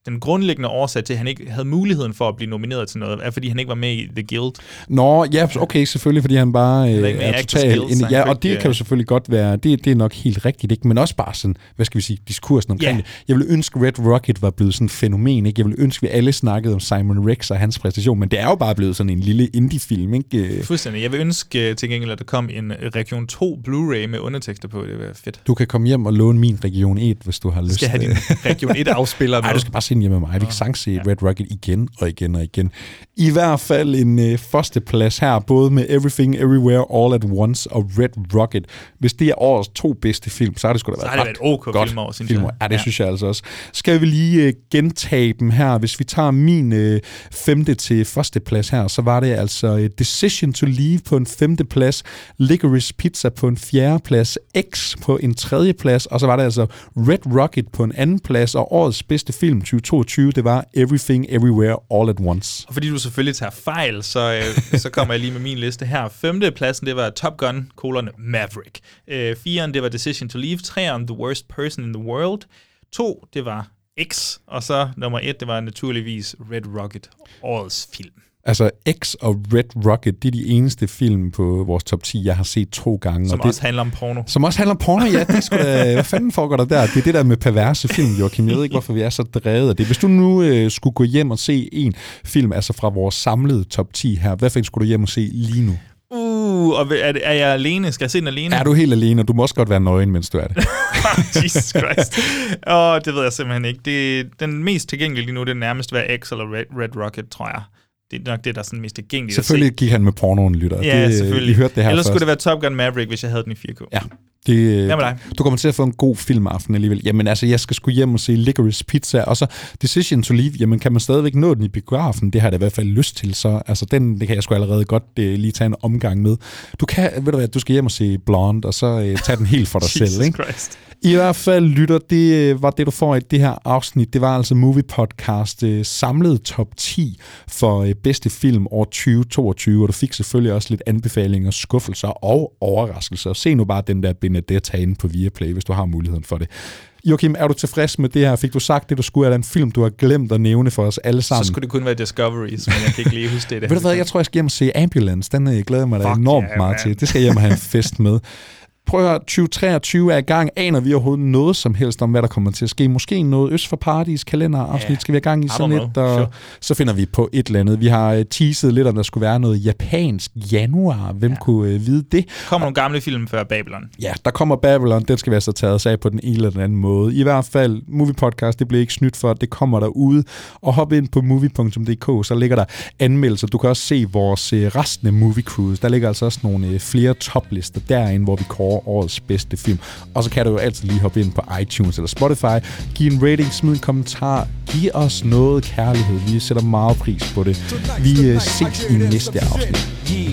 Speaker 7: den grundlæggende årsag til, at han ikke havde muligheden for at blive nomineret til noget, er, fordi han ikke var med i The Guild.
Speaker 6: Nå, ja, okay, selvfølgelig, fordi han bare øh,
Speaker 7: er,
Speaker 6: er total... Ja, og det kan jo selvfølgelig godt være, det, det er nok helt rigtigt, ikke? Men også bare sådan, hvad skal vi sige, diskursen omkring yeah. det. Jeg ville ønske, Red Rocket var blevet sådan et fænomen, ikke? Jeg ville ønske, vi alle snakkede om Simon Rex og hans præstation, men det er jo bare blevet sådan en lille indie-film, ikke?
Speaker 7: Fuldstændig. Jeg vil ønske til gengæld, at der kom en Region to Blu-ray med undertekster på. Det vil være fedt.
Speaker 6: Du kan komme hjem og låne min Region et, hvis du har lyst.
Speaker 7: Skal have din Region et-afspiller med?
Speaker 6: Nej, du skal bare se den hjemme med mig. Vi kan sagtens se Red Rocket igen og igen og igen. I hvert fald en øh, første plads her, både med Everything Everywhere All at Once og Red Rocket. Hvis det er årets to bedste film, så har det sgu da været,
Speaker 7: så har det været OK
Speaker 6: godt
Speaker 7: filmår, synes
Speaker 6: filmår.
Speaker 7: jeg.
Speaker 6: Ja, det
Speaker 7: ja.
Speaker 6: synes jeg altså også. Skal vi lige øh, gentage dem her? Hvis vi tager min øh, femte til første plads her, så var det altså øh, Decision to Leave på en femte plads, Licorice Pizza på en fjerde plads, X på en tredje plads, og så var det altså Red Rocket på en anden plads, og årets bedste film tyve toogtyve, det var Everything Everywhere All at Once.
Speaker 7: Og fordi du selvfølgelig tager fejl, så, øh, så kommer jeg lige med min liste her. Femte pladsen, det var Top Gun, kolon Maverick. Øh, Firen, det var Decision to Leave. Treeren, The Worst Person in the World. To, det var X. Og så nummer et, det var naturligvis Red Rocket, årets film.
Speaker 6: Altså, X og Red Rocket, det er de eneste film på vores top ti, jeg har set to gange.
Speaker 7: Som
Speaker 6: og
Speaker 7: også
Speaker 6: det,
Speaker 7: handler om porno.
Speaker 6: Som også handler om porno, ja. Det skulle da, hvad fanden foregår der der? Det er det der med perverse film, Joachim. Jeg ved ikke, hvorfor vi er så drevet af det. Hvis du nu øh, skulle gå hjem og se en film, altså fra vores samlede top ti her, hvad fanden skulle du hjem og se lige nu?
Speaker 7: Uh, og er, er jeg alene? Skal jeg se den alene?
Speaker 6: Er du helt alene, og du må også godt være nøgen, mens du er det.
Speaker 7: Jesus Christ. Åh, oh, det ved jeg simpelthen ikke. Det, den mest tilgængelige lige nu, det er nærmest være X eller Red, Red Rocket, tror jeg. Det er nok det, der er sådan mest tilgængeligt.
Speaker 6: Selvfølgelig gik han med pornoen, lytter.
Speaker 7: Ja,
Speaker 6: det,
Speaker 7: selvfølgelig.
Speaker 6: I hørte det her
Speaker 7: Ellers
Speaker 6: først.
Speaker 7: skulle det være Top Gun Maverick, hvis jeg havde den i fire K.
Speaker 6: Ja. Det,
Speaker 7: Hvad med dig?
Speaker 6: Du kommer til at få en god filmaften alligevel. Jamen altså, jeg skal sgu hjem og se Licorice Pizza, og så Decision to Leave. Jamen, kan man stadigvæk nå den i biografen? Det har jeg da i hvert fald lyst til, så altså, den, det kan jeg sgu allerede godt uh, lige tage en omgang med. Du kan, ved du hvad, du skal hjem og se Blonde, og så uh, tage den helt for dig selv, ikke?
Speaker 7: Christ.
Speaker 6: I hvert fald, lytter, det var det, du får i det her afsnit. Det var altså Movie Podcast uh, samlet top ti for uh, bedste film år tyve toogtyve, og du fik selvfølgelig også lidt anbefalinger, skuffelser og overraskelser. Se nu bare den der Benedetta inde på Viaplay, hvis du har muligheden for det. Joachim, er du tilfreds med det her? Fik du sagt det, du skulle? Er der en film, du har glemt at nævne for os alle sammen?
Speaker 7: Så skulle det kun være Discoveries, men jeg kan ikke lige huske det. det
Speaker 6: Ved du hvad, jeg tror, jeg skal hjem og se Ambulance. Den jeg glæder mig da enormt
Speaker 7: yeah,
Speaker 6: meget
Speaker 7: man.
Speaker 6: til. Det skal jeg hjem og have en fest med. Prøv at høre, tyve treogtyve er i gang. Aner vi overhovedet noget som helst om, hvad der kommer til at ske? Måske noget Øst for Paradis kalenderafsnit. Yeah. Skal vi have gang i sådan et? Og
Speaker 7: sure.
Speaker 6: Så finder vi på et eller andet. Vi har teaset lidt, om der skulle være noget japansk januar. Hvem ja. kunne uh, vide det?
Speaker 7: Kommer nogle gamle film før Babylon.
Speaker 6: Ja, der kommer Babylon. Den skal vi altså tage os af på den ene eller den anden måde. I hvert fald, Movie Podcast, det bliver ikke snydt for. Det kommer derude. Og hop ind på movie punktum d k, så ligger der anmeldelser. Du kan også se vores uh, resten af Movie Cruise. Der ligger altså også nogle uh, flere toplister derinde, hvor vi kårer årets bedste film. Og så kan du jo altid lige hoppe ind på iTunes eller Spotify, give en rating, smid en kommentar, giv os noget kærlighed. Vi sætter meget pris på det. Vi uh, ses i næste afsnit.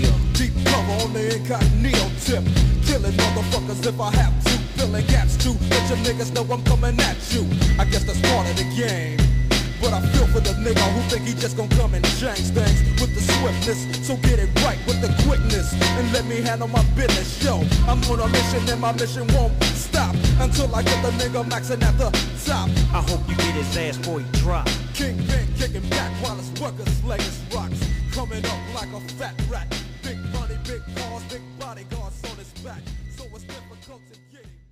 Speaker 4: But I feel for the nigga who think he just gon' come and change things with the swiftness. So get it right with the quickness and let me handle my business. Yo, I'm on a mission and my mission won't stop until I get the nigga maxing at the top.
Speaker 18: I hope you get his ass before he drop.
Speaker 4: Kingpin kicking back while his workers slay his rocks. Coming up like a fat rat. Big money, big cars, big bodyguards on his back. So it's difficult to get it.